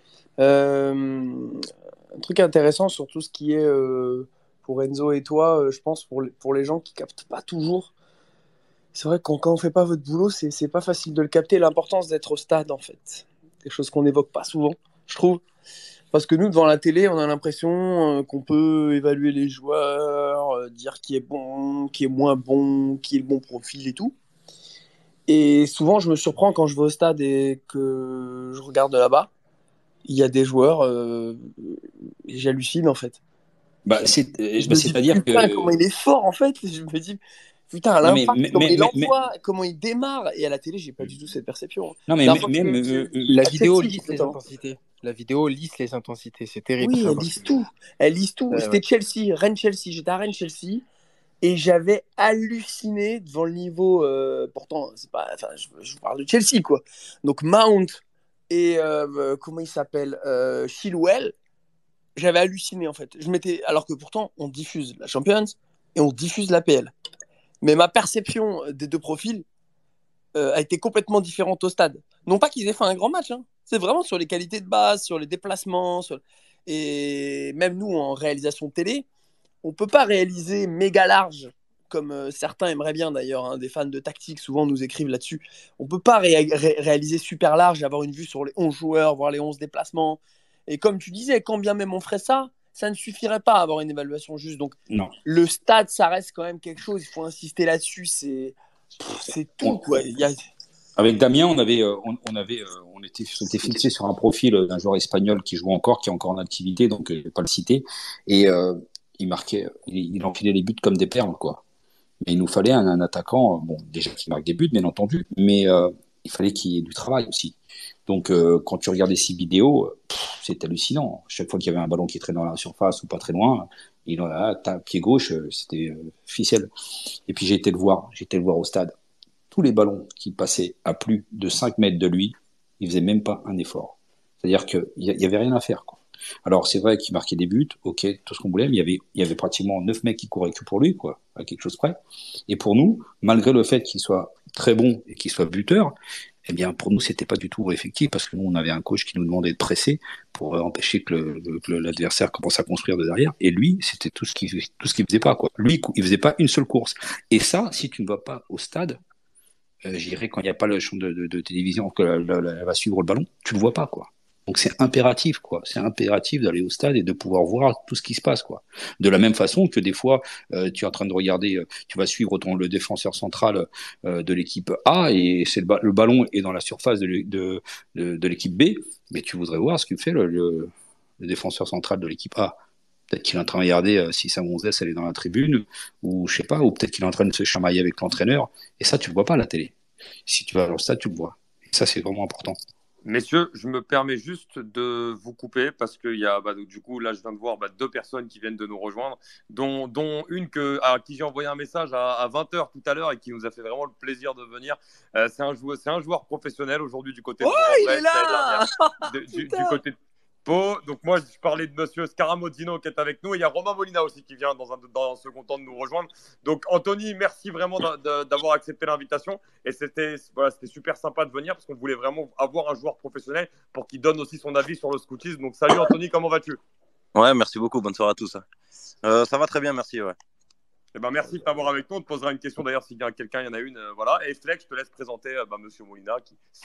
Un truc intéressant sur tout ce qui est pour Enzo et toi, je pense pour les gens qui captent pas toujours. C'est vrai que quand on fait pas votre boulot, c'est pas facile de le capter, l'importance d'être au stade en fait. Quelque chose qu'on n'évoque pas souvent, je trouve. Parce que nous, devant la télé, on a l'impression qu'on peut évaluer les joueurs, dire qui est bon, qui est moins bon, qui est le bon profil et tout. Et souvent, je me surprends quand je vais au stade et que je regarde là-bas. Il y a des joueurs, j'hallucine en fait. C'est-à-dire putain, que comment il est fort en fait. Je me dis, putain, à l'impact, comment il envoie, comment il démarre. Et à la télé, j'ai pas du tout cette perception. Non, mais même la vidéo lisse les intensités. La vidéo lisse les intensités, c'est terrible. Oui, elle lisse tout. Elle lisse tout. C'était Chelsea, Rennes-Chelsea. J'étais à Rennes-Chelsea et j'avais halluciné devant le niveau. Pourtant, c'est pas. Enfin, je parle de Chelsea quoi. Donc Mount et comment il s'appelle, Chilwell. J'avais halluciné en fait. Alors que pourtant, on diffuse la Champions et on diffuse la PL. Mais ma perception des deux profils a été complètement différente au stade. Non pas qu'ils aient fait un grand match, hein. C'est vraiment sur les qualités de base, sur les déplacements. Et même nous, en réalisation télé, on ne peut pas réaliser méga large, comme certains aimeraient bien d'ailleurs, hein, des fans de tactique souvent nous écrivent là-dessus. On ne peut pas réaliser super large, avoir une vue sur les 11 joueurs, voir les 11 déplacements. Et comme tu disais, quand bien même on ferait ça, ça ne suffirait pas à avoir une évaluation juste. Donc, non. Le stade, ça reste quand même quelque chose. Il faut insister là-dessus. C'est tout, quoi. Avec Damien, on était fixé sur un profil d'un joueur espagnol qui joue encore, qui est encore en activité, donc je ne vais pas le citer. Et il marquait, il enfilait les buts comme des perles, quoi. Mais il nous fallait un attaquant, bon, déjà qui marque des buts, bien entendu, mais il fallait qu'il y ait du travail aussi. Donc, quand tu regardais ces vidéos, c'est hallucinant. Chaque fois qu'il y avait un ballon qui traînait dans la surface ou pas très loin, il a pied gauche, c'était ficelle. Et puis j'ai été le voir au stade. Tous les ballons qui passaient à plus de 5 mètres de lui, il faisait même pas un effort. C'est-à-dire qu'il y avait rien à faire, quoi. Alors c'est vrai qu'il marquait des buts, ok, tout ce qu'on voulait, mais il y avait pratiquement 9 mecs qui couraient que pour lui, quoi, à quelque chose près. Et pour nous, malgré le fait qu'il soit très bon et qu'il soit buteur, eh bien, pour nous, c'était pas du tout effectif parce que nous, on avait un coach qui nous demandait de presser pour empêcher que l'adversaire commence à construire de derrière. Et lui, c'était tout ce qu'il faisait pas, quoi. Lui, il faisait pas une seule course. Et ça, si tu ne vas pas au stade, j'irai quand il n'y a pas le champ de télévision que elle va suivre le ballon, tu le vois pas, quoi. Donc c'est impératif, quoi. C'est impératif d'aller au stade et de pouvoir voir tout ce qui se passe, quoi. De la même façon que des fois, tu es en train de regarder, tu vas suivre le défenseur central de l'équipe A et le ballon est dans la surface de l'équipe B, mais tu voudrais voir ce que fait le défenseur central de l'équipe A. Peut-être qu'il est en train de regarder si sa gonzesse elle est dans la tribune, ou je sais pas, ou peut-être qu'il est en train de se chamailler avec l'entraîneur. Et ça, tu le vois pas à la télé. Si tu vas au stade, tu le vois. Et ça, c'est vraiment important. Messieurs, je me permets juste de vous couper parce qu'il y a, donc, du coup, là, je viens de voir 2 personnes qui viennent de nous rejoindre, dont une à qui j'ai envoyé un message à 20h tout à l'heure et qui nous a fait vraiment le plaisir de venir. C'est un joueur professionnel aujourd'hui du côté de il est là du côté de Pau. Donc moi, je parlais de monsieur Scaramozino qui est avec nous. Et il y a Romain Molina aussi qui vient dans un second temps de nous rejoindre. Donc Anthony, merci vraiment d'avoir accepté l'invitation. Et c'était super sympa de venir parce qu'on voulait vraiment avoir un joueur professionnel pour qu'il donne aussi son avis sur le scoutisme. Donc salut Anthony, comment vas-tu? Ouais, merci beaucoup. Bonne soirée à tous. Ça va très bien, merci. Ouais. Eh ben, merci de t'avoir avec nous. On te posera une question d'ailleurs si quelqu'un y en a une. Voilà. Et Flex, je te laisse présenter monsieur Molina.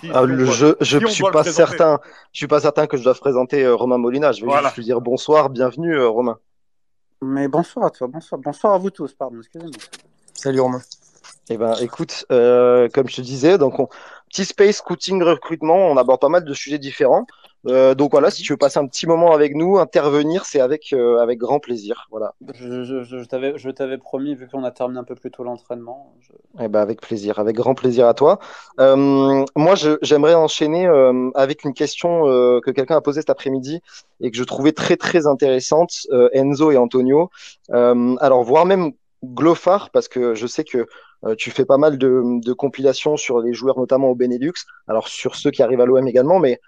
Je suis pas certain que je dois présenter Romain Molina. Je vais juste lui dire bonsoir, bienvenue Romain. Mais bonsoir à toi, bonsoir à vous tous, pardon, excusez-moi. Salut Romain. Eh ben, écoute, comme je te disais, donc petit space scouting recrutement, on aborde pas mal de sujets différents. Donc voilà, si tu veux passer un petit moment avec nous, intervenir, c'est avec grand plaisir. Voilà. Je t'avais promis, vu qu'on a terminé un peu plus tôt l'entraînement. Eh ben, avec plaisir, avec grand plaisir à toi. Moi, j'aimerais enchaîner avec une question que quelqu'un a posée cet après-midi et que je trouvais très très intéressante, Enzo et Antonio. Alors, voire même Glofar, parce que je sais que tu fais pas mal de compilations sur les joueurs, notamment au Benelux, alors sur ceux qui arrivent à l'OM également, mais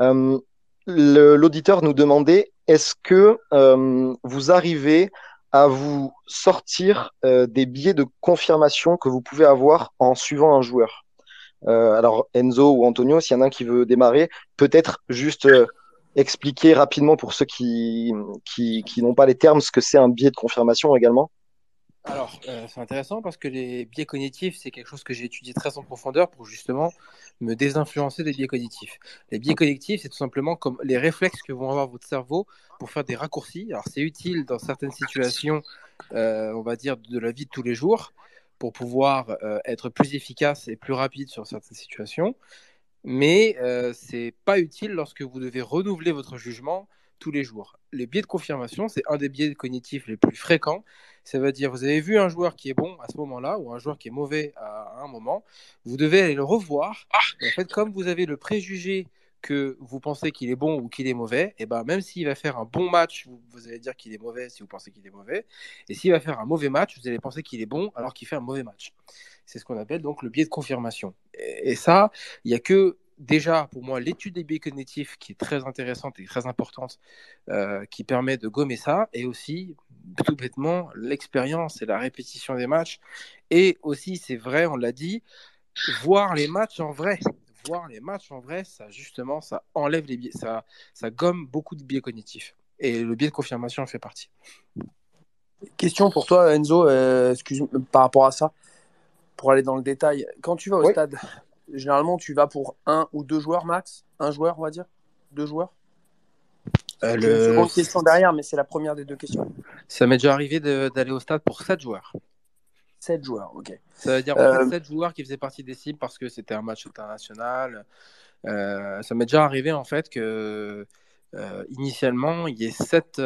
l'auditeur nous demandait, est-ce que vous arrivez à vous sortir des biais de confirmation que vous pouvez avoir en suivant un joueur? Alors Enzo ou Antonio, s'il y en a un qui veut démarrer, peut-être juste expliquer rapidement pour ceux qui n'ont pas les termes ce que c'est un biais de confirmation également. Alors, c'est intéressant parce que les biais cognitifs, c'est quelque chose que j'ai étudié très en profondeur pour justement me désinfluencer des biais cognitifs. Les biais cognitifs, c'est tout simplement comme les réflexes que vont avoir votre cerveau pour faire des raccourcis. Alors, c'est utile dans certaines situations, on va dire, de la vie de tous les jours pour pouvoir être plus efficace et plus rapide sur certaines situations. Mais c'est pas utile lorsque vous devez renouveler votre jugement tous les jours. Les biais de confirmation, c'est un des biais cognitifs les plus fréquents. Ça veut dire, vous avez vu un joueur qui est bon à ce moment-là ou un joueur qui est mauvais à un moment, vous devez aller le revoir. Et en fait, comme vous avez le préjugé que vous pensez qu'il est bon ou qu'il est mauvais, et ben même s'il va faire un bon match, vous allez dire qu'il est mauvais si vous pensez qu'il est mauvais. Et s'il va faire un mauvais match, vous allez penser qu'il est bon alors qu'il fait un mauvais match. C'est ce qu'on appelle donc le biais de confirmation. Et ça, il n'y a que déjà, pour moi, l'étude des biais cognitifs qui est très intéressante et très importante, qui permet de gommer ça, et aussi, tout bêtement, l'expérience et la répétition des matchs. Et aussi, c'est vrai, on l'a dit, voir les matchs en vrai. Voir les matchs en vrai, ça, justement, ça enlève les biais, ça gomme beaucoup de biais cognitifs. Et le biais de confirmation en fait partie. Question pour toi, Enzo, excuse-moi, par rapport à ça, pour aller dans le détail. Quand tu vas au stade, généralement, tu vas pour 1 ou 2 joueurs max. Un joueur, on va dire. 2 joueurs. Une seconde question derrière, mais c'est la première des 2 questions. Ça m'est déjà arrivé d'aller au stade pour 7 joueurs. 7 joueurs, ok. Ça veut dire en fait 7 joueurs qui faisaient partie des cibles parce que c'était un match international. Ça m'est déjà arrivé en fait que initialement il y ait 7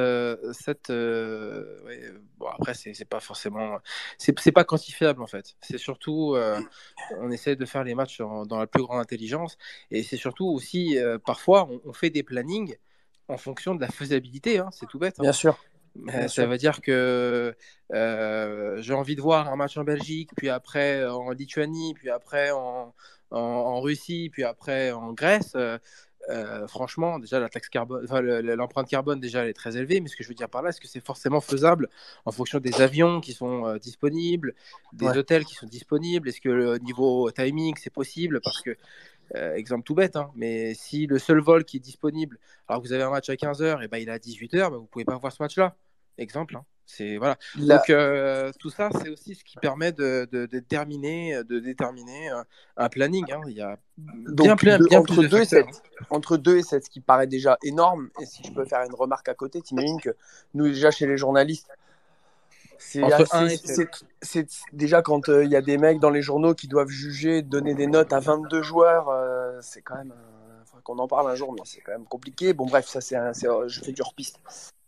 bon après c'est pas forcément c'est pas quantifiable en fait, c'est surtout on essaie de faire les matchs dans la plus grande intelligence, et c'est surtout aussi parfois on fait des plannings en fonction de la faisabilité, hein, c'est tout bête, hein. Bien sûr. Ça veut dire que j'ai envie de voir un match en Belgique, puis après en Lituanie, puis après en Russie, puis après en Grèce. Franchement, déjà la taxe carbone, l'empreinte carbone déjà elle est très élevée, mais ce que je veux dire par là, est-ce que c'est forcément faisable en fonction des avions qui sont disponibles, des hôtels qui sont disponibles? Est-ce que le niveau timing c'est possible? Parce que exemple tout bête, hein, mais si le seul vol qui est disponible, alors que vous avez un match à 15h, et ben il est à 18h, vous pouvez pas voir ce match-là. Exemple, hein. C'est voilà. Donc tout ça, c'est aussi ce qui permet de déterminer un planning, hein. Il y a entre 2 et 7. Entre 2 et 7, ce qui paraît déjà énorme. Et si je peux faire une remarque à côté, t'imagines que nous déjà chez les journalistes, c'est déjà quand il y a des mecs dans les journaux qui doivent juger, donner des notes à 22 joueurs, c'est quand même qu'on en parle un jour, mais c'est quand même compliqué. Bon bref, ça je fais du hors-piste.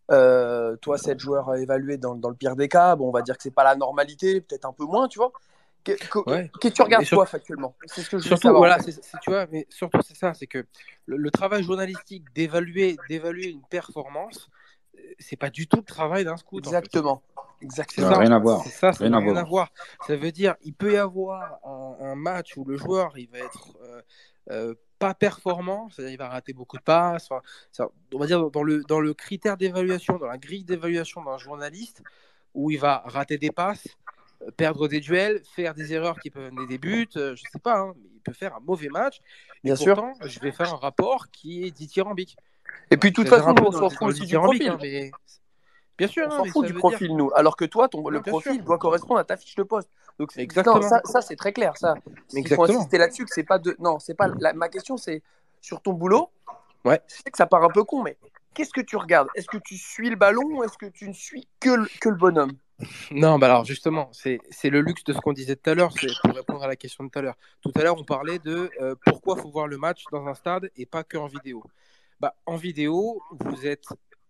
Toi, 7 joueurs évalués dans le pire des cas, bon, on va dire que c'est pas la normalité, peut-être un peu moins, tu vois. Qu'est-ce que tu regardes toi factuellement? C'est ce que je veux Surtout, savoir. voilà, tu vois, mais surtout c'est ça, c'est que le travail journalistique d'évaluer une performance, c'est pas du tout le travail d'un scout. Exactement. C'est ça. Rien à voir. C'est ça, ça Rien n'a à rien voir. à voir. Ça veut dire, il peut y avoir un match où le joueur il va être pas performant, c'est-à-dire il va rater beaucoup de passes. Enfin, on va dire dans le critère d'évaluation, dans la grille d'évaluation d'un journaliste, où il va rater des passes, perdre des duels, faire des erreurs qui peuvent amener des buts, je sais pas, hein, mais il peut faire un mauvais match. Bien et sûr. pourtant, je vais faire un rapport qui est dithyrambique. Et puis de toute façon, nous, on s'en fout aussi du profil. Hein, mais... Bien sûr, on s'en fout du profil, nous. Alors que toi, le profil doit correspondre à ta fiche de poste. Donc, exactement. Ça c'est très clair. Ça. Il faut insister là-dessus que c'est pas de. Non, c'est pas. Ma question, c'est sur ton boulot. Ouais. Je sais que ça part un peu con, mais qu'est-ce que tu regardes? Est-ce que tu suis le ballon ou est-ce que tu ne suis que le bonhomme? Non, bah alors justement, c'est le luxe de ce qu'on disait tout à l'heure, c'est pour répondre à la question de tout à l'heure. Tout à l'heure, on parlait de pourquoi il faut voir le match dans un stade et pas qu'en vidéo. Bah, en vidéo, vous êtes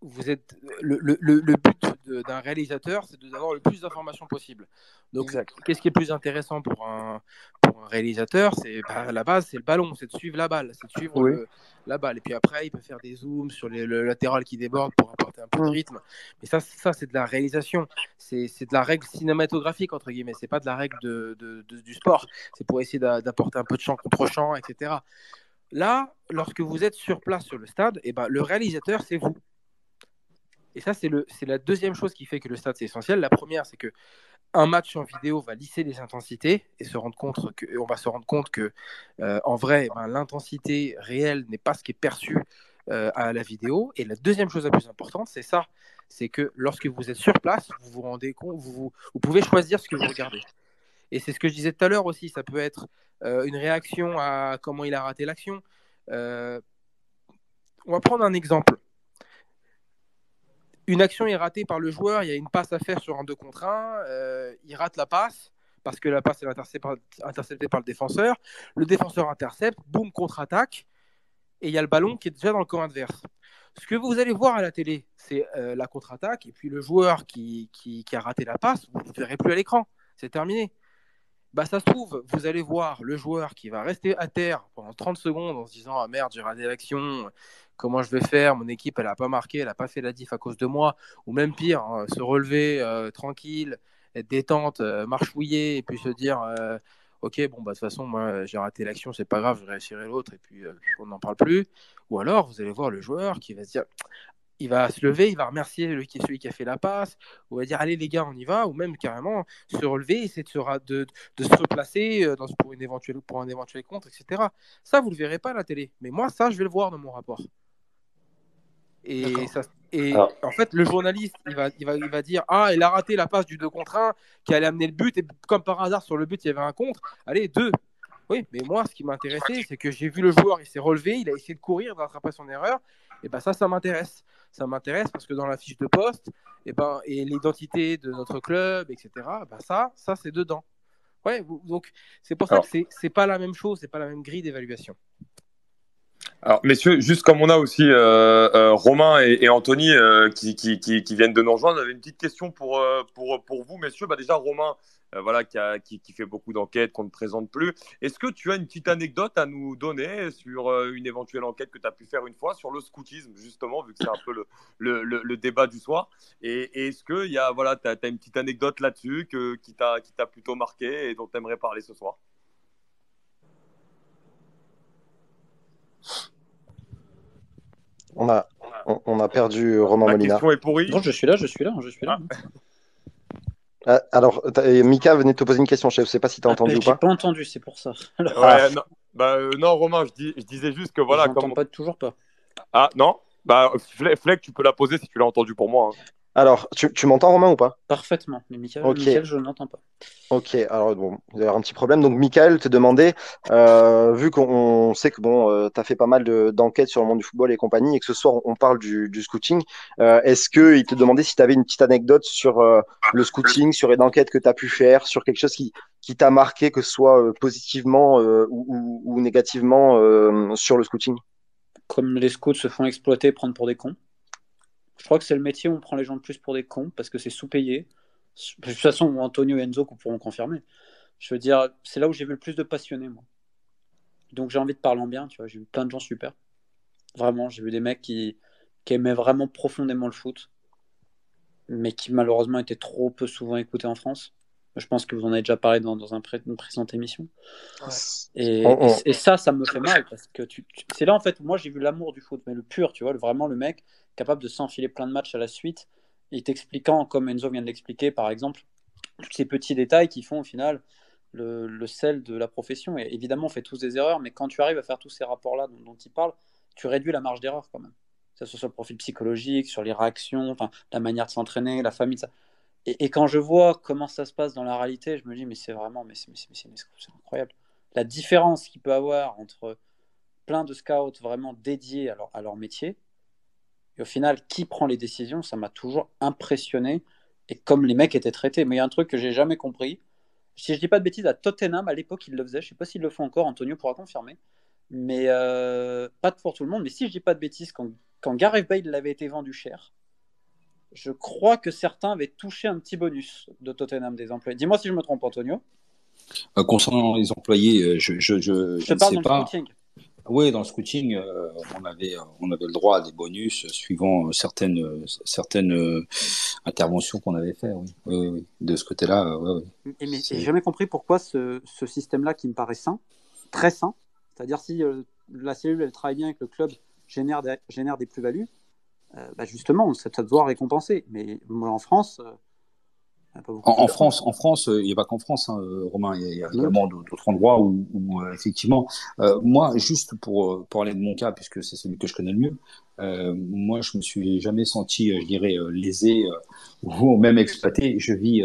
le but d'un réalisateur, c'est d'avoir le plus d'informations possible. Donc, qu'est-ce qui est plus intéressant pour un réalisateur? C'est à la base, c'est le ballon, c'est de suivre la balle, c'est de suivre la balle. Et puis après, il peut faire des zooms sur le latéral qui déborde pour apporter un peu de rythme. Mais ça c'est de la réalisation. C'est de la règle cinématographique, entre guillemets. C'est pas de la règle du sport. C'est pour essayer d'apporter un peu de champ contre champ, etc. Là, lorsque vous êtes sur place sur le stade, le réalisateur, c'est vous. Et ça, c'est la deuxième chose qui fait que le stade, c'est essentiel. La première, c'est que un match en vidéo va lisser les intensités et on va se rendre compte que, en vrai, l'intensité réelle n'est pas ce qui est perçu à la vidéo. Et la deuxième chose la plus importante, c'est ça. C'est que lorsque vous êtes sur place, vous vous rendez compte, vous pouvez choisir ce que vous regardez. Et c'est ce que je disais tout à l'heure aussi. Ça peut être une réaction à comment il a raté l'action. On va prendre un exemple. Une action est ratée par le joueur, il y a une passe à faire sur un 2 contre 1, il rate la passe parce que la passe est interceptée par le défenseur. Le défenseur intercepte, boum, contre-attaque, et il y a le ballon qui est déjà dans le camp adverse. Ce que vous allez voir à la télé, c'est la contre-attaque, et puis le joueur qui a raté la passe, vous ne le verrez plus à l'écran, c'est terminé. Ça se trouve, vous allez voir le joueur qui va rester à terre pendant 30 secondes en se disant « Ah merde, j'ai raté l'action, comment je vais faire? Mon équipe, elle n'a pas marqué, elle n'a pas fait la diff à cause de moi. » Ou même pire, se relever tranquille, être détente, marchouiller et puis se dire Ok, bon, de toute façon, moi, j'ai raté l'action, c'est pas grave, je réussirai l'autre et puis on n'en parle plus. » Ou alors, vous allez voir le joueur qui va se dire il va se lever, il va remercier celui qui a fait la passe, ou va dire allez les gars on y va, ou même carrément se relever, essayer de se replacer pour un éventuel contre, etc. Ça vous le verrez pas à la télé, mais moi ça je vais le voir dans mon rapport. En fait le journaliste il va dire ah il a raté la passe du 2 contre 1 qui allait amener le but et comme par hasard sur le but il y avait un contre, allez 2. Oui, mais moi, ce qui m'intéressait, c'est que j'ai vu le joueur, il s'est relevé, il a essayé de courir, d'attraper son erreur. Et ça m'intéresse. Ça m'intéresse parce que dans la fiche de poste, et l'identité de notre club, etc., ça c'est dedans. Ouais, donc c'est pour ça que c'est pas la même chose, c'est pas la même grille d'évaluation. Alors, messieurs, juste comme on a aussi Romain et Anthony qui viennent de nous rejoindre, on avait une petite question pour vous, messieurs. Déjà, Romain, qui fait beaucoup d'enquêtes, qu'on ne présente plus. Est-ce que tu as une petite anecdote à nous donner sur une éventuelle enquête que tu as pu faire une fois sur le scoutisme, justement, vu que c'est un peu le débat du soir? Et est-ce que tu as une petite anecdote là-dessus qui t'a plutôt marqué et dont tu aimerais parler ce soir? On a perdu Romain Molina. La question est pourrie. Non, je suis là. Alors, Mika venait de te poser une question, je ne sais pas si tu as entendu ou pas. J'ai pas entendu, c'est pour ça. Non, Romain, je disais juste que voilà. Toujours pas. Ah non, Fleck, tu peux la poser si tu l'as entendu pour moi. Hein. Alors, tu m'entends, Romain, ou pas? Parfaitement, mais Mickaël, je n'entends pas. Ok, alors bon, vous avez un petit problème. Donc, Mickaël te demandait, vu qu'on sait que tu as fait pas mal d'enquêtes sur le monde du football et compagnie, et que ce soir on parle du scouting, est-ce qu'il te demandait si tu avais une petite anecdote sur le scouting, sur une enquête que tu as pu faire, sur quelque chose qui t'a marqué, que ce soit positivement ou négativement sur le scouting? Comme les scouts se font exploiter, prendre pour des cons. Je crois que c'est le métier où on prend les gens le plus pour des cons parce que c'est sous-payé. De toute façon, Antonio et Enzo pourront confirmer. Je veux dire, c'est là où j'ai vu le plus de passionnés, moi. Donc j'ai envie de parler en bien, tu vois. J'ai vu plein de gens super. Vraiment, j'ai vu des mecs qui aimaient vraiment profondément le foot, mais qui malheureusement étaient trop peu souvent écoutés en France. Je pense que vous en avez déjà parlé dans une précédente émission. Ouais. Et ça me fait mal, parce que c'est là, en fait, moi j'ai vu l'amour du foot, mais le pur, tu vois, vraiment le mec capable de s'enfiler plein de matchs à la suite, et t'expliquant, comme Enzo vient de l'expliquer, par exemple, tous ces petits détails qui font au final le sel de la profession. Et évidemment, on fait tous des erreurs, mais quand tu arrives à faire tous ces rapports-là dont il parle, tu réduis la marge d'erreur quand même. Que ce soit sur le profil psychologique, sur les réactions, enfin, la manière de s'entraîner, la famille, ça. Et quand je vois comment ça se passe dans la réalité, je me dis, mais c'est vraiment, c'est incroyable. La différence qu'il peut avoir entre plein de scouts vraiment dédiés à leur métier, et au final, qui prend les décisions, ça m'a toujours impressionné. Et comme les mecs étaient traités. Mais il y a un truc que j'ai jamais compris. Si je dis pas de bêtises, à Tottenham, à l'époque, ils le faisaient. Je sais pas s'ils le font encore, Antonio pourra confirmer. Mais pas pour tout le monde. Mais si je dis pas de bêtises, quand Gareth Bale avait été vendu cher, je crois que certains avaient touché un petit bonus de Tottenham des employés. Dis-moi si je me trompe, Antonio. Concernant les employés, je te ne parle sais dans pas. Le scouting. Oui, dans le scouting, on avait le droit à des bonus suivant certaines interventions qu'on avait fait. Oui. De ce côté-là, oui. Et j'ai jamais compris pourquoi ce système-là qui me paraît sain, très sain, c'est-à-dire si la cellule elle travaille bien et que le club génère des plus-values, justement, ça doit récompenser. Mais moi, en France, en France, il n'y a pas qu'en France, hein, Romain. Il y a également d'autres endroits où effectivement, moi, juste pour parler de mon cas, puisque c'est celui que je connais le mieux, moi, je me suis jamais senti, je dirais, lésé ou même exploité. Je vis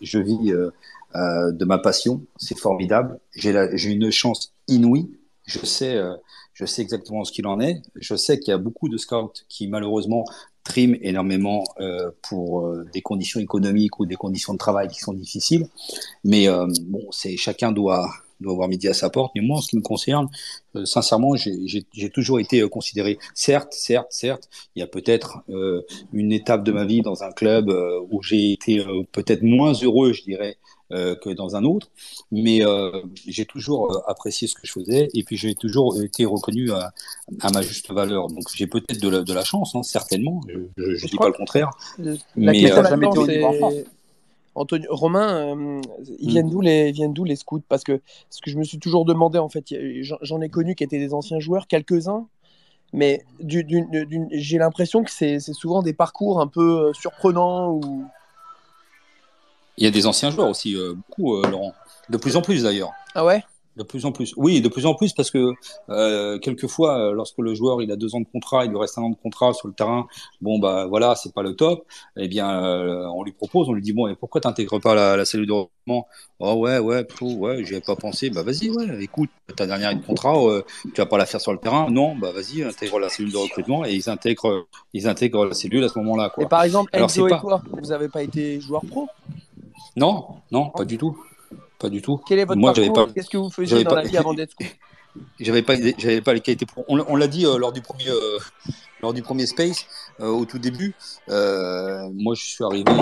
de ma passion. C'est formidable. J'ai une chance inouïe. Je sais exactement ce qu'il en est. Je sais qu'il y a beaucoup de scouts qui, malheureusement, triment énormément pour des conditions économiques ou des conditions de travail qui sont difficiles. Mais bon, chacun doit avoir midi à sa porte. Mais moi, en ce qui me concerne, sincèrement, j'ai toujours été considéré. Certes, il y a peut-être une étape de ma vie dans un club où j'ai été peut-être moins heureux, je dirais, que dans un autre, mais j'ai toujours apprécié ce que je faisais et puis j'ai toujours été reconnu à ma juste valeur. Donc j'ai peut-être de la chance, hein, certainement. Je dis pas le contraire. La question là-dedans, c'est Antonio, Romain, ils viennent d'où les scouts? Parce que ce que je me suis toujours demandé, en fait, j'en ai connu qui étaient des anciens joueurs, quelques-uns, mais j'ai l'impression que c'est souvent des parcours un peu surprenants ou. Il y a des anciens joueurs aussi, beaucoup, Laurent. De plus en plus d'ailleurs. Ah ouais? De plus en plus. Oui, de plus en plus parce que quelquefois, lorsque le joueur il a 2 ans de contrat, il lui reste 1 an de contrat sur le terrain, bon bah voilà, c'est pas le top. Eh bien, on lui propose, on lui dit bon, et pourquoi t'intègres pas la cellule de recrutement? Oh ouais, j'y avais pas pensé. Bah vas-y, ouais, écoute, ta dernière année de contrat, tu vas pas la faire sur le terrain. Non, bah vas-y, intègre la cellule de recrutement et ils intègrent la cellule à ce moment-là, quoi. Et par exemple, alors, Enzo et toi, vous avez pas été joueur pro? Non, pas du tout. Pas du tout. Quel est votre parcours? Qu'est-ce que vous faisiez dans la vie avant d'être scout? J'avais pas les qualités pour. On l'a dit lors du premier Space, au tout début. Moi, je suis arrivé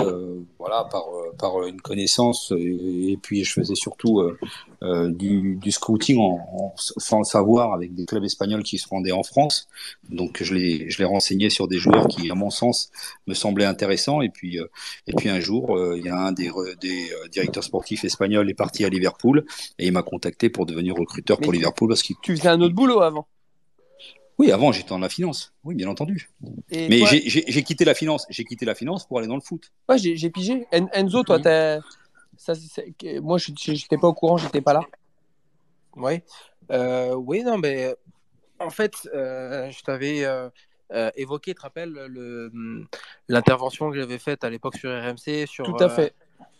par une connaissance et puis je faisais surtout du scouting sans le savoir avec des clubs espagnols qui se rendaient en France. Donc, je les renseignais sur des joueurs qui, à mon sens, me semblaient intéressants. Et puis un jour, il y a un des directeurs sportifs espagnols est parti à Liverpool et il m'a contacté pour devenir recruteur pour Liverpool parce qu'il. Tu faisais un autre boulot avant? Oui, avant j'étais dans la finance, oui, bien entendu. Mais toi... j'ai quitté la finance. J'ai quitté la finance pour aller dans le foot. Ouais, j'ai pigé. Enzo, toi, moi, je n'étais pas au courant, j'étais pas là. Oui. Oui, non, mais en fait, je t'avais évoqué, tu te rappelles, l'intervention que j'avais faite à l'époque sur RMC, sur tout à fait.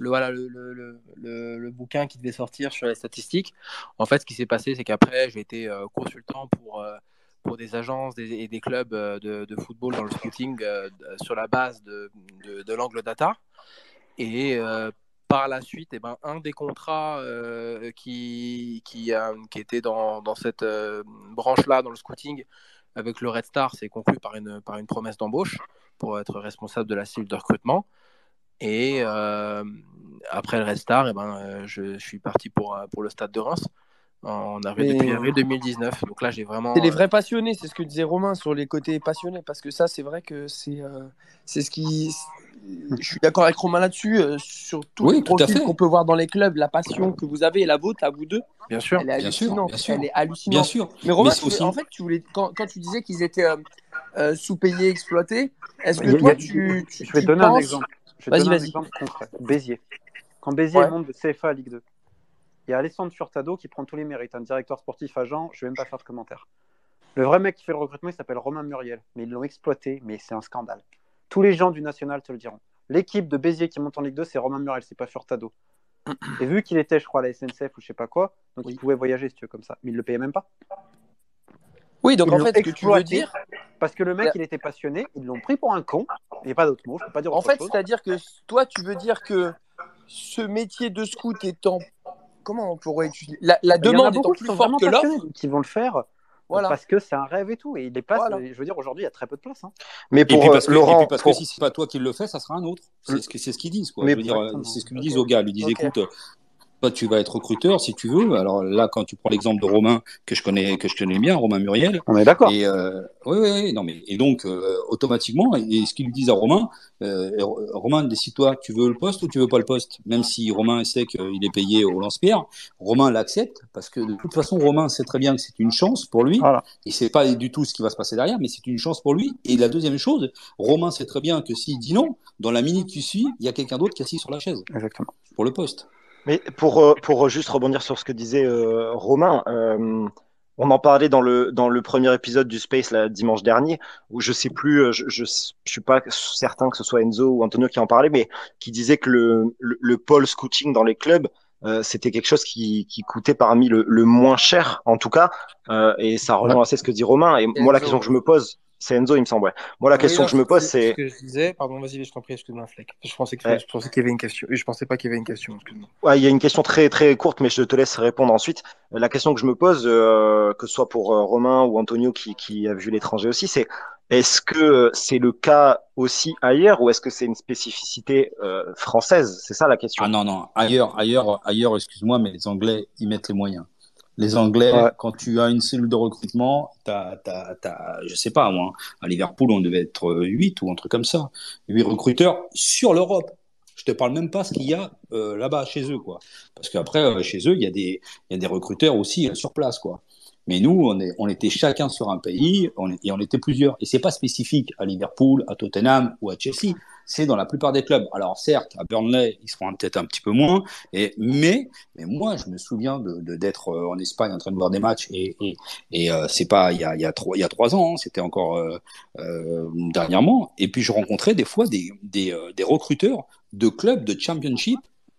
le bouquin qui devait sortir sur les statistiques. En fait, ce qui s'est passé, c'est qu'après, j'ai été consultant pour des agences et des clubs de football dans le scouting sur la base de l'angle data. Et par la suite, un des contrats qui était dans cette branche-là, dans le scouting, avec le Red Star, c'est conclu par une promesse d'embauche pour être responsable de la cellule de recrutement. Et après le Restart, je suis parti pour le Stade de Reims depuis avril 2019. Donc là, j'ai vraiment. C'est les vrais passionnés, c'est ce que disait Romain sur les côtés passionnés, parce que ça, c'est vrai que c'est ce qui. Je suis d'accord avec Romain là-dessus, sur tout le profil qu'on peut voir dans les clubs, la passion que vous avez et la vôtre à vous deux. Bien sûr, elle est hallucinante. Elle est hallucinante. Bien sûr. Mais Romain, en fait, quand tu disais qu'ils étaient sous-payés, exploités, est-ce que toi, je vais te donner un exemple. Je vais te donner un exemple concret. Béziers. Quand Béziers monte de CFA à Ligue 2, il y a Alessandro Furtado qui prend tous les mérites, un directeur sportif agent, je ne vais même pas faire de commentaires. Le vrai mec qui fait le recrutement, il s'appelle Romain Muriel, mais ils l'ont exploité, mais c'est un scandale. Tous les gens du National te le diront. L'équipe de Béziers qui monte en Ligue 2, c'est Romain Muriel, c'est pas Furtado. Et vu qu'il était, je crois, à la SNCF ou je sais pas quoi, donc il pouvait voyager si tu veux comme ça, mais il le payait même pas. Oui, donc en fait, ce que tu veux dire, parce que le mec, il était passionné, ils l'ont pris pour un con. Il n'y a pas d'autre mot, je peux pas dire. En fait, c'est-à-dire que toi, tu veux dire que ce métier de scout étant, comment on pourrait utiliser, la demande étant plus forte que l'offre, qui vont le faire. Voilà. Parce que c'est un rêve et tout. Et il est pas. Voilà. Je veux dire, aujourd'hui, il y a très peu de place. Hein. Mais pour Laurent, parce que si c'est pas toi qui le fais, ça sera un autre. C'est ce qu'ils disent, quoi. Je veux dire, c'est ce qu'ils disent aux gars. Ils disent, écoute. Toi, tu vas être recruteur si tu veux. Alors là, quand tu prends l'exemple de Romain que je connais bien, Romain Muriel. On est d'accord. Et oui, non mais et donc automatiquement, et ce qu'ils disent à Romain, Romain, décide-toi, tu veux le poste ou tu veux pas le poste. Même si Romain sait qu'il est payé au lance-pierre, Romain l'accepte parce que de toute façon, Romain sait très bien que c'est une chance pour lui. Voilà. Il sait pas du tout ce qui va se passer derrière, mais c'est une chance pour lui. Et la deuxième chose, Romain sait très bien que s'il dit non, dans la minute qui suit, il y a quelqu'un d'autre qui est assis sur la chaise. Exactement. Pour le poste. Mais pour juste rebondir sur ce que disait Romain, on en parlait dans le premier épisode du Space dimanche dernier, où je sais plus, je suis pas certain que ce soit Enzo ou Antonio qui en parlait, mais qui disait que le pôle scouting dans les clubs, c'était quelque chose qui coûtait parmi le moins cher en tout cas, et ça rejoint assez ce que dit Romain. Et moi, la question que je me pose, c'est Enzo, il me semble. Ouais. Moi, la question que je me pose, c'est. Ce que je disais, pardon, vas-y, je t'en prie, excuse-moi, Fleck. Je pensais qu'il y avait une question. Je pensais pas qu'il y avait une question, excuse-moi. Ouais, il y a une question très, très courte, mais je te laisse répondre ensuite. La question que je me pose, que ce soit pour Romain ou Antonio qui a vu l'étranger aussi, c'est est-ce que c'est le cas aussi ailleurs ou est-ce que c'est une spécificité française? C'est ça la question. Ah non, ailleurs, excuse-moi, mais les Anglais, ils mettent les moyens. Les Anglais, quand tu as une cellule de recrutement, je sais pas moi, à Liverpool, on devait être 8 ou un truc comme ça. 8 recruteurs sur l'Europe. Je te parle même pas ce qu'il y a là-bas chez eux, quoi. Parce qu'après, chez eux, il y a des recruteurs aussi sur place, quoi. Mais nous, on était chacun sur un pays et on était plusieurs. Et c'est pas spécifique à Liverpool, à Tottenham ou à Chelsea. C'est dans la plupart des clubs. Alors certes, à Burnley, ils seront peut-être un petit peu moins. Mais moi, je me souviens d'être en Espagne en train de voir des matchs. Et c'est pas il y a 3 ans. Hein, c'était encore dernièrement. Et puis je rencontrais des fois des recruteurs de clubs de championship.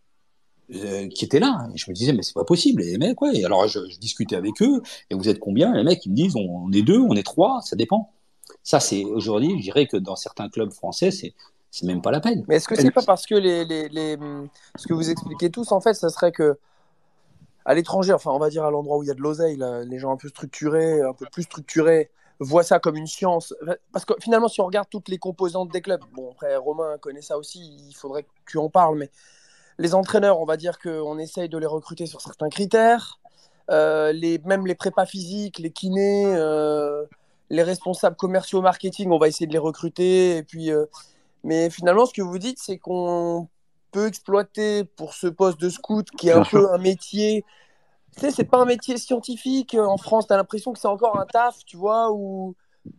Qui étaient là, et je me disais mais c'est pas possible, les mecs, ouais. Et alors je discutais avec eux, et vous êtes combien? Les mecs ils me disent on est 2, on est 3, ça dépend. Ça c'est aujourd'hui, je dirais que dans certains clubs français c'est même pas la peine. Mais est-ce que c'est pas parce que ce que vous expliquez tous en fait, ça serait que à l'étranger, enfin on va dire à l'endroit où il y a de l'oseille, là, les gens un peu plus structurés voient ça comme une science, parce que finalement si on regarde toutes les composantes des clubs, bon après Romain connaît ça aussi, il faudrait que tu en parles, mais les entraîneurs, on va dire qu'on essaye de les recruter sur certains critères. Même les prépas physiques, les kinés, les responsables commerciaux marketing, on va essayer de les recruter. Et puis, mais finalement, ce que vous dites, c'est qu'on peut exploiter pour ce poste de scout qui est un peu un métier. Tu sais, c'est pas un métier scientifique. En France, tu as l'impression que c'est encore un taf, tu vois, où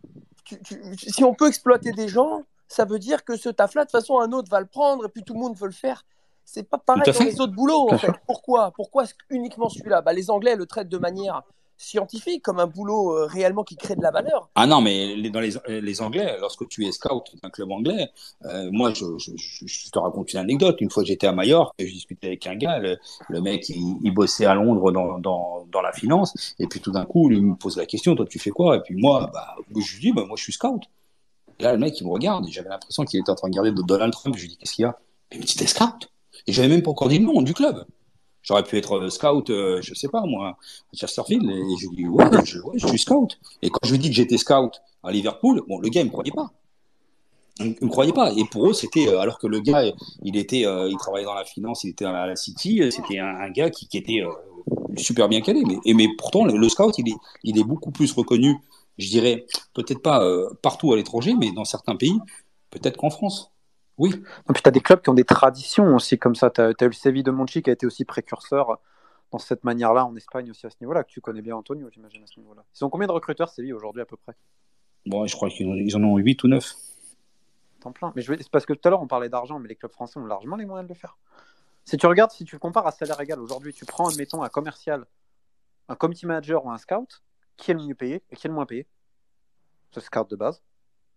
si on peut exploiter des gens, ça veut dire que ce taf-là, de toute façon, un autre va le prendre et puis tout le monde veut le faire. C'est pas pareil dans les autres boulots, en fait. Pourquoi uniquement celui-là? Les Anglais le traitent de manière scientifique, comme un boulot réellement qui crée de la valeur. Ah non, mais dans les Anglais, lorsque tu es scout d'un club anglais, moi, je te raconte une anecdote. Une fois, j'étais à Majorque et je discutais avec un gars. Le mec, il bossait à Londres dans la finance. Et puis tout d'un coup, il me pose la question, toi, tu fais quoi? Et puis moi, je lui dis, moi, je suis scout. Et là, le mec, il me regarde. Et j'avais l'impression qu'il était en train de regarder Donald Trump. Je lui dis, qu'est-ce qu'il y a? Il me dit, t'es scout? Et j'avais même pas encore dit le nom du club. J'aurais pu être scout, je sais pas moi, à Chesterfield. Et je lui dis ouais, je suis scout. Et quand je lui dis que j'étais scout à Liverpool, bon, le gars il me croyait pas. On ne croyait pas. Et pour eux, c'était alors que le gars, il travaillait dans la finance, il était à la City, c'était un gars qui était super bien calé. Mais pourtant, le scout, il est beaucoup plus reconnu, je dirais, peut-être pas partout à l'étranger, mais dans certains pays, peut-être qu'en France. Oui. Et puis tu as des clubs qui ont des traditions aussi comme ça. Tu as eu le Séville de Monchi qui a été aussi précurseur dans cette manière-là en Espagne aussi à ce niveau-là, que tu connais bien, Antonio, j'imagine, à ce niveau-là. Ils ont combien de recruteurs, Séville, aujourd'hui, à peu près? Bon, je crois qu'ils en ont 8 ou 9. Temps plein. Mais c'est parce que tout à l'heure, on parlait d'argent, mais les clubs français ont largement les moyens de le faire. Si tu regardes, si tu compares à salaire égal, aujourd'hui, tu prends, admettons, un commercial, un committee manager ou un scout, qui est le mieux payé et qui est le moins payé? Ce scout de base.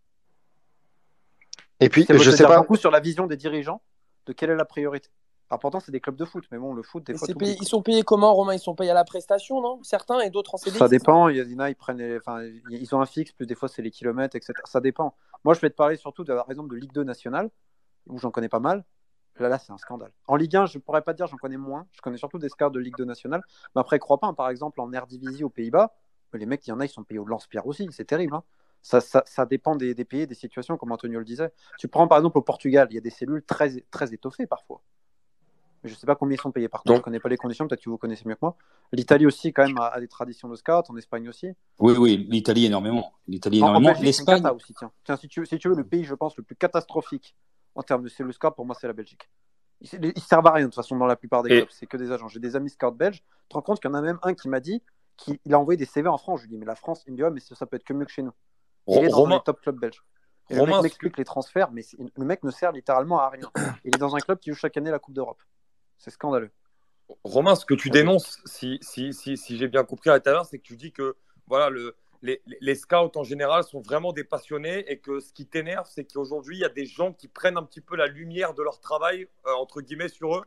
Et puis, je sais pas. Beaucoup sur la vision des dirigeants de quelle est la priorité. Alors pourtant, c'est des clubs de foot, mais bon, le foot, des fois. Ils sont payés comment, Romain? Ils sont payés à la prestation, non? Certains et d'autres en CDI. Ça dépend. Il y en a, ils ont un fixe, plus des fois, c'est les kilomètres, etc. Ça dépend. Moi, je vais te parler surtout, par exemple, de Ligue 2 nationale, où j'en connais pas mal. Là, c'est un scandale. En Ligue 1, je pourrais pas te dire, j'en connais moins. Je connais surtout des scouts de Ligue 2 nationale. Mais après, crois pas, par exemple, en Eredivisie aux Pays-Bas, les mecs, il y en a, ils sont payés au lance-pierre aussi. C'est terrible. Hein. Ça dépend des pays, des situations, comme Antonio le disait. Tu prends par exemple au Portugal, il y a des cellules très, très étoffées parfois. Mais je ne sais pas combien ils sont payés. Par contre, je ne connais pas les conditions, peut-être que vous connaissez mieux que moi. L'Italie aussi, quand même, a des traditions de scout, en Espagne aussi. Oui, l'Italie énormément. En Belgique, l'Espagne. C'est aussi, tiens. Si tu veux, le pays, je pense, le plus catastrophique en termes de cellules scout, pour moi, c'est la Belgique. Ils ne servent à rien, de toute façon, dans la plupart des clubs. C'est que des agents. J'ai des amis scouts belges. Tu te rends compte qu'il y en a même un qui m'a dit qu'il a envoyé des CV en France. Je lui dis, mais la France, il me dit, ouais, mais ça peut être que mieux que chez nous. Il est dans les top clubs belges. Et le mec m'explique les transferts, mais le mec ne sert littéralement à rien. Il est dans un club qui joue chaque année la Coupe d'Europe. C'est scandaleux. Romain, ce que tu dénonces, si j'ai bien compris à tout à l'heure, c'est que tu dis que voilà, les scouts en général sont vraiment des passionnés et que ce qui t'énerve, c'est qu'aujourd'hui, il y a des gens qui prennent un petit peu la lumière de leur travail, entre guillemets, sur eux.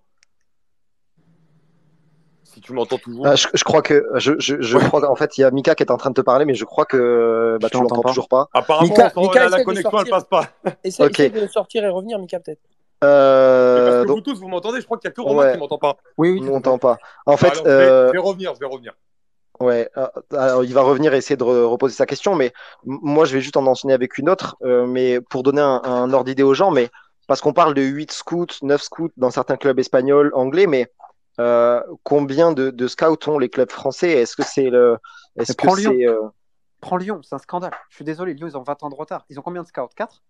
Si tu m'entends toujours. Je crois je crois qu'en fait il y a Mika qui est en train de te parler, mais je crois que tu l'entends toujours pas. Apparemment, la connexion elle passe pas. Essaye de sortir et revenir, Mika, peut-être. Parce que vous tous vous m'entendez, je crois qu'il n'y a que Romain qui m'entend pas. Oui, on m'entend pas. En fait, je vais revenir. Ouais, alors il va revenir et essayer de reposer sa question, mais moi je vais juste en enchaîner avec une autre, mais pour donner un ordre d'idée aux gens, mais parce qu'on parle de 8 scouts, 9 scouts dans certains clubs espagnols, anglais, mais combien de scouts ont les clubs français? Est-ce que c'est le. Prends Lyon, c'est un scandale. Je suis désolé, Lyon, ils ont 20 ans de retard. Ils ont combien de scouts? 4?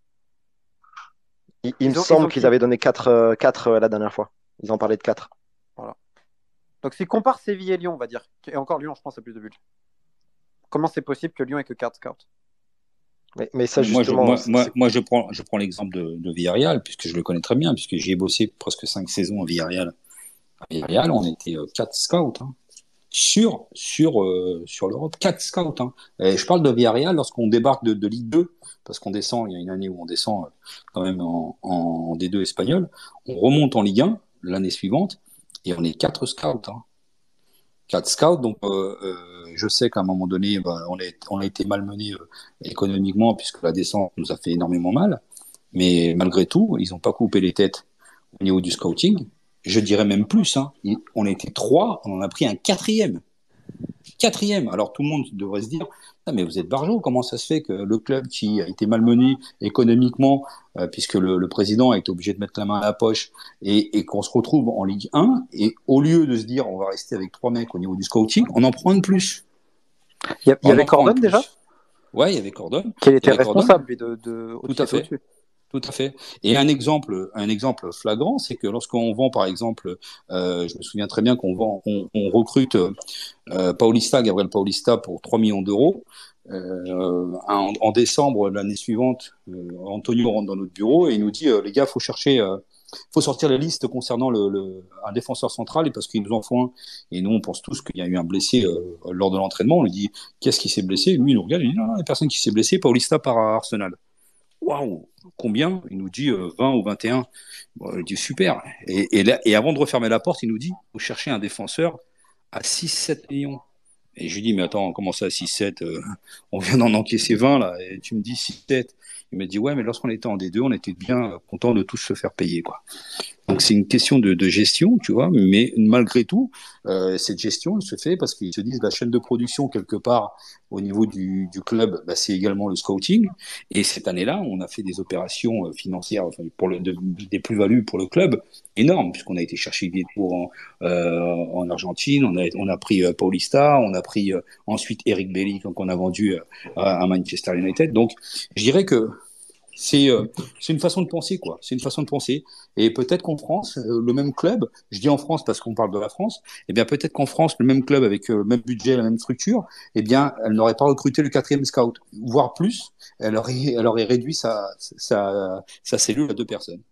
Il me semble qu'ils avaient donné 4 la dernière fois. Ils en parlaient de 4. Voilà. Donc, si on compare Séville et Lyon, on va dire, et encore Lyon, je pense, a plus de budget. Comment c'est possible que Lyon ait que 4 scouts? Mais ça, justement. Moi, je prends l'exemple de Villarreal, puisque je le connais très bien, puisque j'y ai bossé presque 5 saisons à Villarreal. À Villarreal, on était 4 scouts. Hein. Sur l'Europe, 4 scouts. Hein. Et je parle de Villarreal lorsqu'on débarque de Ligue 2, parce qu'on descend, il y a une année où on descend quand même en D2 espagnol, on remonte en Ligue 1 l'année suivante, et on est 4 scouts. Hein. 4 scouts, donc je sais qu'à un moment donné, on a été malmenés économiquement, puisque la descente nous a fait énormément mal, mais malgré tout, ils n'ont pas coupé les têtes au niveau du scouting. Je dirais même plus, hein. On était 3, on en a pris un 4e. 4e. Alors tout le monde devrait se dire, ah, mais vous êtes barjot, comment ça se fait que le club qui a été malmené économiquement, puisque le président a été obligé de mettre la main à la poche, et qu'on se retrouve en Ligue 1, et au lieu de se dire, on va rester avec 3 mecs au niveau du scouting, on en prend un de plus. Il y avait Cordon déjà? Ouais, il y avait Cordon. Qui était responsable de tout à fait. Tout à fait. Et un exemple flagrant, c'est que lorsqu'on vend, par exemple, je me souviens très bien on recrute Gabriel Paulista pour 3 millions d'euros. En décembre l'année suivante, Antonio rentre dans notre bureau et il nous dit les gars, faut sortir les listes concernant un défenseur central, et parce qu'ils nous en font un. Et nous, on pense tous qu'il y a eu un blessé lors de l'entraînement. On lui dit qu'est-ce qui s'est blessé? Lui, il nous regarde, il dit non, il n'y a personne qui s'est blessé. Paulista part à Arsenal. Waouh, combien? Il nous dit 20 ou 21. Bon, il dit super. Et avant de refermer la porte, il nous dit vous cherchez un défenseur à 6-7 millions. Et je lui dis mais attends, comment ça 6-7 on vient d'en encaisser 20 là, et tu me dis 6-7. Il m'a dit ouais, mais lorsqu'on était en D2, on était bien content de tous se faire payer, quoi. Donc c'est une question de gestion, tu vois, mais malgré tout, cette gestion, elle se fait parce qu'ils se disent la chaîne de production quelque part au niveau du club, bah, c'est également le scouting. Et cette année-là, on a fait des opérations financières des plus-values pour le club énormes, puisqu'on a été chercher Vietpo en Argentine, on a pris Paulista, on a pris ensuite Eric Bailly qu'on a vendu à Manchester United. Donc je dirais que c'est une façon de penser, quoi. C'est une façon de penser. Et peut-être qu'en France, le même club, je dis en France parce qu'on parle de la France, eh bien peut-être qu'en France, le même club avec le même budget, la même structure, eh bien, elle n'aurait pas recruté le 4e scout, voire plus. Elle aurait réduit sa cellule à 2 personnes.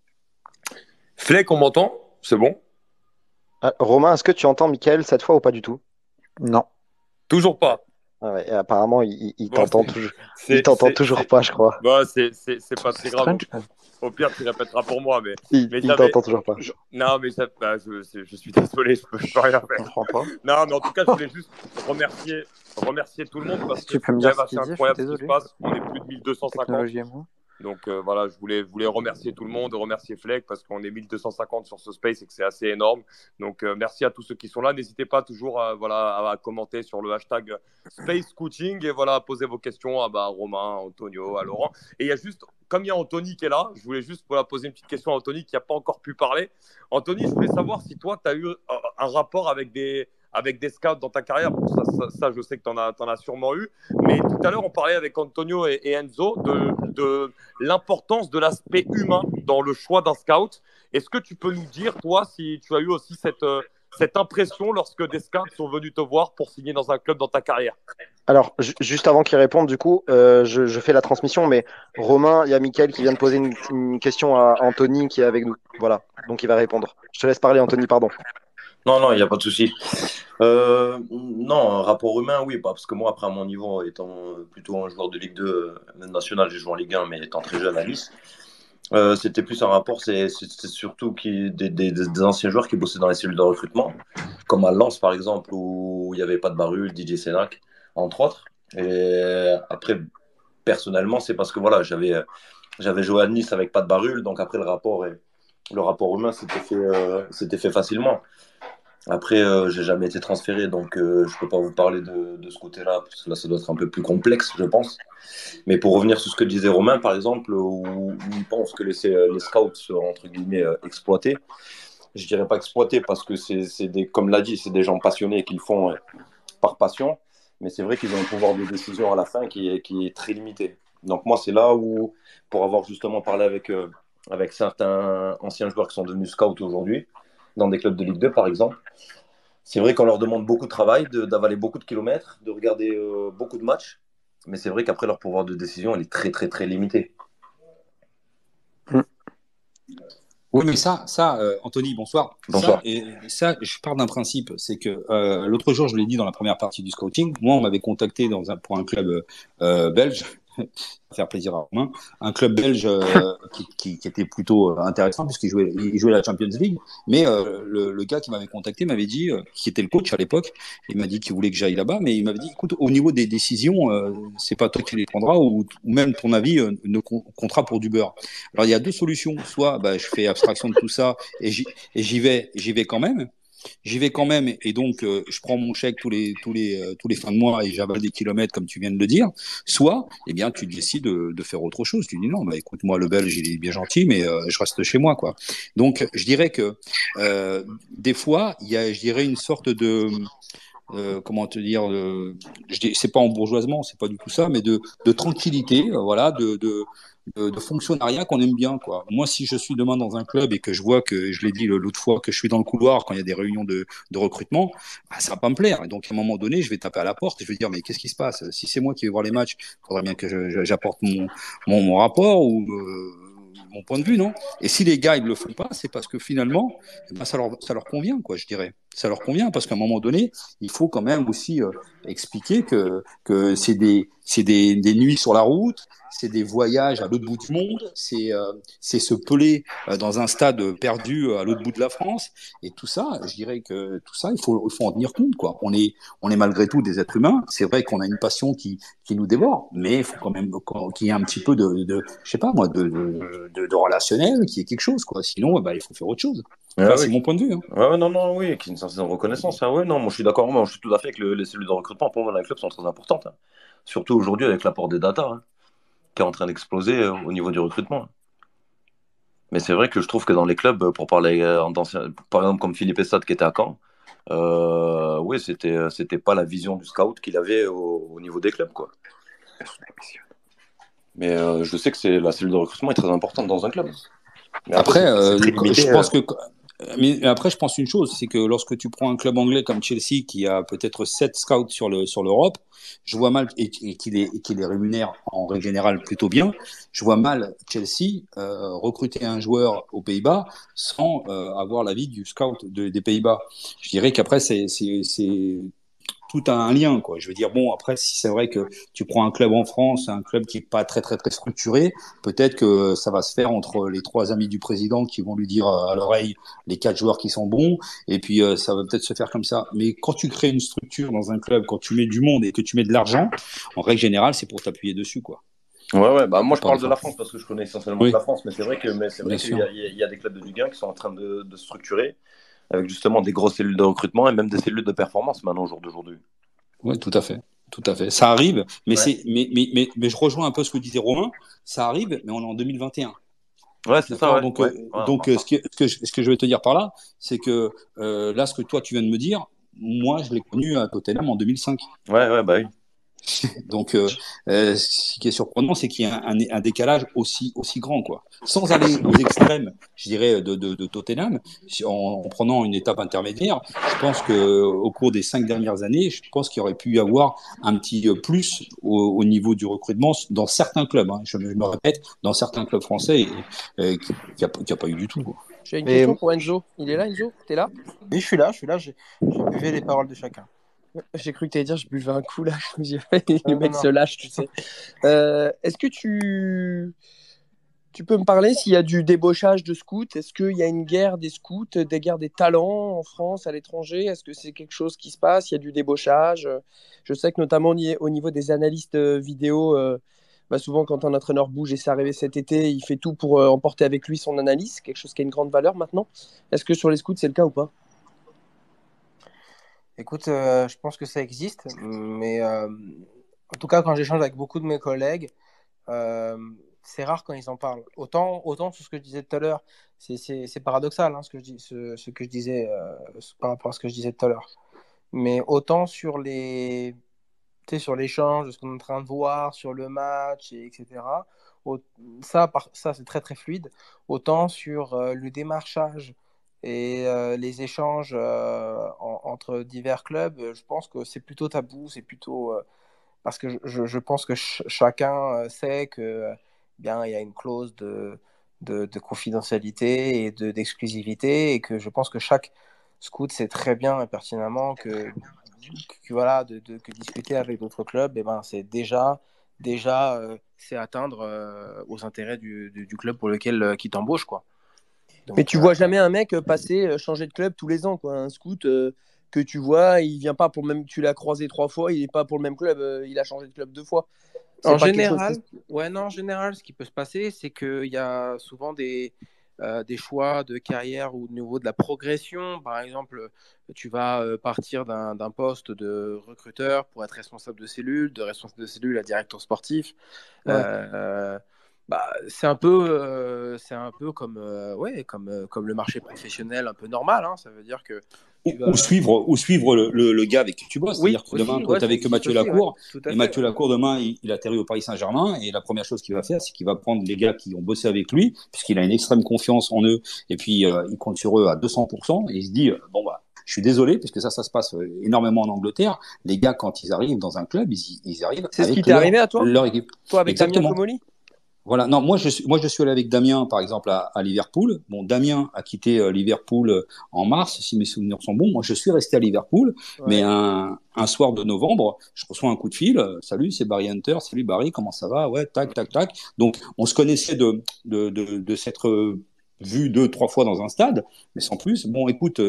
Fleck, on m'entend? C'est bon? Romain, est-ce que tu entends Michael cette fois ou pas du tout? Non. Toujours pas. Ah ouais, apparemment, il t'entend toujours. Il t'entend toujours pas, je crois. Bah, c'est pas très grave. Au pire, tu répéteras pour moi, mais. Il t'entend toujours pas. Non, mais je suis désolé, je peux rien faire. Je comprends pas. Non, mais en tout cas, je voulais juste remercier tout le monde parce que tu peux me dire c'est incroyable ce qui se passe. On est plus de 1250. Donc voilà, je voulais remercier tout le monde, remercier Fleck parce qu'on est 1250 sur ce space et que c'est assez énorme. Donc merci à tous ceux qui sont là. N'hésitez pas toujours à commenter sur le hashtag Space Scouting et voilà, à poser vos questions à Romain, à Antonio, à Laurent. Et il y a juste, comme il y a Anthony qui est là, je voulais juste poser une petite question à Anthony qui n'a pas encore pu parler. Anthony, je voulais savoir si toi, tu as eu un rapport avec des scouts dans ta carrière. Bon, ça, je sais que tu en as sûrement eu. Mais tout à l'heure, on parlait avec Antonio et Enzo de l'importance de l'aspect humain dans le choix d'un scout. Est-ce que tu peux nous dire, toi, si tu as eu aussi cette impression lorsque des scouts sont venus te voir pour signer dans un club dans ta carrière? Alors, juste avant qu'il réponde, du coup, je fais la transmission, mais Romain, il y a Mickaël qui vient de poser une question à Anthony qui est avec nous. Voilà, donc il va répondre. Je te laisse parler, Anthony, pardon. Non, il n'y a pas de souci. Non, un rapport humain, oui, parce que moi, après, à mon niveau, étant plutôt un joueur de Ligue 2, même national, j'ai joué en Ligue 1, mais étant très jeune à Nice, c'était plus un rapport, c'est surtout des anciens joueurs qui bossaient dans les cellules de recrutement, comme à Lens, par exemple, où il n'y avait pas de Barul, DJ Sénac, entre autres. Et après, personnellement, c'est parce que voilà, j'avais joué à Nice avec pas de Barul, donc après, le rapport humain s'était fait facilement. Après, j'ai jamais été transféré, donc je peux pas vous parler de ce côté-là, parce que là, ça doit être un peu plus complexe, je pense. Mais pour revenir sur ce que disait Romain, par exemple, où il pense que les scouts sont, entre guillemets, exploités, je dirais pas exploités, parce que comme l'a dit, c'est des gens passionnés qui le font par passion, mais c'est vrai qu'ils ont un pouvoir de décision à la fin qui est très limité. Donc moi, c'est là où, pour avoir justement parlé avec certains anciens joueurs qui sont devenus scouts aujourd'hui, dans des clubs de Ligue 2 par exemple, c'est vrai qu'on leur demande beaucoup de travail, d'avaler beaucoup de kilomètres, de regarder beaucoup de matchs, mais c'est vrai qu'après leur pouvoir de décision, il est très très très limité. Oui, mais ça, Anthony, bonsoir. Bonsoir. Ça, je pars d'un principe, c'est que l'autre jour, je l'ai dit dans la première partie du scouting, moi, on m'avait contacté pour un club belge, faire plaisir à Romain, un club belge qui était plutôt intéressant puisqu'il jouait la Champions League, mais le gars qui m'avait contacté m'avait dit, qui était le coach à l'époque, il m'a dit qu'il voulait que j'aille là-bas, mais il m'avait dit, écoute, au niveau des décisions, c'est pas toi qui les prendras ou même ton avis ne comptera pour du beurre. Alors il y a 2 solutions, soit je fais abstraction de tout ça et j'y vais quand même. J'y vais quand même et donc je prends mon chèque tous les fins de mois et j'avale des kilomètres comme tu viens de le dire. Soit, eh bien, tu décides de faire autre chose. Tu dis non, écoute, moi le Belge il est bien gentil, mais je reste chez moi, quoi. Donc, je dirais que des fois, il y a, je dirais, une sorte de comment te dire, c'est pas embourgeoisement, c'est pas du tout ça, mais de tranquillité, voilà, de fonctionnariat qu'on aime bien, quoi. Moi, si je suis demain dans un club et que je vois que, je l'ai dit l'autre fois, que je suis dans le couloir quand il y a des réunions de recrutement, ça va pas me plaire. Et donc, à un moment donné, je vais taper à la porte et je vais dire, mais qu'est-ce qui se passe? Si c'est moi qui vais voir les matchs, il faudrait bien que j'apporte mon rapport ou mon point de vue, non? Et si les gars ils le font pas, c'est parce que finalement, ça leur convient, quoi, je dirais. ça leur convient, parce qu'à un moment donné, il faut quand même aussi expliquer que c'est des nuits sur la route, c'est des voyages à l'autre bout du monde, c'est se peler dans un stade perdu à l'autre bout de la France, et tout ça, je dirais que tout ça, il faut en tenir compte, quoi. On est malgré tout des êtres humains. C'est vrai qu'on a une passion qui nous dévore, mais il faut quand même qu'il y ait un petit peu de je sais pas moi, de relationnel, qu'il y ait quelque chose, quoi. Sinon, il faut faire autre chose. Enfin, c'est mon point de vue. Hein. Oui, qu'il y ait une certaine reconnaissance. Moi, je suis d'accord. Moi, je suis tout à fait que les cellules de recrutement pour moi dans les clubs sont très importantes. Hein. Surtout aujourd'hui avec l'apport des data, hein, qui est en train d'exploser au niveau du recrutement. Hein. Mais c'est vrai que je trouve que dans les clubs, pour parler par exemple comme Philippe Essad qui était à Caen, c'était pas la vision du scout qu'il avait au niveau des clubs, quoi. Mais je sais que la cellule de recrutement est très importante dans un club. Mais après je pense une chose, c'est que lorsque tu prends un club anglais comme Chelsea qui a peut-être 7 scouts sur l'Europe, je vois mal, et qui les rémunère en règle générale plutôt bien, je vois mal Chelsea recruter un joueur aux Pays-Bas sans avoir l'avis du scout des Pays-Bas. Je dirais qu'après c'est tout a un lien, quoi. Je veux dire, bon, après, si c'est vrai que tu prends un club en France, un club qui est pas très, très, très structuré, peut-être que ça va se faire entre les 3 amis du président qui vont lui dire à l'oreille les 4 joueurs qui sont bons, et puis ça va peut-être se faire comme ça. Mais quand tu crées une structure dans un club, quand tu mets du monde et que tu mets de l'argent, en règle générale, c'est pour t'appuyer dessus, quoi. Moi je parle de la France parce que je connais essentiellement la France, mais c'est vrai qu'il y a des clubs de Ligue 1 qui sont en train de structurer avec justement des grosses cellules de recrutement et même des cellules de performance maintenant au jour d'aujourd'hui. Oui, tout à fait. Ça arrive, mais je rejoins un peu ce que disait Romain. Ça arrive, mais on est en 2021. Ouais, c'est ça. Ouais. Donc, ce que je vais te dire par là, c'est que là, ce que toi tu viens de me dire, moi, je l'ai connu à Tottenham en 2005. Ouais, bah oui. Donc, ce qui est surprenant, c'est qu'il y a un décalage aussi grand, quoi. Sans aller aux extrêmes, je dirais, de Tottenham, en prenant une étape intermédiaire, je pense que au cours des 5 dernières années, je pense qu'il y aurait pu y avoir un petit plus au niveau du recrutement dans certains clubs. Hein. Je me répète, dans certains clubs français, qui a pas eu du tout, quoi. J'ai une question pour Enzo. Il est là, Enzo? T'es là? Oui, je suis là. J'ai buvé les paroles de chacun. J'ai cru que tu allais dire je buvais un coup là. Les mecs se lâchent, tu sais. Est-ce que tu peux me parler s'il y a du débauchage de scouts? Est-ce qu'il y a une guerre des scouts, des guerres des talents en France, à l'étranger? Est-ce que c'est quelque chose qui se passe? Il y a du débauchage? Je sais que notamment au niveau des analystes vidéo, souvent quand un entraîneur bouge, et c'est arrivé cet été, il fait tout pour emporter avec lui son analyse, quelque chose qui a une grande valeur maintenant. Est-ce que sur les scouts, c'est le cas ou pas? Écoute, je pense que ça existe, mais en tout cas, quand j'échange avec beaucoup de mes collègues, c'est rare quand ils en parlent. Autant sur ce que je disais tout à l'heure, c'est paradoxal, hein, ce que je disais par rapport à ce que je disais tout à l'heure. Mais autant sur sur l'échange, de ce qu'on est en train de voir, sur le match, etc. Ça, c'est très très fluide. Autant sur le démarchage et les échanges entre divers clubs, je pense que c'est plutôt tabou, c'est plutôt parce que je pense que chacun sait que bien il y a une clause de confidentialité et d'exclusivité, et que je pense que chaque scout sait très bien et pertinemment que discuter avec d'autres clubs, c'est déjà c'est atteindre aux intérêts du club pour lequel qui t'embauche, quoi. Donc, mais tu vois jamais un mec changer de club tous les ans, quoi. Un scout que tu vois, il vient pas pour le même. Tu l'as croisé 3 fois, il est pas pour le même club, il a changé de club 2 fois. En général, ce qui peut se passer, c'est qu'il y a souvent des choix de carrière ou au niveau de la progression. Par exemple, tu vas partir d'un poste de recruteur pour être responsable de cellule à directeur sportif. Ouais. C'est un peu comme le marché professionnel un peu normal, hein. Ça veut dire que ou suivre le gars avec qui tu bosses. C'est-à-dire que demain, tu es avec Mathieu Lacour, et Mathieu Lacour, demain, il atterrit au Paris Saint-Germain, et la première chose qu'il va faire, c'est qu'il va prendre les gars qui ont bossé avec lui, puisqu'il a une extrême confiance en eux, et puis il compte sur eux à 200%, et il se dit, je suis désolé, puisque ça se passe énormément en Angleterre. Les gars, quand ils arrivent dans un club, ils arrivent. C'est ce qui t'est arrivé à toi? Leur équipe. Toi, avec Damien Comolli? Voilà, non, moi je suis allé avec Damien, par exemple, à Liverpool. Bon, Damien a quitté Liverpool en mars, si mes souvenirs sont bons. Moi, je suis resté à Liverpool, mais un soir de novembre, je reçois un coup de fil. Salut, c'est Barry Hunter. Salut Barry, comment ça va? Ouais, tac, tac, tac. Donc, on se connaissait de s'être vu 2-3 fois dans un stade, mais sans plus. Bon, écoute,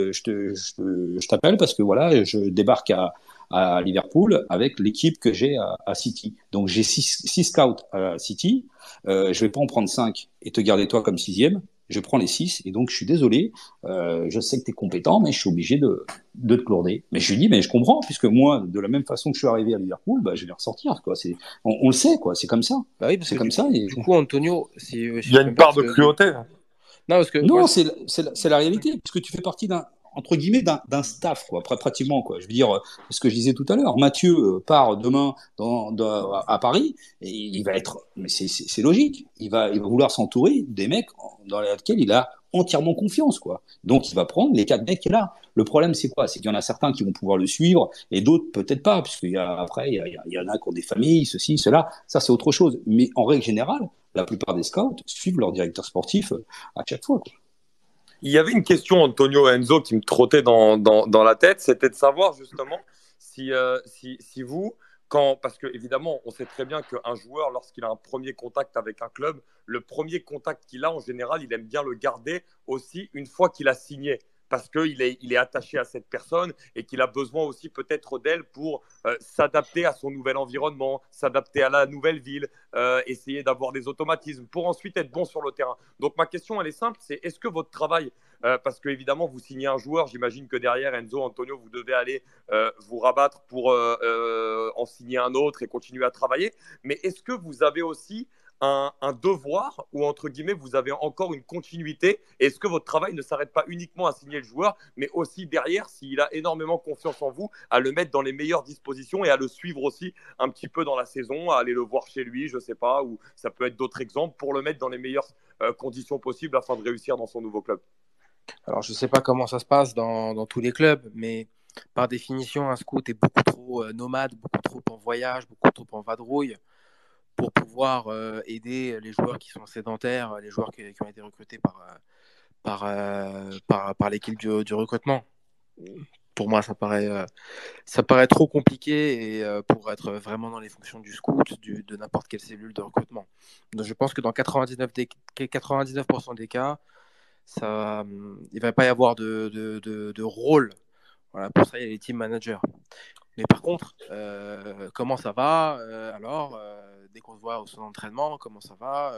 je t'appelle parce que voilà, je débarque à Liverpool avec l'équipe que j'ai à City. Donc, j'ai 6 scouts à City. Je vais pas en prendre 5 et te garder toi comme 6e. Je prends les 6 et donc je suis désolé. Je sais que tu es compétent, mais je suis obligé de te clourder. Mais je lui dis, mais je comprends, puisque moi, de la même façon que je suis arrivé à Liverpool, bah, je vais ressortir. Quoi. On le sait, quoi. C'est comme ça. Bah oui, parce c'est que comme ça. Et... du coup, Antonio, il y a une part de cruauté. Non, parce que non, c'est la réalité, puisque tu fais partie entre guillemets d'un staff, quoi, pratiquement, quoi. Je veux dire, ce que je disais tout à l'heure, Mathieu part demain à Paris, et il va être, mais c'est logique, il va vouloir s'entourer des mecs dans lesquels il a entièrement confiance, quoi. Donc il va prendre les 4 mecs qu'il a. Le problème, c'est quoi? C'est qu'il y en a certains qui vont pouvoir le suivre et d'autres peut-être pas, puisqu'il y a après il y en a qui ont des familles, ceci, cela. Ça, c'est autre chose. Mais en règle générale, la plupart des scouts suivent leur directeur sportif à chaque fois, quoi. Il y avait une question, Antonio et Enzo, qui me trottait dans la tête, c'était de savoir justement si vous, parce que évidemment, on sait très bien qu'un joueur, lorsqu'il a un premier contact avec un club, le premier contact qu'il a, en général, il aime bien le garder aussi une fois qu'il a signé. Parce qu'il est attaché à cette personne et qu'il a besoin aussi peut-être d'elle pour s'adapter à son nouvel environnement, s'adapter à la nouvelle ville, essayer d'avoir des automatismes pour ensuite être bon sur le terrain. Donc ma question, elle est simple, c'est est-ce que votre travail, parce qu'évidemment vous signez un joueur, j'imagine que derrière Enzo, Antonio, vous devez aller vous rabattre pour en signer un autre et continuer à travailler, mais est-ce que vous avez aussi un devoir ou entre guillemets vous avez encore une continuité? Est-ce que votre travail ne s'arrête pas uniquement à signer le joueur, mais aussi derrière, s'il a énormément confiance en vous, à le mettre dans les meilleures dispositions et à le suivre aussi un petit peu dans la saison, à aller le voir chez lui, je sais pas, ou ça peut être d'autres exemples pour le mettre dans les meilleures conditions possibles afin de réussir dans son nouveau club? Alors je sais pas comment ça se passe dans tous les clubs, mais par définition un scout est beaucoup trop nomade, beaucoup trop en voyage, beaucoup trop en vadrouille pour pouvoir aider les joueurs qui sont sédentaires, les joueurs qui ont été recrutés par l'équipe du recrutement. Pour moi, ça paraît trop compliqué et pour être vraiment dans les fonctions du scout, de n'importe quelle cellule de recrutement. Donc, je pense que dans 99% des cas, il ne va pas y avoir de rôle. Voilà, pour ça, il y a les team managers. Mais par contre, comment ça va alors, dès qu'on se voit au centre d'entraînement, comment ça va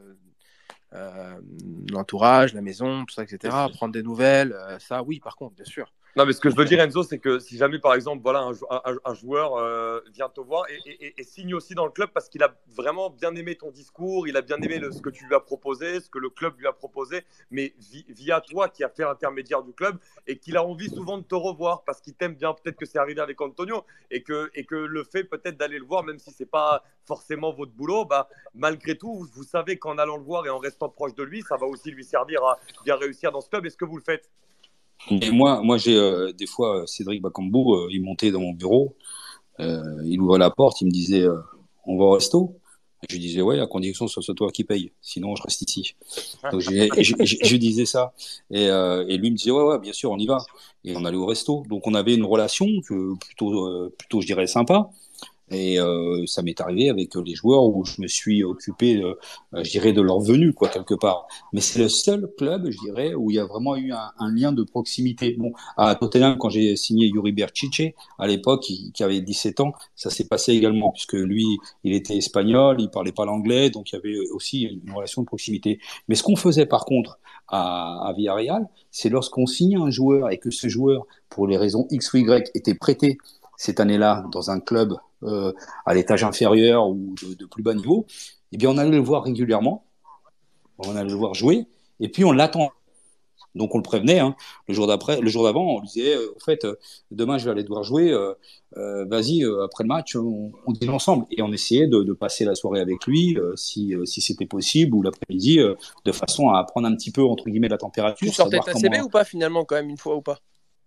l'entourage, la maison, tout ça, etc. Prendre des nouvelles, ça, oui, par contre, bien sûr. Non, mais ce que je veux dire, Enzo, c'est que si jamais, par exemple, voilà, un joueur vient te voir et signe aussi dans le club parce qu'il a vraiment bien aimé ton discours, il a bien aimé ce que tu lui as proposé, ce que le club lui a proposé, mais via toi qui a fait l'intermédiaire du club et qu'il a envie souvent de te revoir parce qu'il t'aime bien, peut-être que c'est arrivé avec Antonio et que le fait peut-être d'aller le voir, même si c'est pas forcément votre boulot, bah, malgré tout, vous savez qu'en allant le voir et en restant proche de lui, ça va aussi lui servir à bien réussir dans ce club. Est-ce que vous le faites? Et moi j'ai des fois Cédric Bakambu, il montait dans mon bureau, il ouvrait la porte, il me disait on va au resto. Je lui disais ouais, à condition que ce soit toi qui paye, sinon je reste ici. Donc je lui disais ça et lui me disait ouais bien sûr on y va et on allait au resto. Donc on avait une relation plutôt je dirais sympa. Et ça m'est arrivé avec les joueurs où je me suis occupé, je dirais, de leur venue, quoi, quelque part. Mais c'est le seul club, je dirais, où il y a vraiment eu un lien de proximité. Bon, à Tottenham, quand j'ai signé Yuri Berchiche, à l'époque, qui avait 17 ans, ça s'est passé également, puisque lui, il était espagnol, il parlait pas l'anglais, donc il y avait aussi une relation de proximité. Mais ce qu'on faisait, par contre, à Villarreal, c'est lorsqu'on signait un joueur et que ce joueur, pour les raisons X ou Y, était prêté cette année-là dans un club à l'étage inférieur ou de plus bas niveau, eh bien on allait le voir régulièrement, on allait le voir jouer, et puis on l'attend. Donc on le prévenait, hein. Le jour d'avant, on lui disait, au fait, demain je vais aller te voir jouer, vas-y, après le match, on dîne ensemble. Et on essayait de passer la soirée avec lui, si c'était possible, ou l'après-midi, de façon à prendre un petit peu, entre guillemets, la température. Tu sortais ta CB ou pas, finalement, quand même, une fois ou pas?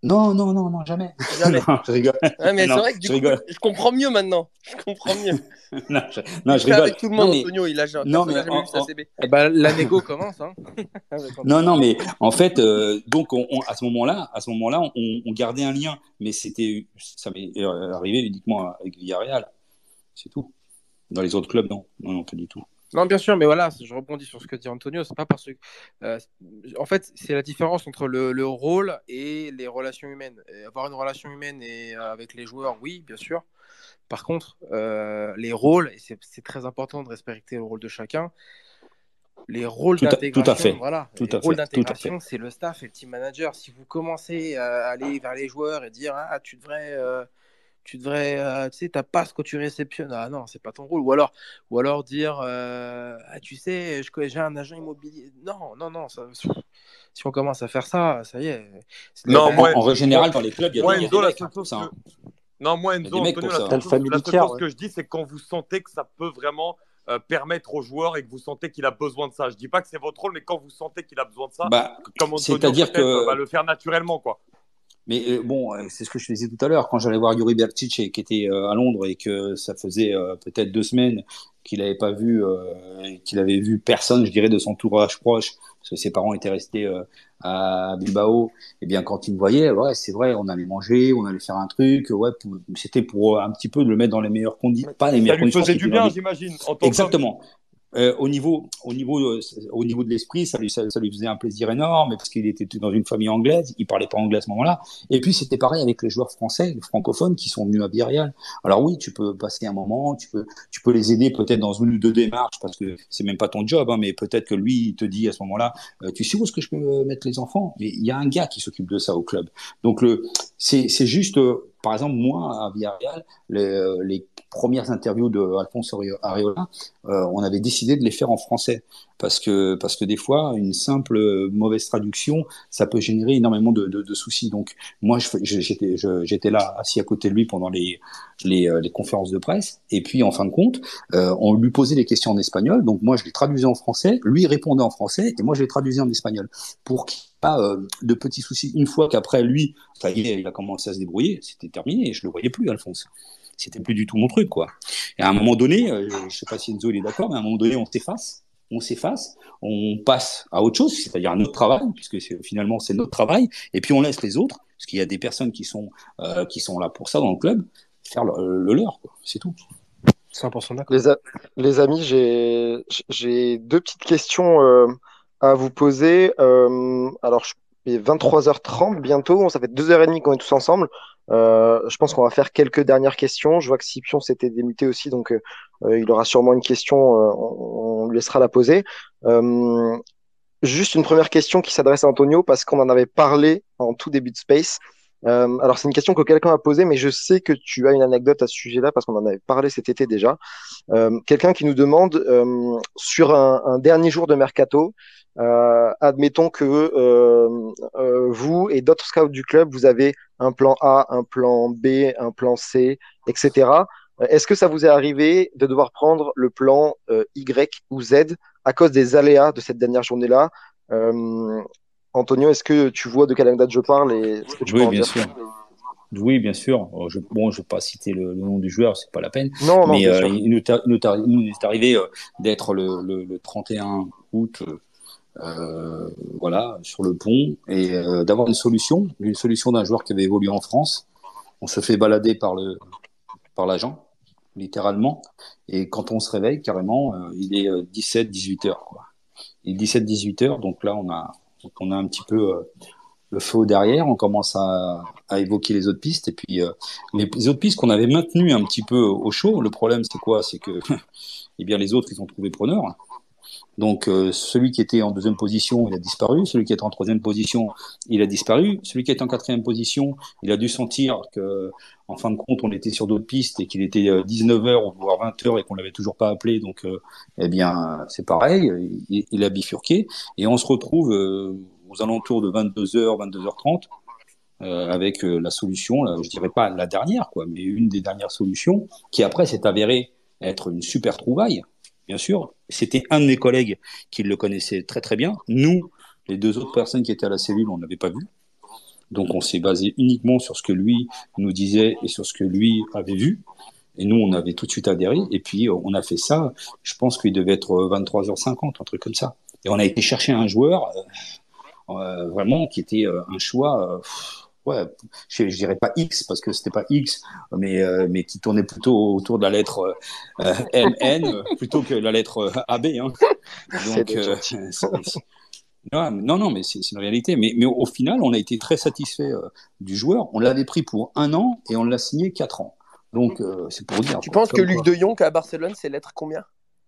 Non, non, non, non, jamais. Jamais. Non, je rigole. Ouais, mais c'est Non, vrai que du je coup, rigole. je comprends mieux maintenant. Je comprends mieux. Non, je Il rigole. avec tout le monde, Non, mais, Antonio. Personne non, n'a mais jamais vu sa CB. Eh ben, la négo commence. Hein. non, non, mais en fait, donc à ce moment-là, on gardait un lien, mais ça m'est arrivé uniquement avec Villarreal, c'est tout. Dans les autres clubs, non, non, non, pas du tout. Non, bien sûr, mais voilà, je rebondis sur ce que dit Antonio. C'est pas parce que, en fait, c'est la différence entre le rôle et les relations humaines. Et avoir une relation humaine avec les joueurs, oui, bien sûr. Par contre, les rôles, et c'est très important de respecter le rôle de chacun. Les rôles Tout à fait. voilà, Tout les à rôles fait. Tout à fait. d'intégration, c'est le staff et le team manager. Si vous commencez à aller vers les joueurs et dire tu devrais tu sais, t'as pas ce que tu réceptionnes. Ah non, c'est pas ton rôle. Ou alors dire, tu sais, j'ai un agent immobilier. Non, non, non. Si on commence à faire ça, ça y est. Non, en règle générale, dans les clubs, il y a des mecs pour ça. Non, moi, Enzo, Antonio, la seule chose que je dis, c'est quand vous sentez que ça peut vraiment permettre aux joueurs et que vous sentez qu'il a besoin de ça. Je dis pas que c'est votre rôle, mais quand vous sentez qu'il a besoin de ça, comme Antonio, c'est-à-dire que va le faire naturellement, quoi. Mais bon, c'est ce que je te disais tout à l'heure, quand j'allais voir Yuri Berčić qui était à Londres et que ça faisait peut-être 2 semaines qu'il n'avait pas vu, qu'il avait vu personne, je dirais, de son entourage proche, parce que ses parents étaient restés à Bilbao. Et bien, quand il me voyait, ouais, c'est vrai, on allait manger, on allait faire un truc, ouais, c'était pour un petit peu de le mettre dans les meilleures conditions, pas les meilleures conditions. Ça lui faisait du bien, j'imagine. Exactement. Au niveau de l'esprit, ça lui faisait un plaisir énorme parce qu'il était dans une famille anglaise, il parlait pas anglais à ce moment-là. Et puis c'était pareil avec les joueurs français, les francophones qui sont venus à Villarreal. Alors oui, tu peux passer un moment, tu peux les aider peut-être dans une ou deux démarches parce que c'est même pas ton job, hein, mais peut-être que lui il te dit à ce moment-là, tu sais où est-ce que je peux mettre les enfants? Mais il y a un gars qui s'occupe de ça au club. Donc c'est juste par exemple, moi, à Villarreal, les premières interviews de Alphonse Areola, on avait décidé de les faire en français parce que des fois, une simple mauvaise traduction, ça peut générer énormément de soucis. Donc, moi, j'étais là, assis à côté de lui pendant les conférences de presse. Et puis, en fin de compte, on lui posait des questions en espagnol. Donc, moi, je les traduisais en français. Lui, il répondait en français et moi, je les traduisais en espagnol pour qu'il n'y ait pas de petits soucis. Une fois qu'après, lui, ça y est, il a commencé à se débrouiller, c'était terminé. Et je le voyais plus, Alphonse. C'était plus du tout mon truc, quoi. Et à un moment donné, je sais pas si Enzo il est d'accord, mais à un moment donné, on s'efface, on passe à autre chose, c'est-à-dire à notre travail, puisque finalement c'est notre travail, et puis on laisse les autres, parce qu'il y a des personnes qui sont là pour ça dans le club, faire le leur, quoi. C'est tout. 100% d'accord. Les amis, j'ai 2 petites questions à vous poser. Alors, il est 23h30 bientôt, ça fait 2h30 qu'on est tous ensemble. Je pense qu'on va faire quelques dernières questions. Je vois que Scipion s'était démuté aussi, donc il aura sûrement une question, on lui laissera la poser. Juste une première question qui s'adresse à Antonio, parce qu'on en avait parlé en tout début de Space. Alors, c'est une question que quelqu'un a posée, mais je sais que tu as une anecdote à ce sujet-là, parce qu'on en avait parlé cet été déjà. Quelqu'un qui nous demande, sur un dernier jour de mercato, admettons que vous et d'autres scouts du club, vous avez un plan A, un plan B, un plan C, etc. Est-ce que ça vous est arrivé de devoir prendre le plan Y ou Z à cause des aléas de cette dernière journée-là? Antonio, est-ce que tu vois de quelle anecdote je parle et est-ce que tu peux en dire? Oui, bien sûr. Je vais pas citer le nom du joueur, c'est pas la peine. Non, mais bien sûr. il nous est arrivé d'être le 31 août, voilà, sur le pont et d'avoir une solution d'un joueur qui avait évolué en France. On se fait balader par l'agent, littéralement. Et quand on se réveille, carrément, il est 17-18 heures, quoi. Il est 17-18 heures, donc là, on a un petit peu le feu derrière, on commence à évoquer les autres pistes, et puis les autres pistes qu'on avait maintenues un petit peu au chaud. Le problème, c'est quoi? C'est que eh bien, les autres, ils ont trouvé preneur. Donc celui qui était en 2e position, il a disparu. Celui qui était en 3e position, il a disparu. Celui qui était en 4e position, il a dû sentir que, en fin de compte, on était sur d'autres pistes et qu'il était 19h voire 20h et qu'on l'avait toujours pas appelé. Donc, eh bien, c'est pareil. Il a bifurqué et on se retrouve aux alentours de 22h, 22h30 avec la solution, je dirais pas la dernière, quoi, mais une des dernières solutions qui après s'est avérée être une super trouvaille. Bien sûr, c'était un de mes collègues qui le connaissait très très bien. Nous, les 2 autres personnes qui étaient à la cellule, on ne l'avait pas vu. Donc on s'est basé uniquement sur ce que lui nous disait et sur ce que lui avait vu. Et nous, on avait tout de suite adhéré. Et puis on a fait ça. Je pense qu'il devait être 23h50, un truc comme ça. Et on a été chercher un joueur vraiment qui était un choix. Ouais, je dirais pas X parce que c'était pas X, mais qui tournait plutôt autour de la lettre MN plutôt que la lettre AB. Hein. Donc, non, mais c'est une réalité. Mais au final, on a été très satisfait du joueur. On l'avait pris pour 1 an et on l'a signé 4 ans. Donc, c'est pour dire. Tu penses que Luc de Jong à Barcelone, c'est lettre combien?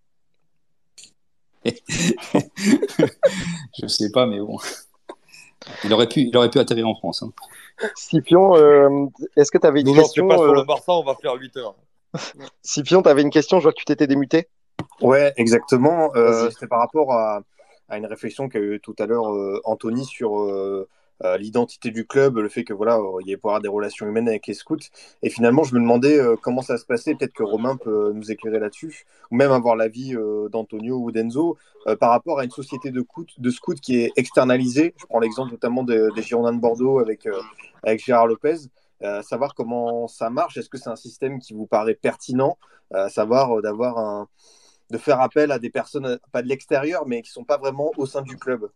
Je sais pas, mais bon. Il aurait pu atterrir en France. Hein. Scipion, est-ce que tu avais une question pas sur le Barça, on va faire 8 heures. Scipion, tu avais une question, je vois que tu t'étais démuté. Ouais, exactement. C'était par rapport à une réflexion qu'a eu tout à l'heure Anthony sur l'identité du club, le fait que voilà, il y ait pouvoir des relations humaines avec les scouts. Et finalement, je me demandais comment ça se passait. Peut-être que Romain peut nous éclairer là-dessus, ou même avoir l'avis d'Antonio ou d'Enzo par rapport à une société de scouts qui est externalisée. Je prends l'exemple notamment des Girondins de Bordeaux avec Gérard Lopez. Savoir comment ça marche. Est-ce que c'est un système qui vous paraît pertinent, savoir de faire appel à des personnes, pas de l'extérieur, mais qui ne sont pas vraiment au sein du club?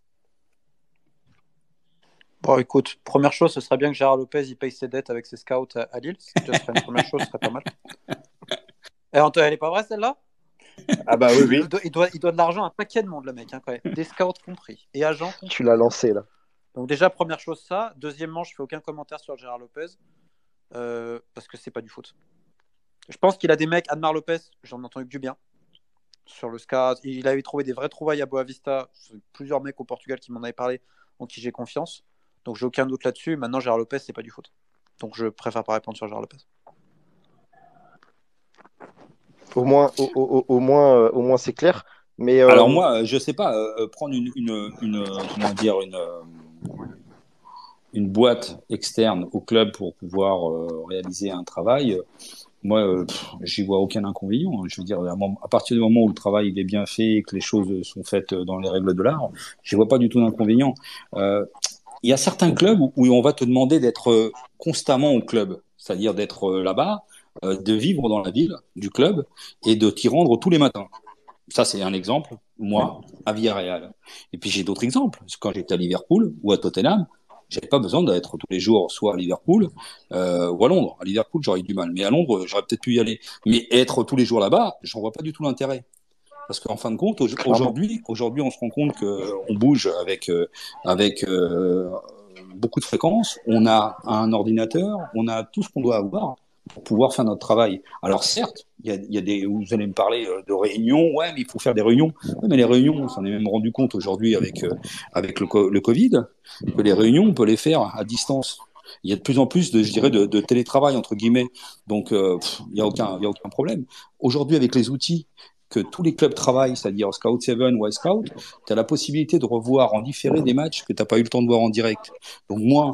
Bon, écoute, première chose, ce serait bien que Gérard Lopez il paye ses dettes avec ses scouts à Lille. Ce serait une première chose, ce serait pas mal. Et Antoine, elle n'est pas vraie celle-là? Ah bah oui. Il doit de l'argent à un paquet de monde, le mec, hein, quand même. Des scouts compris. Et agents compris. Tu l'as lancé, là. Donc déjà, première chose, ça. Deuxièmement, je fais aucun commentaire sur Gérard Lopez parce que c'est pas du foot. Je pense qu'il a des mecs, Admar Lopez, j'en ai entendu que du bien. Sur le SCA, il avait trouvé des vraies trouvailles à Boavista. Plusieurs mecs au Portugal qui m'en avaient parlé, en qui j'ai confiance. Donc j'ai aucun doute là-dessus. Maintenant, Gérard Lopez, c'est pas du foot. Donc je préfère pas répondre sur Gérard Lopez. Au moins c'est clair. Mais alors moi, je sais pas, prendre une boîte externe au club pour pouvoir réaliser un travail. Moi, j'y vois aucun inconvénient. Je veux dire, à partir du moment où le travail il est bien fait et que les choses sont faites dans les règles de l'art, j'y vois pas du tout d'inconvénient. Il y a certains clubs où on va te demander d'être constamment au club, c'est-à-dire d'être là-bas, de vivre dans la ville du club et de t'y rendre tous les matins. Ça, c'est un exemple, moi, à Villarreal. Et puis j'ai d'autres exemples. Quand j'étais à Liverpool ou à Tottenham, j'avais pas besoin d'être tous les jours soit à Liverpool ou à Londres. À Liverpool, j'aurais eu du mal, mais à Londres, j'aurais peut-être pu y aller. Mais être tous les jours là-bas, j'en vois pas du tout l'intérêt. Parce qu'en fin de compte, aujourd'hui, on se rend compte qu'on bouge avec beaucoup de fréquences. On a un ordinateur, on a tout ce qu'on doit avoir pour pouvoir faire notre travail. Alors certes, il y a des, vous allez me parler de réunions, ouais, mais il faut faire des réunions. Ouais, mais les réunions, on s'en est même rendu compte aujourd'hui avec le Covid, que les réunions, on peut les faire à distance. Il y a de plus en plus de télétravail entre guillemets, donc il y a aucun problème. Aujourd'hui, avec les outils que tous les clubs travaillent, c'est-à-dire Scout 7 ou iScout, tu as la possibilité de revoir en différé des matchs que tu n'as pas eu le temps de voir en direct. Donc moi,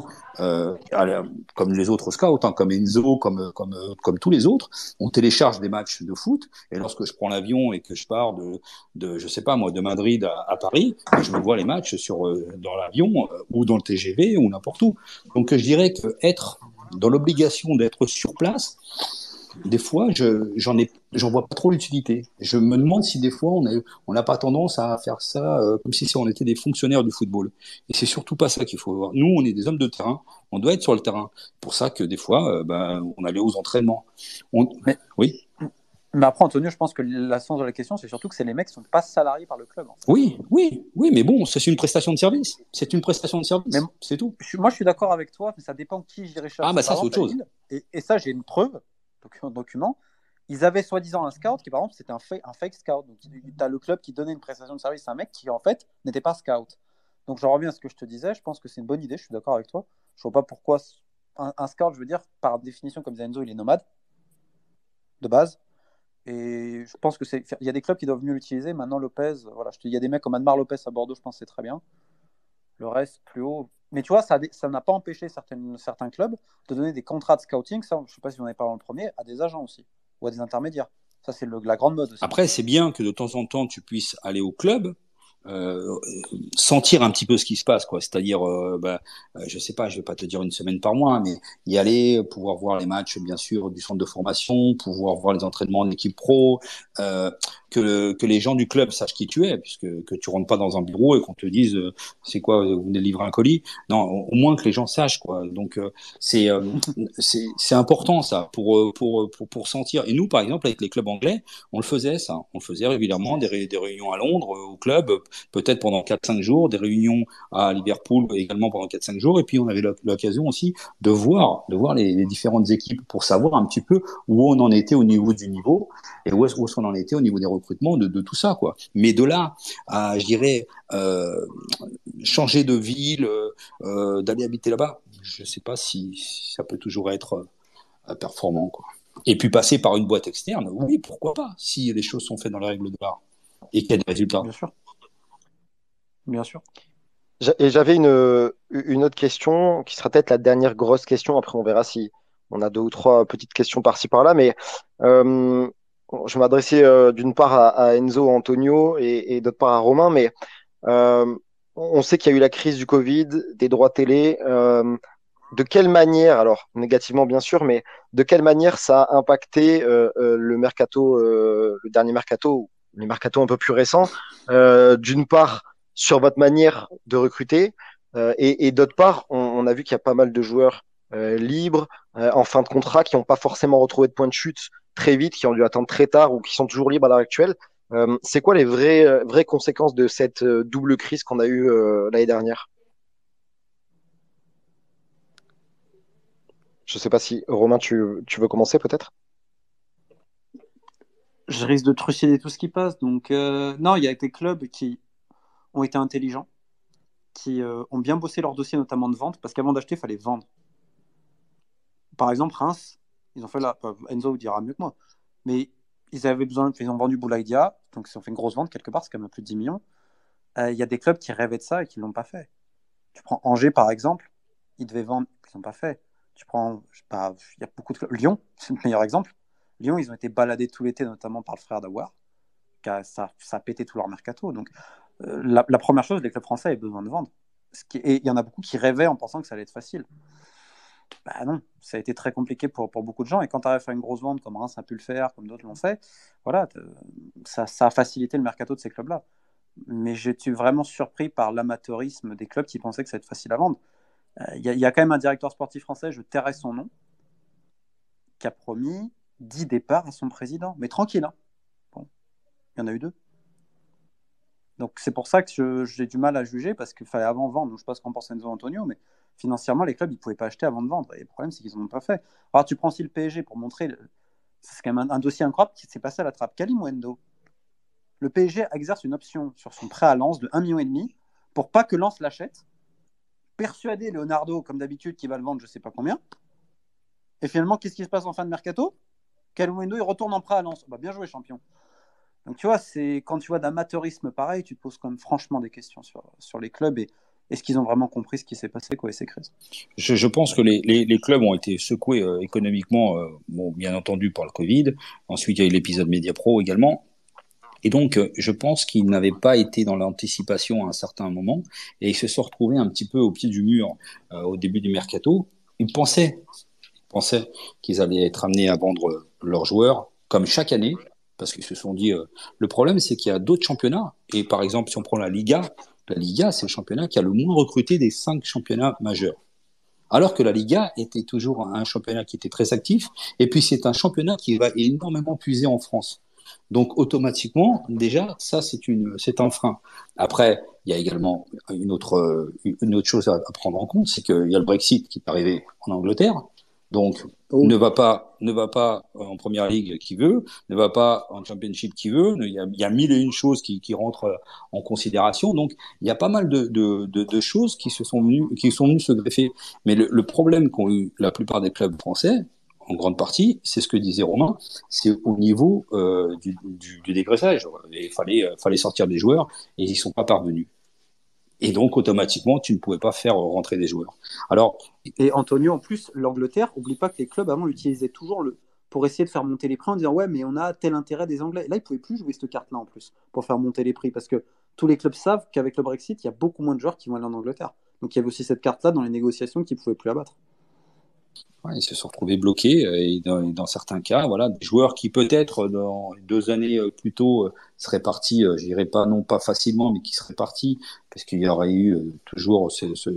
comme les autres scouts, hein, comme Enzo, comme tous les autres, on télécharge des matchs de foot, et lorsque je prends l'avion et que je pars je sais pas moi, de Madrid à Paris, je me vois les matchs dans l'avion ou dans le TGV ou n'importe où. Donc je dirais que être dans l'obligation d'être sur place, des fois, j'en vois pas trop l'utilité. Je me demande si des fois on n'a pas tendance à faire ça comme si on était des fonctionnaires du football. Et c'est surtout pas ça qu'il faut voir. Nous, on est des hommes de terrain. On doit être sur le terrain. Pour ça que des fois, on allait aux entraînements. Oui. Mais après, Antonio, je pense que l'essence de la question, c'est surtout que les mecs sont pas salariés par le club. En fait. Oui, mais bon, c'est une prestation de service. C'est une prestation de service. C'est tout. Moi, je suis d'accord avec toi, mais ça dépend qui j'irai chercher. Ah, bah ça, c'est autre chose. Et ça, j'ai une preuve. Document, ils avaient soi-disant un scout qui, par exemple, c'était un fake scout. Donc, tu as le club qui donnait une prestation de service à un mec qui, en fait, n'était pas scout. Donc, je reviens à ce que je te disais. Je pense que c'est une bonne idée. Je suis d'accord avec toi. Je vois pas pourquoi un scout, je veux dire, par définition, comme Enzo, il est nomade de base. Et je pense que il y a des clubs qui doivent mieux l'utiliser. Maintenant, Lopez, voilà, il y a des mecs comme Admar Lopez à Bordeaux, je pense que c'est très bien. Le reste, plus haut. Mais tu vois, ça n'a pas empêché certains clubs de donner des contrats de scouting, ça, je ne sais pas si vous en avez parlé en premier, à des agents aussi, ou à des intermédiaires. Ça, c'est la grande mode aussi. Après, c'est bien que de temps en temps, tu puisses aller au club sentir un petit peu ce qui se passe, quoi. C'est-à-dire, je sais pas, je vais pas te dire une semaine par mois, mais y aller, pouvoir voir les matchs, bien sûr, du centre de formation, pouvoir voir les entraînements de l'équipe pro, que les gens du club sachent qui tu es, puisque que tu rentres pas dans un bureau et qu'on te dise, c'est quoi, vous venez de livrer un colis. Non, au moins que les gens sachent, quoi. Donc, c'est important, ça, pour sentir. Et nous, par exemple, avec les clubs anglais, on le faisait, ça. On le faisait régulièrement, des réunions à Londres, au club, peut-être pendant 4-5 jours, des réunions à Liverpool également pendant 4-5 jours, et puis on avait l'occasion aussi de voir les différentes équipes pour savoir un petit peu où on en était au niveau du niveau, et où est-ce qu'on en était au niveau des recrutements, de tout ça, quoi. Mais de là à, je dirais, changer de ville, d'aller habiter là-bas, je sais pas si ça peut toujours être performant, quoi. Et puis passer par une boîte externe, oui, pourquoi pas, si les choses sont faites dans les règles de l'art et qu'il y a des résultats. Bien sûr. Bien sûr. Et j'avais une autre question qui sera peut-être la dernière grosse question. Après, on verra si on a 2 ou 3 petites questions par-ci par-là. Mais je m'adressais d'une part à Enzo, Antonio et d'autre part à Romain. Mais on sait qu'il y a eu la crise du Covid, des droits télé. De quelle manière, alors négativement bien sûr, mais de quelle manière ça a impacté le mercato, le dernier mercato, les mercatos un peu plus récents, d'une part sur votre manière de recruter, et d'autre part, on a vu qu'il y a pas mal de joueurs libres, en fin de contrat, qui n'ont pas forcément retrouvé de point de chute très vite, qui ont dû attendre très tard ou qui sont toujours libres à l'heure actuelle. C'est quoi les vraies conséquences de cette double crise qu'on a eue l'année dernière? Je sais pas si, Romain, tu veux commencer peut-être? Je risque de trucider tout ce qui passe. Donc, non, il y a des clubs qui ont été intelligents, qui ont bien bossé leur dossier, notamment de vente, parce qu'avant d'acheter, il fallait vendre. Par exemple, Reims, ils ont fait Enzo vous dira mieux que moi, mais ils ont vendu Boulaïdia, donc ils ont fait une grosse vente quelque part, c'est quand même plus de 10 millions. Il y a des clubs qui rêvaient de ça et qui ne l'ont pas fait. Tu prends Angers, par exemple, ils devaient vendre, ils n'ont pas fait. Tu prends, je sais pas, il y a beaucoup de clubs. Lyon, c'est le meilleur exemple. Lyon, ils ont été baladés tout l'été, notamment par le frère d'Aouar. Ça a pété tout leur mercato. Donc, la première chose, les clubs français avaient besoin de vendre. Et il y en a beaucoup qui rêvaient en pensant que ça allait être facile. Bah non, ça a été très compliqué pour beaucoup de gens. Et quand tu arrives à faire une grosse vente, comme Reims a pu le faire, comme d'autres l'ont fait, voilà, ça a facilité le mercato de ces clubs-là. Mais j'étais vraiment surpris par l'amateurisme des clubs qui pensaient que ça allait être facile à vendre. Il y a quand même un directeur sportif français, je tairai son nom, qui a promis 10 départs à son président. Mais tranquille, hein. Bon, il y en a eu 2. Donc c'est pour ça que j'ai du mal à juger, parce qu'il fallait avant vendre. Donc, je ne sais pas ce qu'en pense Enzo Antonio, mais financièrement, les clubs, ils ne pouvaient pas acheter avant de vendre. Et le problème, c'est qu'ils n'en ont pas fait. Alors tu prends aussi le PSG pour montrer, c'est quand même un dossier incroyable qui s'est passé à la trappe. Kalim Wendo, le PSG exerce une option sur son prêt à Lens de 1,5 million pour pas que Lens l'achète, persuader Leonardo, comme d'habitude, qu'il va le vendre je ne sais pas combien. Et finalement, qu'est-ce qui se passe en fin de mercato? Kalim Wendo, il retourne en prêt à Lens. Bah, bien joué, champion. Donc tu vois, quand tu vois d'amateurisme pareil, tu te poses quand même franchement des questions sur les clubs et est-ce qu'ils ont vraiment compris ce qui s'est passé, quoi, et ces crises. Je pense que les clubs ont été secoués économiquement, bien entendu par le Covid. Ensuite, il y a eu l'épisode Mediapro également. Et donc, je pense qu'ils n'avaient pas été dans l'anticipation à un certain moment et ils se sont retrouvés un petit peu au pied du mur au début du mercato. Ils pensaient qu'ils allaient être amenés à vendre leurs joueurs comme chaque année, parce qu'ils se sont dit, le problème, c'est qu'il y a d'autres championnats. Et par exemple, si on prend la Liga, c'est le championnat qui a le moins recruté des 5 championnats majeurs. Alors que la Liga était toujours un championnat qui était très actif. Et puis, c'est un championnat qui va énormément puiser en France. Donc, automatiquement, déjà, ça, c'est un frein. Après, il y a également une autre chose à prendre en compte, c'est qu'il y a le Brexit qui est arrivé en Angleterre. Donc, ne va pas en première ligue qui veut, ne va pas en championship qui veut. Il y a 1001 choses qui rentrent en considération. Donc, il y a pas mal de choses qui sont venues se greffer. Mais le problème qu'ont eu la plupart des clubs français, en grande partie, c'est ce que disait Romain, c'est au niveau du dégraissage. Il fallait sortir des joueurs et ils n'y sont pas parvenus. Et donc, automatiquement, tu ne pouvais pas faire rentrer des joueurs. Et Antonio, en plus, l'Angleterre, n'oublie pas que les clubs, avant, l'utilisaient toujours pour essayer de faire monter les prix en disant « Ouais, mais on a tel intérêt des Anglais. » Là, ils ne pouvaient plus jouer cette carte-là, en plus, pour faire monter les prix. Parce que tous les clubs savent qu'avec le Brexit, il y a beaucoup moins de joueurs qui vont aller en Angleterre. Donc il y avait aussi cette carte-là dans les négociations qu'ils ne pouvaient plus abattre. Ouais, ils se sont retrouvés bloqués et dans certains cas, voilà, des joueurs qui peut-être dans 2 années plus tôt seraient partis, je dirais pas non pas facilement, mais qui seraient partis parce qu'il y aurait eu toujours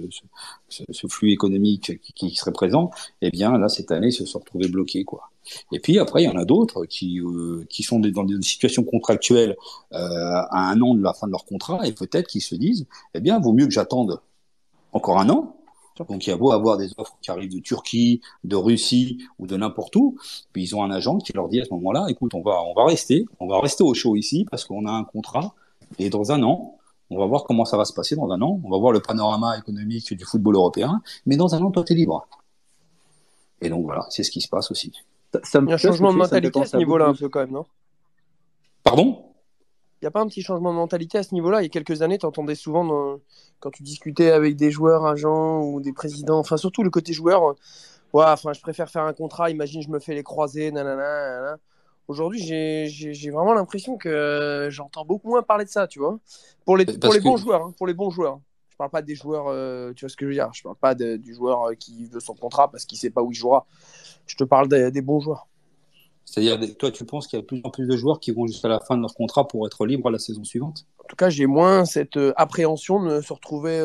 ce flux économique qui serait présent. Eh bien là, cette année, ils se sont retrouvés bloqués, quoi. Et puis après, il y en a d'autres qui sont dans des situations contractuelles à 1 an de la fin de leur contrat et peut-être qu'ils se disent, eh bien, vaut mieux que j'attende encore 1 an. Donc il y a beau avoir des offres qui arrivent de Turquie, de Russie ou de n'importe où, puis ils ont un agent qui leur dit à ce moment-là, écoute, on va rester au chaud ici parce qu'on a un contrat et dans 1 an, on va voir comment ça va se passer dans 1 an, on va voir le panorama économique du football européen, mais dans 1 an, toi, t'es libre. Et donc voilà, c'est ce qui se passe aussi. Il y a un changement de mentalité à ce niveau-là un peu quand même, non? Pardon? Il n'y a pas un petit changement de mentalité à ce niveau-là? Il y a quelques années, tu entendais souvent, quand tu discutais avec des joueurs, agents ou des présidents, enfin surtout le côté joueur, ouais, enfin, je préfère faire un contrat, imagine je me fais les croisés, nanana, nanana. Aujourd'hui, j'ai vraiment l'impression que j'entends beaucoup moins parler de ça, tu vois. Pour les bons joueurs, hein, pour les bons joueurs. Je parle pas des joueurs, tu vois ce que je veux dire. Je parle pas du joueur qui veut son contrat parce qu'il sait pas où il jouera. Je te parle des bons joueurs. C'est-à-dire, toi, tu penses qu'il y a de plus en plus de joueurs qui vont jusqu'à la fin de leur contrat pour être libres la saison suivante? En tout cas, j'ai moins cette appréhension de se retrouver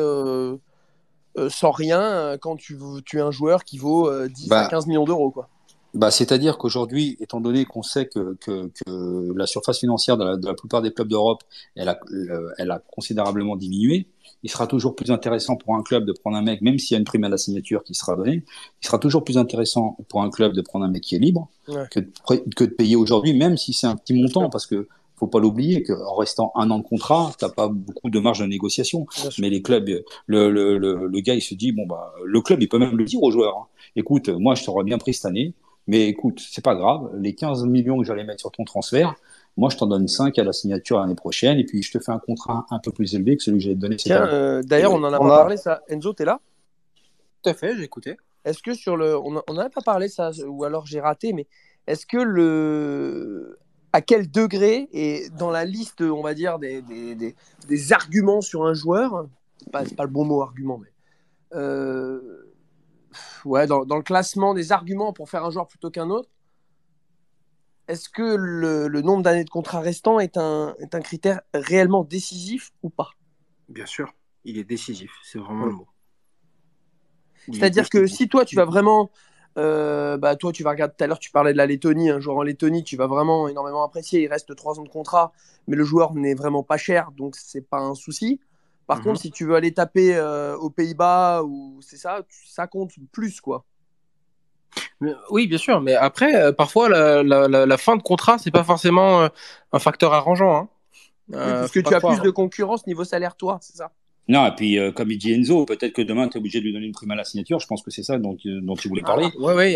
sans rien quand tu es un joueur qui vaut 10 à 15 millions d'euros, quoi. C'est-à-dire qu'aujourd'hui, étant donné qu'on sait que la surface financière de la plupart des clubs d'Europe, elle a considérablement diminué, il sera toujours plus intéressant pour un club de prendre un mec, même s'il y a une prime à la signature qui sera donnée, il sera toujours plus intéressant pour un club de prendre un mec qui est libre que de payer aujourd'hui, même si c'est un petit montant, parce que faut pas l'oublier qu'en restant 1 an de contrat, t'as pas beaucoup de marge de négociation. Mais les clubs, le gars, il se dit, le club, il peut même le dire aux joueurs, hein. Écoute, moi, je t'aurais bien pris cette année, mais écoute, c'est pas grave, les 15 millions que j'allais mettre sur ton transfert, moi, je t'en donne 5 à la signature l'année prochaine, et puis je te fais un contrat un peu plus élevé que celui que j'allais te donner cette année. D'ailleurs, on en a pas parlé, ça. Enzo, t'es là? Tout à fait, j'ai écouté. Est-ce que on n'en a pas parlé, ça, ou alors j'ai raté, mais est-ce que à quel degré, et dans la liste, on va dire, des arguments sur un joueur, c'est pas le bon mot argument, mais ouais, dans le classement des arguments pour faire un joueur plutôt qu'un autre, est-ce que le nombre d'années de contrat restant est un critère réellement décisif ou pas? Bien sûr, il est décisif, c'est vraiment le mot. C'est-à-dire que si toi, tu vas vraiment... toi, tu vas regarder, tout à l'heure, tu parlais de la Lettonie, un joueur en Lettonie, tu vas vraiment énormément apprécier, il reste 3 ans de contrat, mais le joueur n'est vraiment pas cher, donc c'est pas un souci. Par contre, si tu veux aller taper aux Pays-Bas, ou c'est ça compte plus, quoi. Oui, bien sûr, mais après, parfois, la fin de contrat, c'est pas forcément un facteur arrangeant, hein. Oui, puisque tu as plus de concurrence niveau salaire, toi, c'est ça? Non, et puis, comme il dit Enzo, peut-être que demain, tu es obligé de lui donner une prime à la signature. Je pense que c'est ça dont il voulait parler. Oui,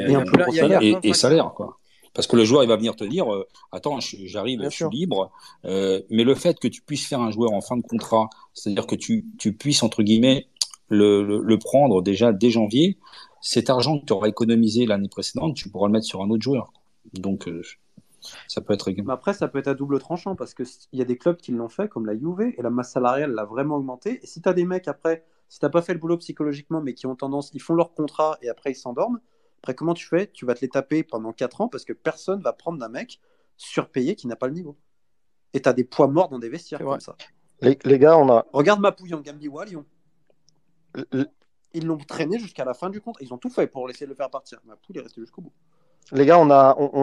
et salaire, quoi. Parce que le joueur, il va venir te dire, attends, j'arrive, je suis libre. Mais le fait que tu puisses faire un joueur en fin de contrat, c'est-à-dire que tu puisses, entre guillemets, le prendre déjà dès janvier, cet argent que tu auras économisé l'année précédente, tu pourras le mettre sur un autre joueur. Donc, ça peut être... Mais après, ça peut être à double tranchant parce qu'il y a des clubs qui l'ont fait, comme la Juve, et la masse salariale l'a vraiment augmenté. Et si tu as des mecs après, si tu n'as pas fait le boulot psychologiquement, mais qui ont tendance, ils font leur contrat et après ils s'endorment, après comment tu fais? Tu vas te les taper pendant 4 ans parce que personne va prendre d'un mec surpayé qui n'a pas le niveau. Et tu as des poids morts dans des vestiaires comme ça. Les gars, on a... Regarde Mapouille en Gambie-Wa à Lyon. Ils l'ont traîné jusqu'à la fin du contrat. Ils ont tout fait pour essayer de le faire partir. Mapouille est resté jusqu'au bout. Les gars, on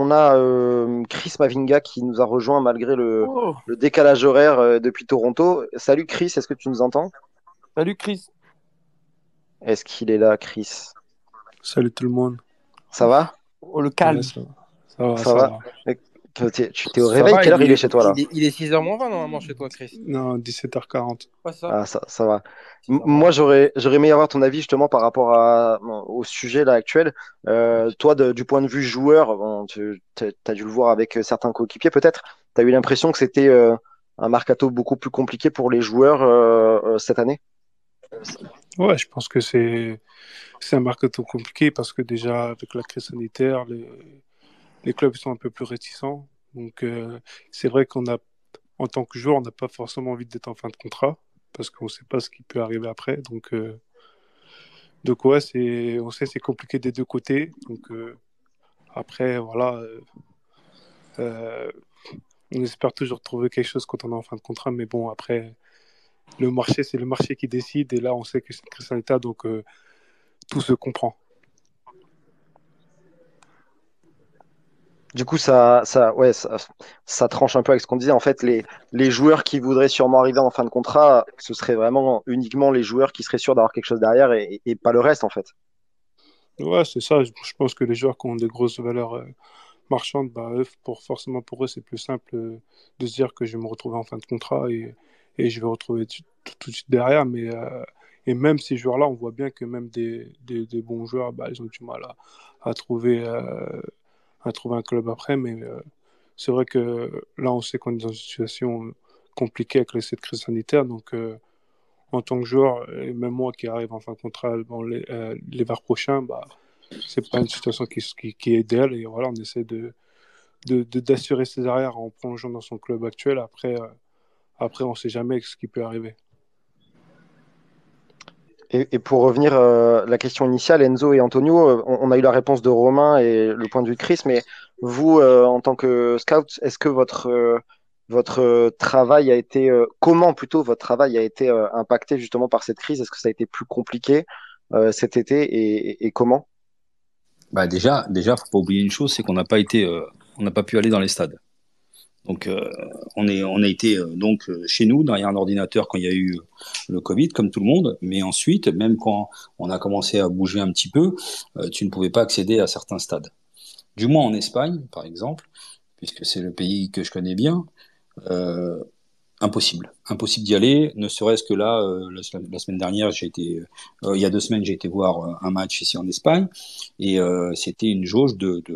a Chris Mavinga qui nous a rejoint malgré le décalage horaire depuis Toronto. Salut Chris, est-ce que tu nous entends? Salut Chris. Est-ce qu'il est là, Chris? Salut tout le monde. Ça va? Oh, le calme. Ça va. Tu t'es au réveil? Quelle heure il est chez toi là? Il est 6h moins 20 normalement chez toi, Chris. Non, 17h40. Ouais, ça. Ah, ça va. Moi, j'aurais aimé avoir ton avis justement par rapport au sujet là actuel. Toi, du point de vue joueur, bon, tu as dû le voir avec certains coéquipiers peut-être. Tu as eu l'impression que c'était un mercato beaucoup plus compliqué pour les joueurs cette année? Ouais, je pense que c'est un mercato compliqué parce que déjà, avec la crise sanitaire, les clubs sont un peu plus réticents. Donc, c'est vrai qu'on n'a en tant que joueur, on n'a pas forcément envie d'être en fin de contrat parce qu'on ne sait pas ce qui peut arriver après. Donc ouais, on sait c'est compliqué des deux côtés. Donc après, voilà, on espère toujours trouver quelque chose quand on est en fin de contrat. Mais bon, après, le marché, c'est le marché qui décide. Et là, on sait que c'est une crise sanitaire, donc tout se comprend. Du coup, ouais, ça tranche un peu avec ce qu'on disait. En fait, les joueurs qui voudraient sûrement arriver en fin de contrat, ce serait vraiment uniquement les joueurs qui seraient sûrs d'avoir quelque chose derrière et pas le reste, en fait. Ouais, c'est ça. Je pense que les joueurs qui ont des grosses valeurs marchandes, bah, forcément pour eux, c'est plus simple de se dire que je vais me retrouver en fin de contrat et je vais retrouver tout de suite derrière. Et même ces joueurs-là, on voit bien que même des bons joueurs, bah, ils ont du mal à trouver, à trouver un club après. Mais c'est vrai que là, on sait qu'on est dans une situation compliquée avec cette crise sanitaire. Donc, en tant que joueur, et même moi qui arrive en fin de contrat l'hiver prochain, bah, c'est pas une situation qui est idéale. Et voilà, on essaie d'assurer ses arrières en plongeant dans son club actuel. Après on ne sait jamais ce qui peut arriver. Et pour revenir à la question initiale, Enzo et Antonio, on a eu la réponse de Romain et le point de vue de Chris, mais vous, en tant que scout, est-ce que votre travail a été, comment plutôt votre travail a été impacté justement par cette crise? Est-ce que ça a été plus compliqué cet été et comment? Bah déjà, faut pas oublier une chose, c'est qu'on n'a pas été, on n'a pas pu aller dans les stades. Donc, on a été donc chez nous derrière un ordinateur quand il y a eu le Covid, comme tout le monde. Mais ensuite, même quand on a commencé à bouger un petit peu, tu ne pouvais pas accéder à certains stades. Du moins en Espagne, par exemple, puisque c'est le pays que je connais bien. Impossible d'y aller, ne serait-ce que là, la semaine dernière, il y a 2 semaines, j'ai été voir un match ici en Espagne, et c'était une jauge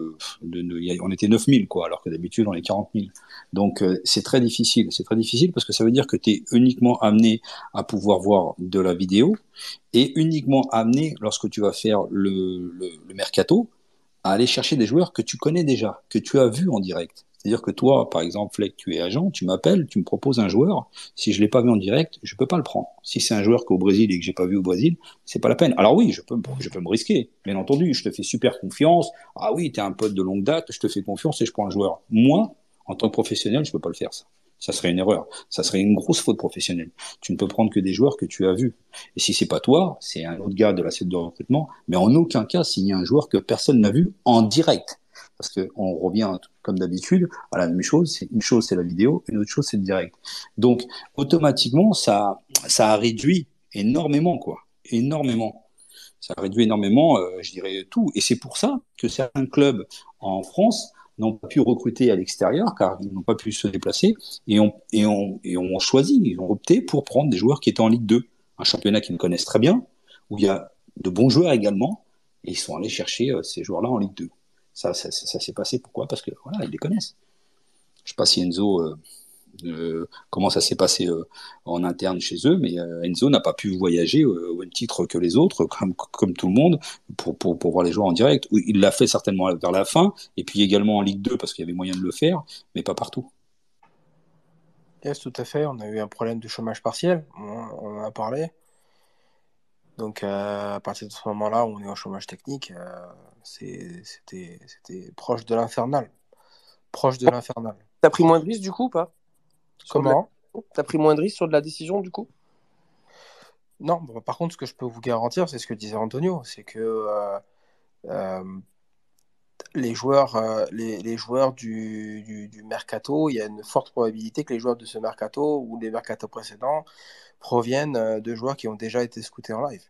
on était 9000, quoi, alors que d'habitude, on est 40 000. Donc, c'est très difficile parce que ça veut dire que tu es uniquement amené à pouvoir voir de la vidéo, et uniquement amené, lorsque tu vas faire le mercato, à aller chercher des joueurs que tu connais déjà, que tu as vus en direct. C'est-à-dire que toi, par exemple, Fleck, tu es agent, tu m'appelles, tu me proposes un joueur. Si je l'ai pas vu en direct, je peux pas le prendre. Si c'est un joueur qu'au Brésil et que j'ai pas vu au Brésil, c'est pas la peine. Alors oui, je peux me risquer. Bien entendu, je te fais super confiance. Ah oui, tu es un pote de longue date, je te fais confiance et je prends un joueur. Moi, en tant que professionnel, je peux pas le faire, ça. Ça serait une erreur. Ça serait une grosse faute professionnelle. Tu ne peux prendre que des joueurs que tu as vus. Et si c'est pas toi, c'est un autre gars de la cellule de recrutement, mais en aucun cas signer un joueur que personne n'a vu en direct. Parce qu'on revient, comme d'habitude, à la même chose. Une chose, c'est la vidéo, une autre chose, c'est le direct. Donc, automatiquement, ça a réduit énormément, quoi. Énormément. Ça a réduit énormément, je dirais, tout. Et c'est pour ça que certains clubs en France n'ont pas pu recruter à l'extérieur, car ils n'ont pas pu se déplacer, et ont choisi, ils ont opté pour prendre des joueurs qui étaient en Ligue 2, un championnat qu'ils connaissent très bien, où il y a de bons joueurs également, et ils sont allés chercher ces joueurs-là en Ligue 2. Ça s'est passé, pourquoi? Parce que voilà, ils les connaissent. Je ne sais pas si Enzo, comment ça s'est passé en interne chez eux, mais Enzo n'a pas pu voyager au même titre que les autres, comme tout le monde, pour voir les joueurs en direct. Il l'a fait certainement vers la fin, et puis également en Ligue 2, parce qu'il y avait moyen de le faire, mais pas partout. Yes, tout à fait. On a eu un problème de chômage partiel, on en a parlé. Donc, à partir de ce moment-là, où on est en chômage technique, c'était proche de l'infernal. Proche de l'infernal. T'as pris moins de risques, du coup, ou pas? Comment? T'as pris moins de risques sur de la décision, du coup? Non, bon, par contre, ce que je peux vous garantir, c'est ce que disait Antonio, c'est que les joueurs du mercato, il y a une forte probabilité que les joueurs de ce mercato ou des mercatos précédents proviennent de joueurs qui ont déjà été scoutés en live.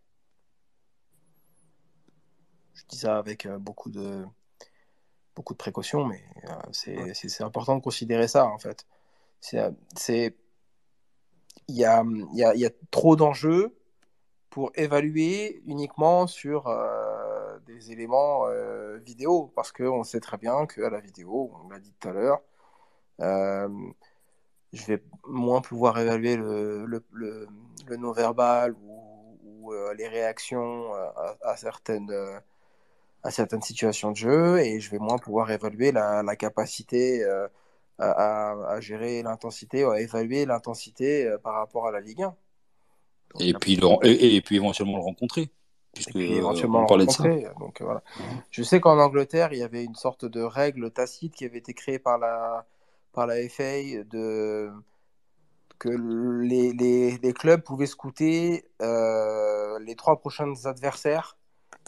Je dis ça avec beaucoup de précautions, mais c'est important de considérer ça, en fait. Il y a trop d'enjeux pour évaluer uniquement sur des éléments vidéo, parce qu'on sait très bien qu'à la vidéo, on l'a dit tout à l'heure, je vais moins pouvoir évaluer le non-verbal ou les réactions à certaines situations de jeu, et je vais moins pouvoir évaluer la capacité à gérer l'intensité, à évaluer l'intensité par rapport à la Ligue 1. Donc, et puis éventuellement le rencontrer, puisque éventuellement on le parlait de ça. rencontrer. Donc, voilà. Je sais qu'en Angleterre, il y avait une sorte de règle tacite qui avait été créée par la FA que les clubs pouvaient scouter les 3 prochains adversaires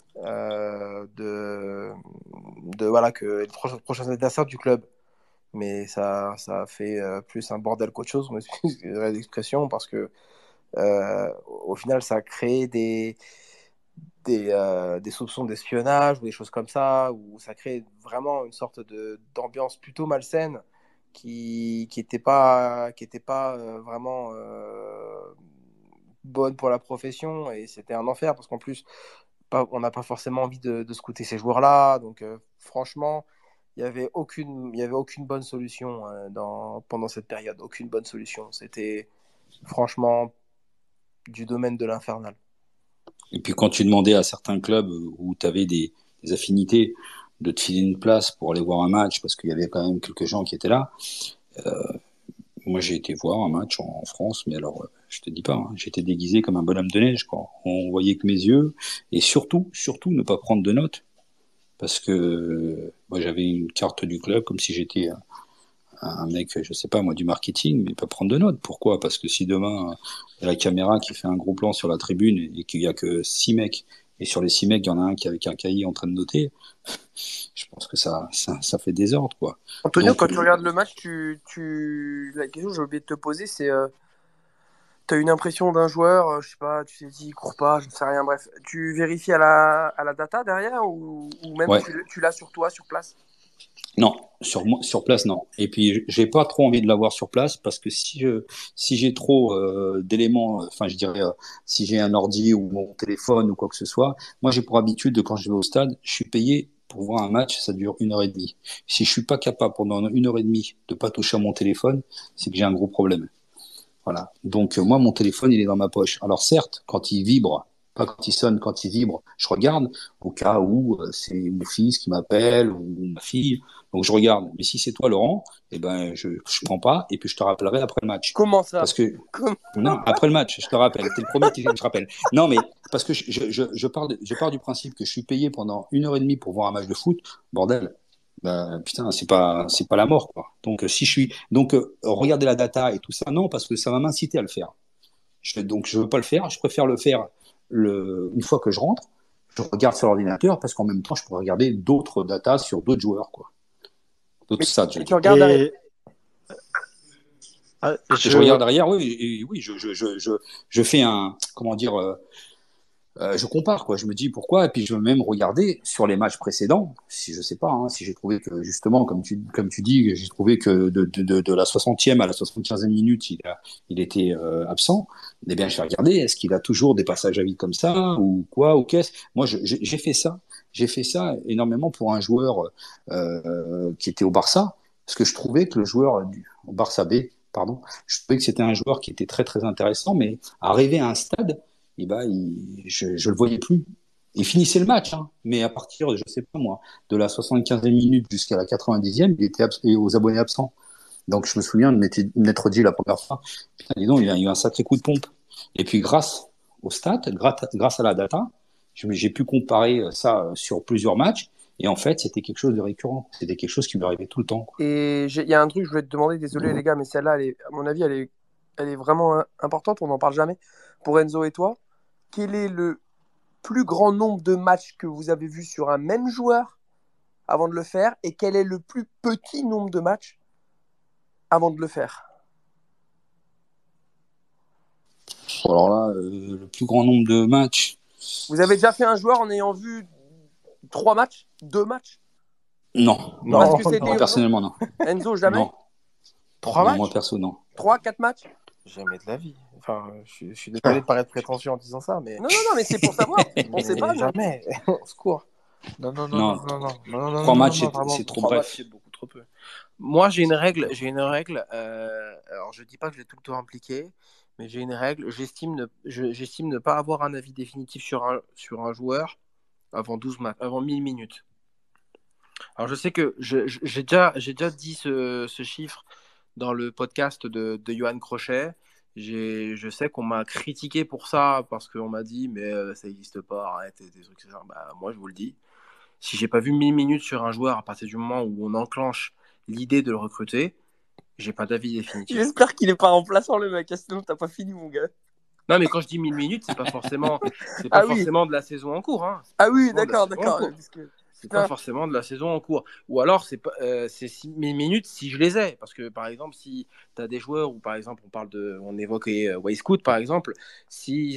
que les 3 prochains adversaires du club. Mais ça a fait plus un bordel qu'autre chose, l'expression, parce que au final, ça a créé des soupçons d'espionnage ou des choses comme ça, où ça crée vraiment une sorte d'ambiance plutôt malsaine qui était pas vraiment bonne pour la profession, et c'était un enfer parce qu'en plus on n'a pas forcément envie de scouter ces joueurs-là, donc franchement il y avait aucune bonne solution pendant cette période, aucune bonne solution, c'était franchement du domaine de l'infernal. Et puis quand tu demandais à certains clubs où tu avais des affinités de te filer une place pour aller voir un match, parce qu'il y avait quand même quelques gens qui étaient là, moi j'ai été voir un match en France, mais alors je te dis pas, hein, j'étais déguisé comme un bonhomme de neige, quoi. On voyait que mes yeux, et surtout ne pas prendre de notes, parce que moi j'avais une carte du club comme si j'étais un mec, je sais pas moi, du marketing, mais pas prendre de notes. Pourquoi? Parce que si demain il y a la caméra qui fait un gros plan sur la tribune et qu'il y a que 6 mecs, et sur les 6 mecs il y en a un qui est avec un cahier en train de noter, je pense que ça fait désordre, quoi. Antonio, donc, quand tu regardes le match, la question que j'ai oublié de te poser, c'est tu as une impression d'un joueur, je sais pas, tu t'es dit il court pas, je ne sais rien, bref. Tu vérifies à la data derrière ou même ouais. tu l'as sur toi, sur place? Non, sur place, non. Et puis, j'ai pas trop envie de l'avoir sur place parce que si j'ai trop d'éléments, enfin, je dirais, si j'ai un ordi ou mon téléphone ou quoi que ce soit, moi, j'ai pour habitude de quand je vais au stade, je suis payé pour voir un match, ça dure 1h30. Si je suis pas capable pendant 1h30 de pas toucher à mon téléphone, c'est que j'ai un gros problème. Voilà. Donc, moi, mon téléphone, il est dans ma poche. Alors, certes, quand il vibre, pas quand il sonne, quand il vibre, je regarde au cas où c'est mon fils qui m'appelle ou ma fille. Donc, je regarde. Mais si c'est toi, Laurent, eh ben, je prends pas et puis je te rappellerai après le match. Comment ça? Parce que, non, après le match, je te rappelle. T'es le premier que je rappelle. Non, mais parce que je pars du principe que je suis payé pendant 1h30 pour voir un match de foot. Bordel. Ben, putain, c'est pas la mort, quoi. Donc, regarder la data et tout ça, non, parce que ça va m'inciter à le faire. Donc, je veux pas le faire. Je préfère le faire une fois que je rentre. Je regarde sur l'ordinateur parce qu'en même temps, je pourrais regarder d'autres data sur d'autres joueurs, quoi. D'autres stats. Tu regardes derrière. Je regarde derrière, oui, je fais un, comment dire, je compare, quoi. Je me dis pourquoi, et puis je veux même regarder sur les matchs précédents, si je sais pas, hein, si j'ai trouvé que justement, comme tu dis, j'ai trouvé que de la 60e à la 75e minute, il était absent. Eh bien, je vais regarder, est-ce qu'il a toujours des passages à vide comme ça, ou quoi, ou qu'est-ce. Moi, j'ai fait ça énormément pour un joueur qui était au Barça, parce que je trouvais que le joueur au Barça B, pardon, je trouvais que c'était un joueur qui était très très intéressant, mais arrivé à un stade, et ben, je le voyais plus. Il finissait le match, hein, mais à partir, je sais pas moi, de la 75e minute jusqu'à la 90e, il était aux abonnés absents. Donc je me souviens de m'être dit la première fois, putain, dis donc, il a eu un sacré coup de pompe. Et puis grâce au stats, grâce à la data, j'ai pu comparer ça sur plusieurs matchs. Et en fait, c'était quelque chose de récurrent. C'était quelque chose qui me arrivait tout le temps, quoi. Et il y a un truc, je voulais te demander, désolé les gars, mais celle-là, à mon avis, elle est vraiment importante, on n'en parle jamais. Pour Enzo et toi, quel est le plus grand nombre de matchs que vous avez vus sur un même joueur avant de le faire, et quel est le plus petit nombre de matchs avant de le faire? Alors là, le plus grand nombre de matchs. Vous avez déjà fait un joueur en ayant vu 3 matchs, 2 matchs? Non, Parce que c'était moi personnellement, non. Enzo, jamais? Non. 3 matchs? Moi perso, non. 3, 4 matchs? Jamais de la vie. Enfin, je suis désolé de paraître prétentieux en disant ça, mais. Non, mais c'est pour savoir. On sait pas. Jamais. Au secours. Non. 3 matchs, c'est trop bref. C'est beaucoup trop peu. Moi, j'ai une règle. Alors, je dis pas que je vais tout le temps impliqué, mais j'ai une règle. J'estime ne pas avoir un avis définitif sur un joueur avant 1000 minutes. Alors, je sais que j'ai déjà dit ce chiffre dans le podcast de Johan Crochet. Je sais qu'on m'a critiqué pour ça parce qu'on m'a dit, mais ça n'existe pas, arrête, des trucs comme ça. Bah, moi, je vous le dis. Si j'ai pas vu 1000 minutes sur un joueur à partir du moment où on enclenche l'idée de le recruter, j'ai pas d'avis définitif. J'espère qu'il est pas remplaçant, le mec, sinon t'as pas fini, mon gars. Non, mais quand je dis 1000 minutes, c'est pas forcément de la saison en cours. Hein. Ah oui, d'accord. C'est pas forcément de la saison en cours. Ou alors, c'est 1000 minutes si je les ai. Parce que, par exemple, si tu as des joueurs, ou par exemple, on évoquait Wisecout, par exemple, si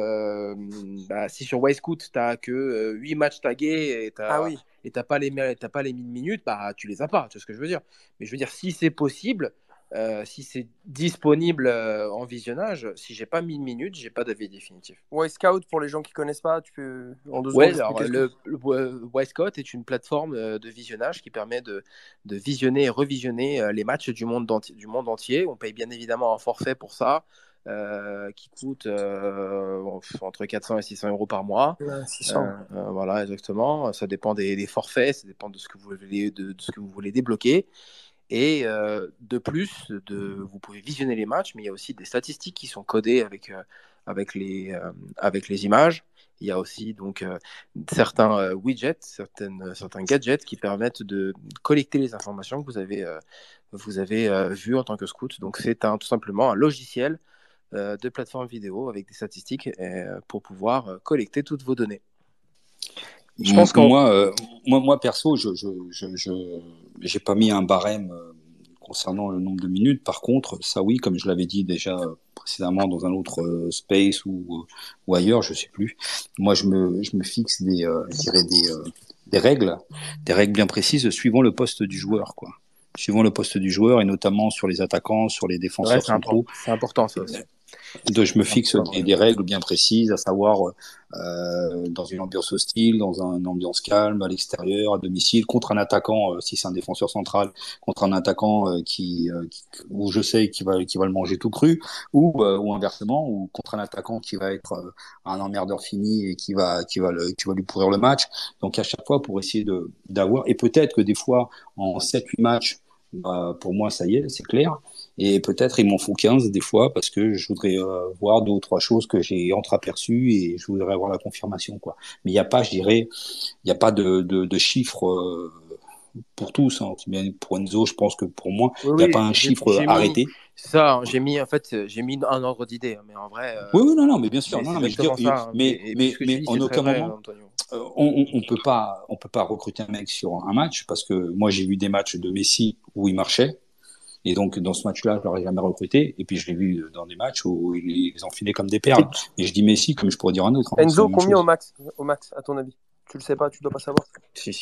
sur Wisecout, tu n'as que 8 matchs tagués et tu n'as pas les 1000 minutes, bah, tu les as pas. Tu vois ce que je veux dire? Mais je veux dire, si c'est possible, si c'est disponible en visionnage, si j'ai pas 1000 minutes, j'ai pas d'avis définitif. Wisecout, pour les gens qui connaissent pas, tu peux en 2 secondes. Alors, le Wisecout est une plateforme de visionnage qui permet de visionner et revisionner les matchs du monde entier. On paye bien évidemment un forfait pour ça. Qui coûte entre 400 et 600 euros par mois. 600. Voilà, exactement. Ça dépend des forfaits, ça dépend de ce que vous voulez débloquer. Et de plus, vous pouvez visionner les matchs, mais il y a aussi des statistiques qui sont codées avec les images. Il y a aussi donc certains widgets, certains gadgets qui permettent de collecter les informations que vous avez vues en tant que scout. Donc c'est tout simplement un logiciel de plateforme vidéo avec des statistiques pour pouvoir collecter toutes vos données. Je pense que moi perso, j'ai pas mis un barème concernant le nombre de minutes. Par contre, ça oui, comme je l'avais dit déjà précédemment dans un autre space ou ailleurs, je sais plus. Moi, je me fixe des règles bien précises suivant le poste du joueur, quoi. Suivant le poste du joueur et notamment sur les attaquants, sur les défenseurs centraux. C'est important ça aussi. Donc, je me fixe des règles bien précises, à savoir dans une ambiance hostile, dans une ambiance calme, à l'extérieur, à domicile, contre un attaquant, si c'est un défenseur central, contre un attaquant où je sais qu'il va le manger tout cru, ou inversement, ou contre un attaquant qui va être un emmerdeur fini et qui va lui pourrir le match. Donc à chaque fois, pour essayer d'avoir, et peut-être que des fois, en 7-8 matchs, pour moi, ça y est, c'est clair. Et peut-être ils m'en font 15 des fois parce que je voudrais voir 2 ou 3 choses que j'ai entreaperçues et je voudrais avoir la confirmation, quoi. Mais il n'y a pas, je dirais, il n'y a pas de chiffre pour tous. Hein. Pour Enzo, je pense que pour moi, il n'y a pas un chiffre arrêté. Ça, j'ai mis un ordre d'idée, mais en vrai. Oui, non, mais bien sûr. Mais en aucun moment. On peut pas recruter un mec sur un match parce que moi j'ai vu des matchs de Messi où il marchait et donc dans ce match-là je l'aurais jamais recruté et puis je l'ai vu dans des matchs où ils enfilaient comme des perles et je dis Messi comme je pourrais dire un autre. Hein, Enzo, combien au max à ton avis? Tu le sais pas, tu dois pas savoir. Si.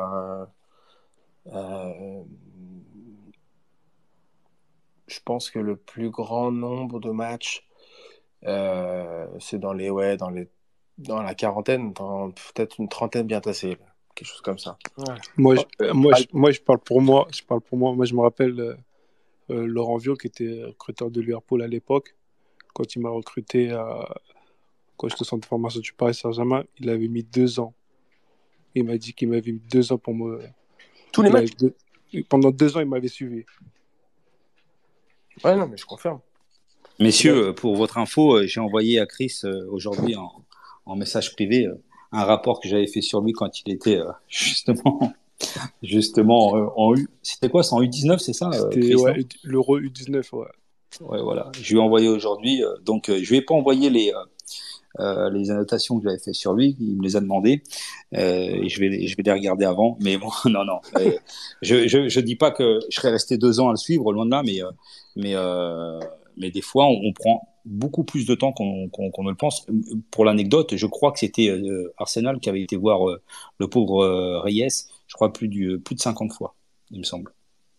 Je pense que le plus grand nombre de matchs c'est dans la quarantaine, dans peut-être une trentaine bien tassée, quelque chose comme ça. Ouais. Moi, je parle pour moi. Moi, je me rappelle Laurent Viau, qui était recruteur de Liverpool à l'époque, quand il m'a recruté quand j'étais au centre de formation du Paris Saint-Germain, il avait mis 2 ans. Il m'a dit qu'il m'avait mis 2 ans pour me. Tous les matchs. Pendant 2 ans, il m'avait suivi. Ouais, non, mais je confirme. Messieurs, pour votre info, j'ai envoyé à Chris aujourd'hui en message privé un rapport que j'avais fait sur lui quand il était justement en U. C'était quoi, c'est en U19, c'est ça? C'était l'Euro U19, ouais. Ouais, voilà. Je lui ai envoyé aujourd'hui. Donc, je lui ai pas envoyé les annotations que j'avais fait sur lui. Il me les a demandées. Et je vais les regarder avant. Mais bon, non. Je dis pas que je serais resté 2 ans à le suivre, loin de là, mais des fois, on prend beaucoup plus de temps qu'on ne le pense. Pour l'anecdote, je crois que c'était Arsenal qui avait été voir le pauvre Reyes, je crois plus de 50 fois, il me semble.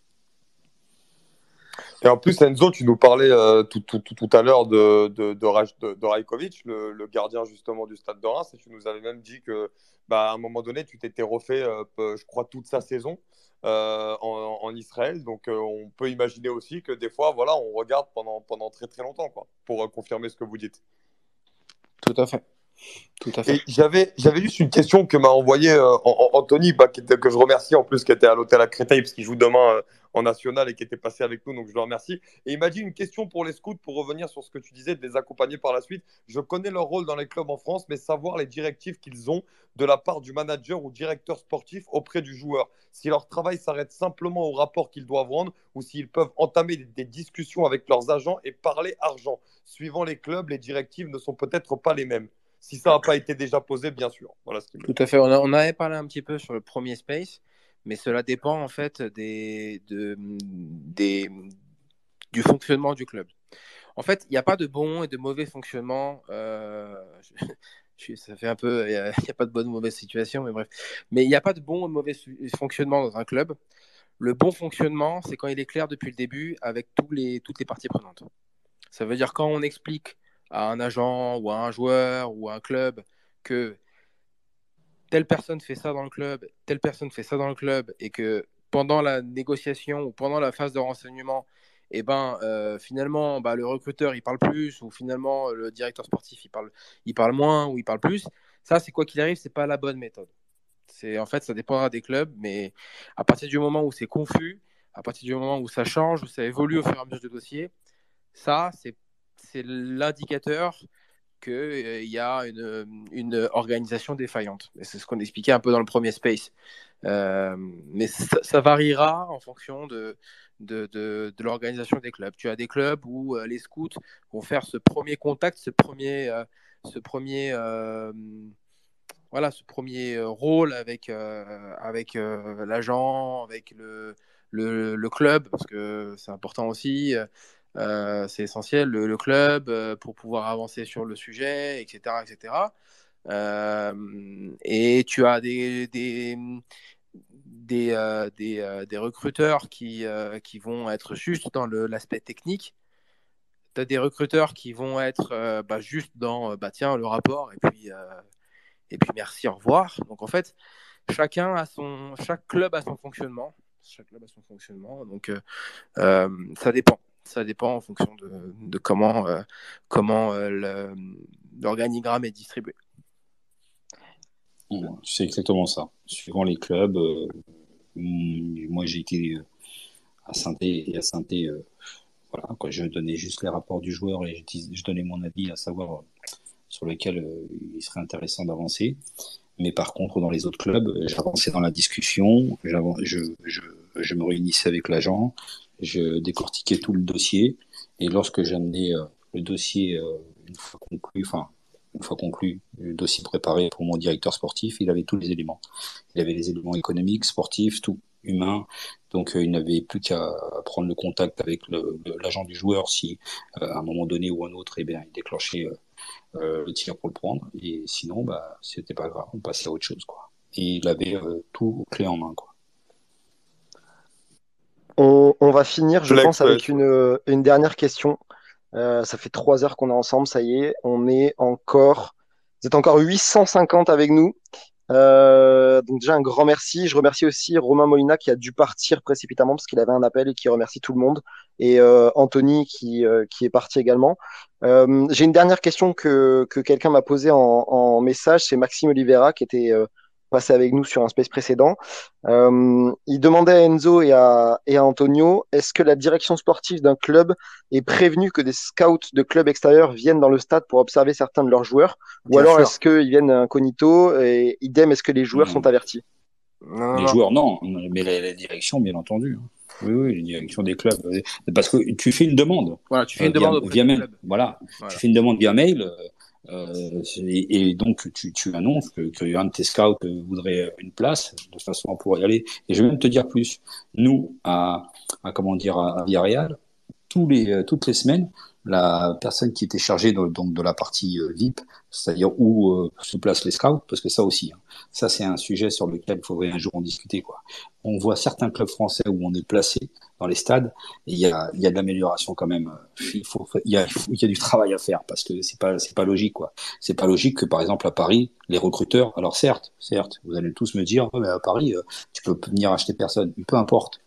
Et en plus, Enzo, tu nous parlais tout à l'heure de Rajkovic, le gardien justement du Stade de Reims, et tu nous avais même dit que, à un moment donné, tu t'étais refait, je crois, toute sa saison en Israël. Donc, on peut imaginer aussi que des fois, on regarde pendant très très longtemps, quoi, pour confirmer ce que vous dites. Tout à fait. Tout à fait. Et j'avais juste une question que m'a envoyée Anthony, que je remercie en plus, qui était à l'hôtel à Créteil, parce qu'il joue demain en national et qui était passé avec nous, donc je le remercie. Et il m'a dit une question pour les scouts, pour revenir sur ce que tu disais, de les accompagner par la suite. Je connais leur rôle dans les clubs en France, mais savoir les directives qu'ils ont de la part du manager ou directeur sportif auprès du joueur. Si leur travail s'arrête simplement au rapport qu'ils doivent rendre ou s'ils peuvent entamer des discussions avec leurs agents et parler argent. Suivant les clubs, les directives ne sont peut-être pas les mêmes. Si ça n'a pas été déjà posé, bien sûr. Voilà ce qui me... Tout à fait. On avait parlé un petit peu sur le premier space, mais cela dépend en fait du fonctionnement du club. En fait, il n'y a pas de bon et de mauvais fonctionnement. Ça fait un peu, il n'y a pas de bonne ou mauvaise situation, mais bref. Mais il n'y a pas de bon ou de mauvais fonctionnement dans un club. Le bon fonctionnement, c'est quand il est clair depuis le début avec toutes les parties prenantes. Ça veut dire quand on explique à un agent ou à un joueur ou à un club que telle personne fait ça dans le club, telle personne fait ça dans le club, et que pendant la négociation ou pendant la phase de renseignement, finalement, le recruteur il parle plus, ou finalement le directeur sportif il parle moins, ou il parle plus. Ça, c'est quoi qu'il arrive, c'est pas la bonne méthode. En fait, ça dépendra des clubs, mais à partir du moment où c'est confus, à partir du moment où ça change, où ça évolue au fur et à mesure du dossier, ça, c'est l'indicateur qu'il y a une organisation défaillante. Et c'est ce qu'on expliquait un peu dans le premier space. Mais ça variera en fonction de l'organisation des clubs. Tu as des clubs où les scouts vont faire ce premier contact, ce premier rôle avec l'agent, avec le club, parce que c'est important aussi. C'est essentiel, le club, pour pouvoir avancer sur le sujet, etc. etc. Et tu as des recruteurs qui vont être juste dans l'aspect technique. Tu as des recruteurs qui vont être juste dans le rapport, et puis merci, au revoir. Donc en fait, chaque club a son fonctionnement. Donc ça dépend. Ça dépend en fonction de comment l'organigramme est distribué. C'est exactement ça. Suivant les clubs, moi j'ai été à Saint-Étienne et à Saint-Étienne, voilà, quoi, je donnais juste les rapports du joueur et je donnais mon avis à savoir sur lequel il serait intéressant d'avancer. Mais par contre, dans les autres clubs, j'avançais dans la discussion, je me réunissais avec l'agent, je décortiquais tout le dossier, et lorsque j'amenais le dossier une fois conclu, le dossier préparé pour mon directeur sportif, il avait tous les éléments. Il avait les éléments économiques, sportifs, tout, humains. Donc il n'avait plus qu'à prendre le contact avec l'agent du joueur si à un moment donné ou un autre, il déclenchait le tir pour le prendre. Et sinon, c'était pas grave, on passait à autre chose, quoi. Et il avait tout clé en main, quoi. On va finir, je pense, avec une dernière question. Ça fait 3 heures qu'on est ensemble, ça y est. Vous êtes encore 850 avec nous. Donc déjà un grand merci. Je remercie aussi Romain Molina qui a dû partir précipitamment parce qu'il avait un appel, et qui remercie tout le monde. Et Anthony qui est parti également. J'ai une dernière question que quelqu'un m'a posée en message. C'est Maxime Oliveira qui était passé avec nous sur un space précédent. Il demandait à Enzo et à Antonio, est-ce que la direction sportive d'un club est prévenue que des scouts de clubs extérieurs viennent dans le stade pour observer certains de leurs joueurs, ou alors est-ce qu'ils viennent incognito, et idem, est-ce que les joueurs sont avertis? Les joueurs, non, mais la direction, bien entendu. Oui, les directions des clubs. Parce que tu fais une demande. Voilà, tu fais une demande via mail. Voilà. Tu fais une demande via mail. Et donc tu annonces que un de tes scouts voudrait une place de façon à pouvoir y aller. Et je vais même te dire plus. Nous, à Villarreal, toutes les semaines, la personne qui était chargée de la partie VIP, c'est-à-dire où se placent les scouts, parce que ça aussi, ça c'est un sujet sur lequel il faudrait un jour en discuter, quoi. On voit certains clubs français où on est placé dans les stades, et il y a de l'amélioration quand même. Il y a du travail à faire, parce que c'est pas logique, quoi. C'est pas logique que par exemple à Paris, les recruteurs, alors certes, vous allez tous me dire, mais à Paris, tu peux venir acheter personne, peu importe.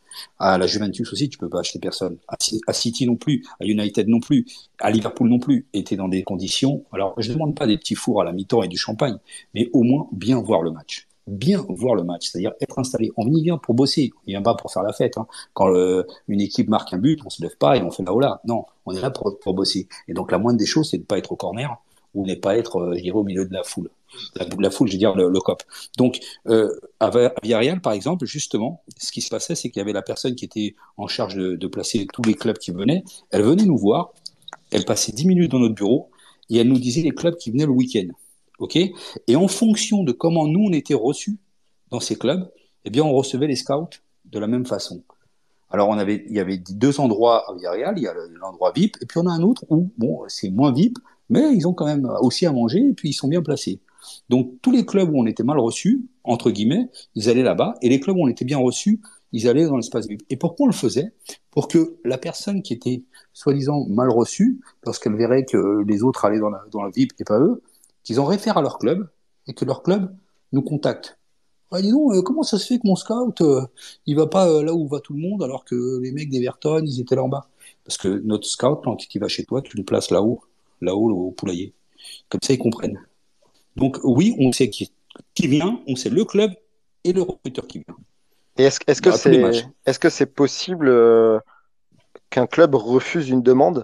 À la Juventus aussi, tu peux pas acheter personne. À City non plus, à United non plus, à Liverpool non plus. Et t'es dans des conditions. Alors, je demande pas des petits fours à la mi-temps et du champagne, mais au moins bien voir le match. Bien voir le match, c'est-à-dire être installé. On y vient pour bosser, on y vient pas pour faire la fête. Hein. Quand une équipe marque un but, on se lève pas et on fait la hola. Non, on est là pour bosser. Et donc la moindre des choses, c'est de ne pas être au corner ou ne pas être, je dirais, au milieu de la foule. La foule, je veux dire le COP. Donc à Villarreal, par exemple, justement, ce qui se passait, c'est qu'il y avait la personne qui était en charge de placer tous les clubs qui venaient. Elle venait nous voir, elle passait 10 minutes dans notre bureau et elle nous disait les clubs qui venaient le week-end. Ok. Et en fonction de comment nous on était reçus dans ces clubs, eh bien on recevait les scouts de la même façon. Alors il y avait 2 endroits à Villarreal, il y a l'endroit VIP, et puis on a un autre où bon c'est moins VIP, mais ils ont quand même aussi à manger et puis ils sont bien placés. Donc tous les clubs où on était mal reçus, entre guillemets, ils allaient là-bas, et les clubs où on était bien reçus, ils allaient dans l'espace VIP. Et pourquoi on le faisait? Pour que la personne qui était soi-disant mal reçue, lorsqu'elle verrait que les autres allaient dans la VIP et pas eux, qu'ils en réfèrent à leur club et que leur club nous contacte. Ah, dis donc, comment ça se fait que mon scout, il va pas là où va tout le monde alors que les mecs d'Everton, ils étaient là en bas? Parce que notre scout, quand il va chez toi, tu le places là-haut au poulailler. Comme ça, ils comprennent. Donc oui, on sait qui vient, on sait le club et le recruteur qui vient. Et est-ce que c'est possible qu'un club refuse une demande?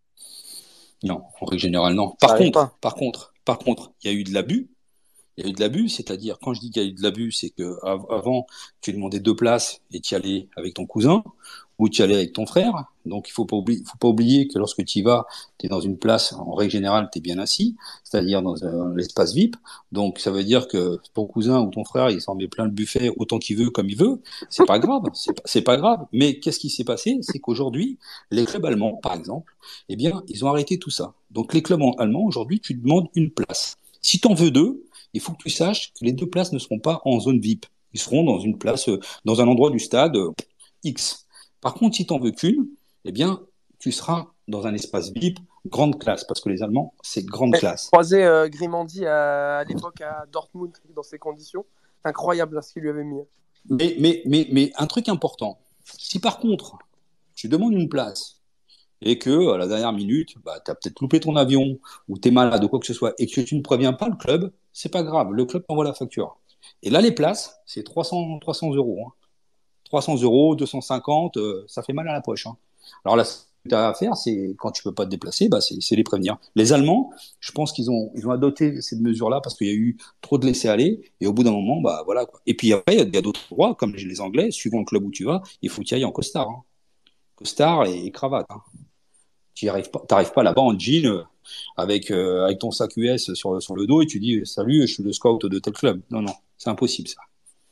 Non, en règle générale, non. Par contre, il y a eu de l'abus. Il y a eu de l'abus, c'est-à-dire, quand je dis qu'il y a eu de l'abus, c'est que avant, tu demandais 2 places et tu y allais avec ton cousin ou tu y allais avec ton frère. Donc, il faut pas oublier que lorsque tu y vas, tu es dans une place, en règle générale, tu es bien assis, c'est-à-dire dans l'espace VIP. Donc, ça veut dire que ton cousin ou ton frère, il s'en met plein le buffet autant qu'il veut, comme il veut. C'est pas grave, c'est pas grave. Mais qu'est-ce qui s'est passé? C'est qu'aujourd'hui, les clubs allemands, par exemple, eh bien, ils ont arrêté tout ça. Donc, les clubs allemands, aujourd'hui, tu demandes une place. Si tu en veux 2, il faut que tu saches que les 2 places ne seront pas en zone VIP. Ils seront dans une place, dans un endroit du stade X. Par contre, si tu n'en veux qu'une, eh bien, tu seras dans un espace VIP grande classe, parce que les Allemands, c'est grande classe. Croisé Grimandi à l'époque à Dortmund dans ces conditions. Incroyable ce qu'il lui avait mis. Mais un truc important, si par contre, tu demandes une place et que à la dernière minute, tu as peut-être loupé ton avion ou tu es malade ou quoi que ce soit et que tu ne préviens pas le club, c'est pas grave, le club t'envoie la facture. Et là, les places, c'est 300 euros. Hein. 300 euros, 250, ça fait mal à la poche. Hein. Alors là, ce que tu as à faire, c'est quand tu peux pas te déplacer, c'est les prévenir. Les Allemands, je pense qu'ils ont adopté cette mesure-là parce qu'il y a eu trop de laisser-aller et au bout d'un moment, voilà quoi. Et puis après, il y a d'autres droits, comme les Anglais, suivant le club où tu vas, il faut que tu ailles en costard. Hein. Costard et cravate. Hein. Tu n'arrives pas là-bas en jean avec ton sac US sur le dos et tu dis salut, je suis le scout de tel club. Non, c'est impossible ça.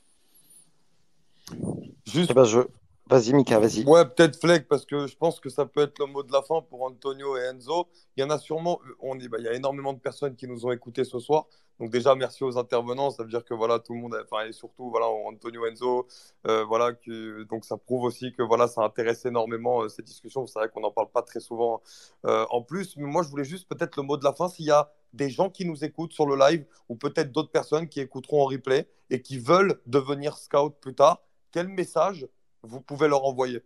Juste... Vas-y, Mika, vas-y. Ouais, peut-être Fleck, parce que je pense que ça peut être le mot de la fin pour Antonio et Enzo. Il y en a sûrement, il y a énormément de personnes qui nous ont écoutés ce soir. Donc déjà, merci aux intervenants. Ça veut dire que voilà, tout le monde, et surtout voilà, Antonio, Enzo, donc ça prouve aussi que voilà, ça intéresse énormément ces discussions. C'est vrai qu'on n'en parle pas très souvent en plus. Mais moi, je voulais juste peut-être le mot de la fin. S'il y a des gens qui nous écoutent sur le live ou peut-être d'autres personnes qui écouteront en replay et qui veulent devenir scout plus tard, quel message vous pouvez leur envoyer?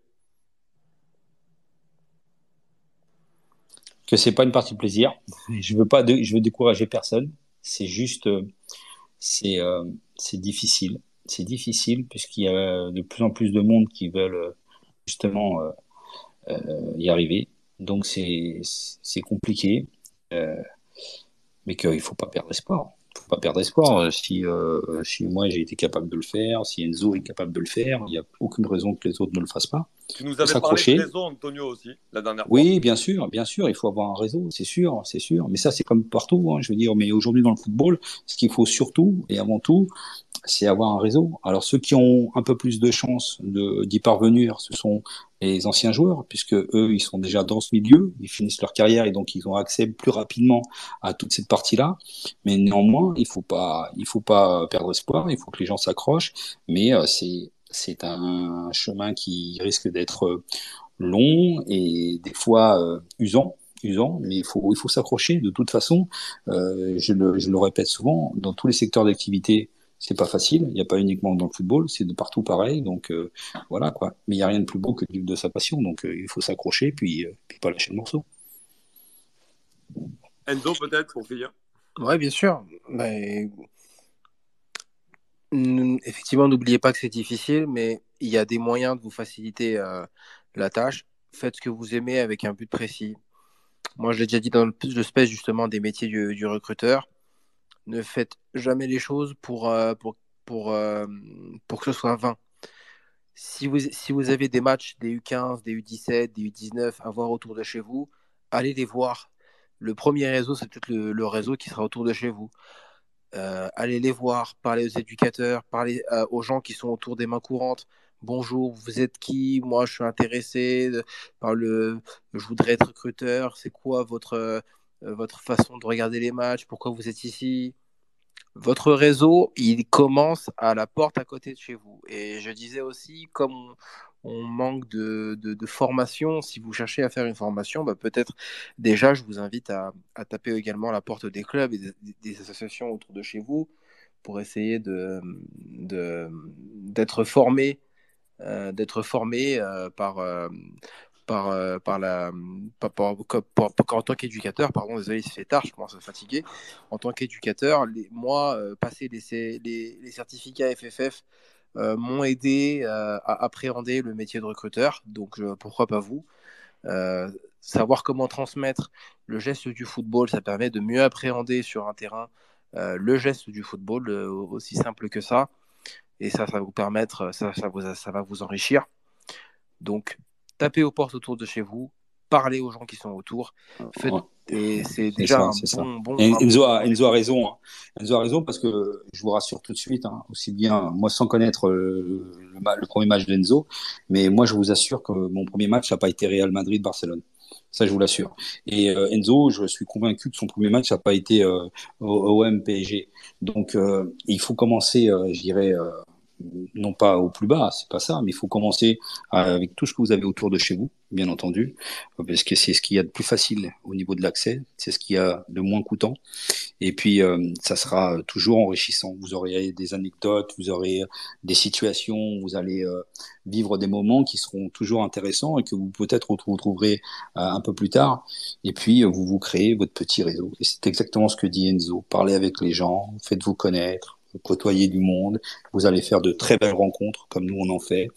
Que c'est pas une partie de plaisir. Je veux décourager personne. C'est juste, c'est difficile. C'est difficile puisqu'il y a de plus en plus de monde qui veulent justement y arriver. Donc c'est compliqué, mais qu'il faut pas perdre espoir. Faut pas perdre espoir. Si moi j'ai été capable de le faire, si Enzo est capable de le faire, il n'y a aucune raison que les autres ne le fassent pas. Tu nous avais parlé de réseau, Antonio, aussi, la dernière fois. Oui, bien sûr, il faut avoir un réseau, c'est sûr. Mais ça, c'est comme partout, hein, je veux dire. Mais aujourd'hui, dans le football, ce qu'il faut surtout et avant tout, c'est avoir un réseau. Alors, ceux qui ont un peu plus de chances d'y parvenir, ce sont les anciens joueurs, puisque eux, ils sont déjà dans ce milieu, ils finissent leur carrière et donc ils ont accès plus rapidement à toute cette partie-là. Mais néanmoins, il faut pas perdre espoir, il faut que les gens s'accrochent. Mais c'est un chemin qui risque d'être long et des fois usant, mais il faut s'accrocher de toute façon. Je le répète souvent, dans tous les secteurs d'activité, C'est pas facile. Il n'y a pas uniquement dans le football, c'est de partout pareil. Donc voilà quoi. Mais il n'y a rien de plus beau que de vivre de sa passion. Donc il faut s'accrocher puis pas lâcher le morceau. Enzo, peut-être, pour finir. Ouais, bien sûr. Effectivement, n'oubliez pas que c'est difficile, mais il y a des moyens de vous faciliter la tâche. Faites ce que vous aimez avec un but précis. Moi, je l'ai déjà dit dans le space justement des métiers du recruteur. Ne faites jamais les choses pour que ce soit vain. Si vous avez des matchs des U15, des U17, des U19 à voir autour de chez vous, allez les voir. Le premier réseau, c'est peut-être le réseau qui sera autour de chez vous. Allez les voir, parlez aux éducateurs, parlez aux gens qui sont autour des mains courantes. Bonjour, vous êtes qui? Moi, je suis intéressé je voudrais être recruteur. C'est quoi votre façon de regarder les matchs? Pourquoi vous êtes ici? Votre réseau, il commence à la porte à côté de chez vous. Et je disais aussi, comme on manque de formation, si vous cherchez à faire une formation, peut-être déjà, je vous invite à taper également la porte des clubs et des associations autour de chez vous pour essayer d'être formé en tant qu'éducateur, pardon, désolé, c'est tard, je commence à fatiguer. En tant qu'éducateur, passer les certificats FFF m'ont aidé à appréhender le métier de recruteur. Donc, pourquoi pas vous? Savoir comment transmettre le geste du football, ça permet de mieux appréhender sur un terrain le geste du football, aussi simple que ça. Et ça va vous permettre, ça va vous enrichir. Donc, tapez aux portes autour de chez vous, parlez aux gens qui sont autour. Et c'est déjà bon. Enzo a raison. Hein. Enzo a raison parce que je vous rassure tout de suite, aussi bien, moi sans connaître le premier match d'Enzo, mais moi je vous assure que mon premier match n'a pas été Real Madrid-Barcelone. Ça, je vous l'assure. Et Enzo, je suis convaincu que son premier match n'a pas été OM PSG. Donc, il faut commencer, je dirais, non pas au plus bas, c'est pas ça, mais il faut commencer avec tout ce que vous avez autour de chez vous, bien entendu, parce que c'est ce qu'il y a de plus facile au niveau de l'accès, c'est ce qu'il y a de moins coûtant, et puis ça sera toujours enrichissant. Vous aurez des anecdotes, vous aurez des situations, vous allez vivre des moments qui seront toujours intéressants et que vous peut-être retrouverez un peu plus tard, et puis vous créez votre petit réseau. Et c'est exactement ce que dit Enzo. Parlez avec les gens, faites-vous connaître, côtoyer du monde, vous allez faire de très belles rencontres comme nous on en fait,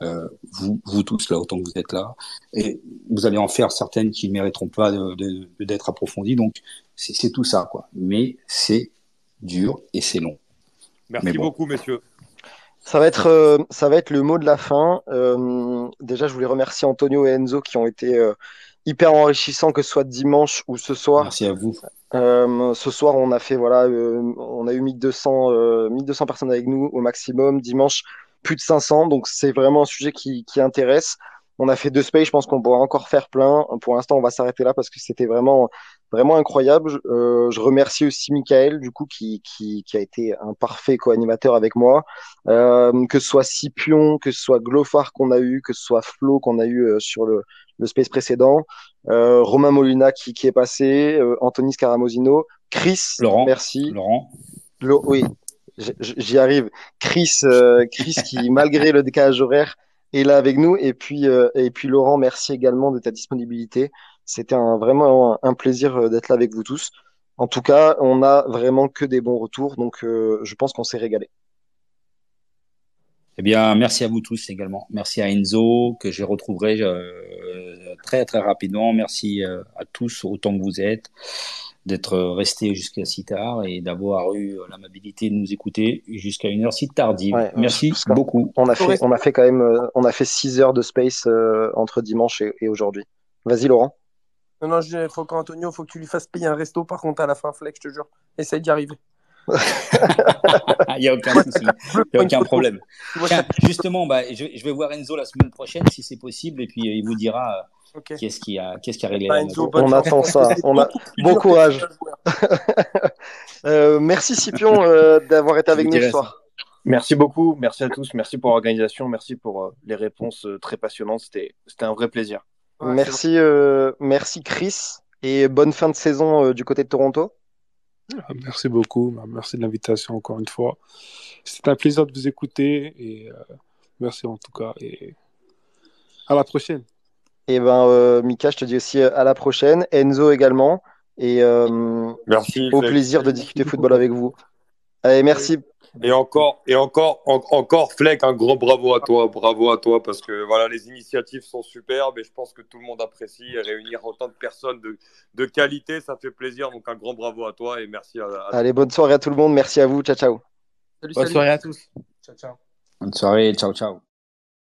vous tous là autant que vous êtes là, et vous allez en faire certaines qui ne mériteront pas d'être approfondies. Donc c'est tout ça quoi, mais c'est dur et c'est long. Merci beaucoup messieurs. Ça va être le mot de la fin. Déjà je voulais remercier Antonio et Enzo qui ont été hyper enrichissants, que ce soit dimanche ou ce soir. Merci à vous. Ce soir, on a fait on a eu 1200 personnes avec nous au maximum. Dimanche, plus de 500. Donc, c'est vraiment un sujet qui intéresse. On a fait 2 spaces. Je pense qu'on pourra encore faire plein. Pour l'instant, on va s'arrêter là parce que c'était vraiment, vraiment incroyable. Je remercie aussi Michael, du coup, qui a été un parfait co-animateur avec moi. Que ce soit Scipion, que ce soit Glofar qu'on a eu, que ce soit Flo qu'on a eu sur le space précédent, Romain Molina qui est passé, Anthony Scaramosino, Chris, Laurent, merci. Laurent. Oui, j'y arrive. Chris qui, malgré le décalage horaire, est là avec nous. Et puis Laurent, merci également de ta disponibilité. C'était vraiment un plaisir d'être là avec vous tous. En tout cas, on a vraiment que des bons retours, donc je pense qu'on s'est régalé. Eh bien, merci à vous tous également. Merci à Enzo, que je retrouverai très, très rapidement. Merci à tous, autant que vous êtes, d'être restés jusqu'à si tard et d'avoir eu l'amabilité de nous écouter jusqu'à une heure si tardive. Ouais, merci beaucoup. On a fait quand même, on a fait 6 heures de space entre dimanche et aujourd'hui. Vas-y, Laurent. Non, faut qu'Antonio, faut que tu lui fasses payer un resto, par contre, à la fin, Fleck, je te jure. Essaye d'y arriver. Il n'y a aucun souci, il n'y a aucun problème. Tiens, justement, je vais voir Enzo la semaine prochaine si c'est possible et puis il vous dira qu'est-ce qui a réglé la Enzo, on attend ça. Bon courage. Merci Scipion d'avoir été avec nous ce soir. Merci beaucoup, merci à tous, merci pour l'organisation, merci pour les réponses très passionnantes, c'était un vrai plaisir. Merci Chris et bonne fin de saison du côté de Toronto. Merci beaucoup. Merci de l'invitation encore une fois. C'est un plaisir de vous écouter et merci en tout cas et à la prochaine. Et Mika, je te dis aussi à la prochaine. Enzo également. Et merci, au plaisir de discuter football avec vous. Allez, merci. Et encore, Fleck, un grand bravo à toi, parce que voilà, les initiatives sont superbes et je pense que tout le monde apprécie et réunir autant de personnes de qualité, ça fait plaisir. Donc un grand bravo à toi et merci à Allez, bonne soirée à tout le monde. Merci à vous. Ciao, ciao. Bonne soirée à tous. Ciao, ciao. Bonne soirée. Ciao, ciao.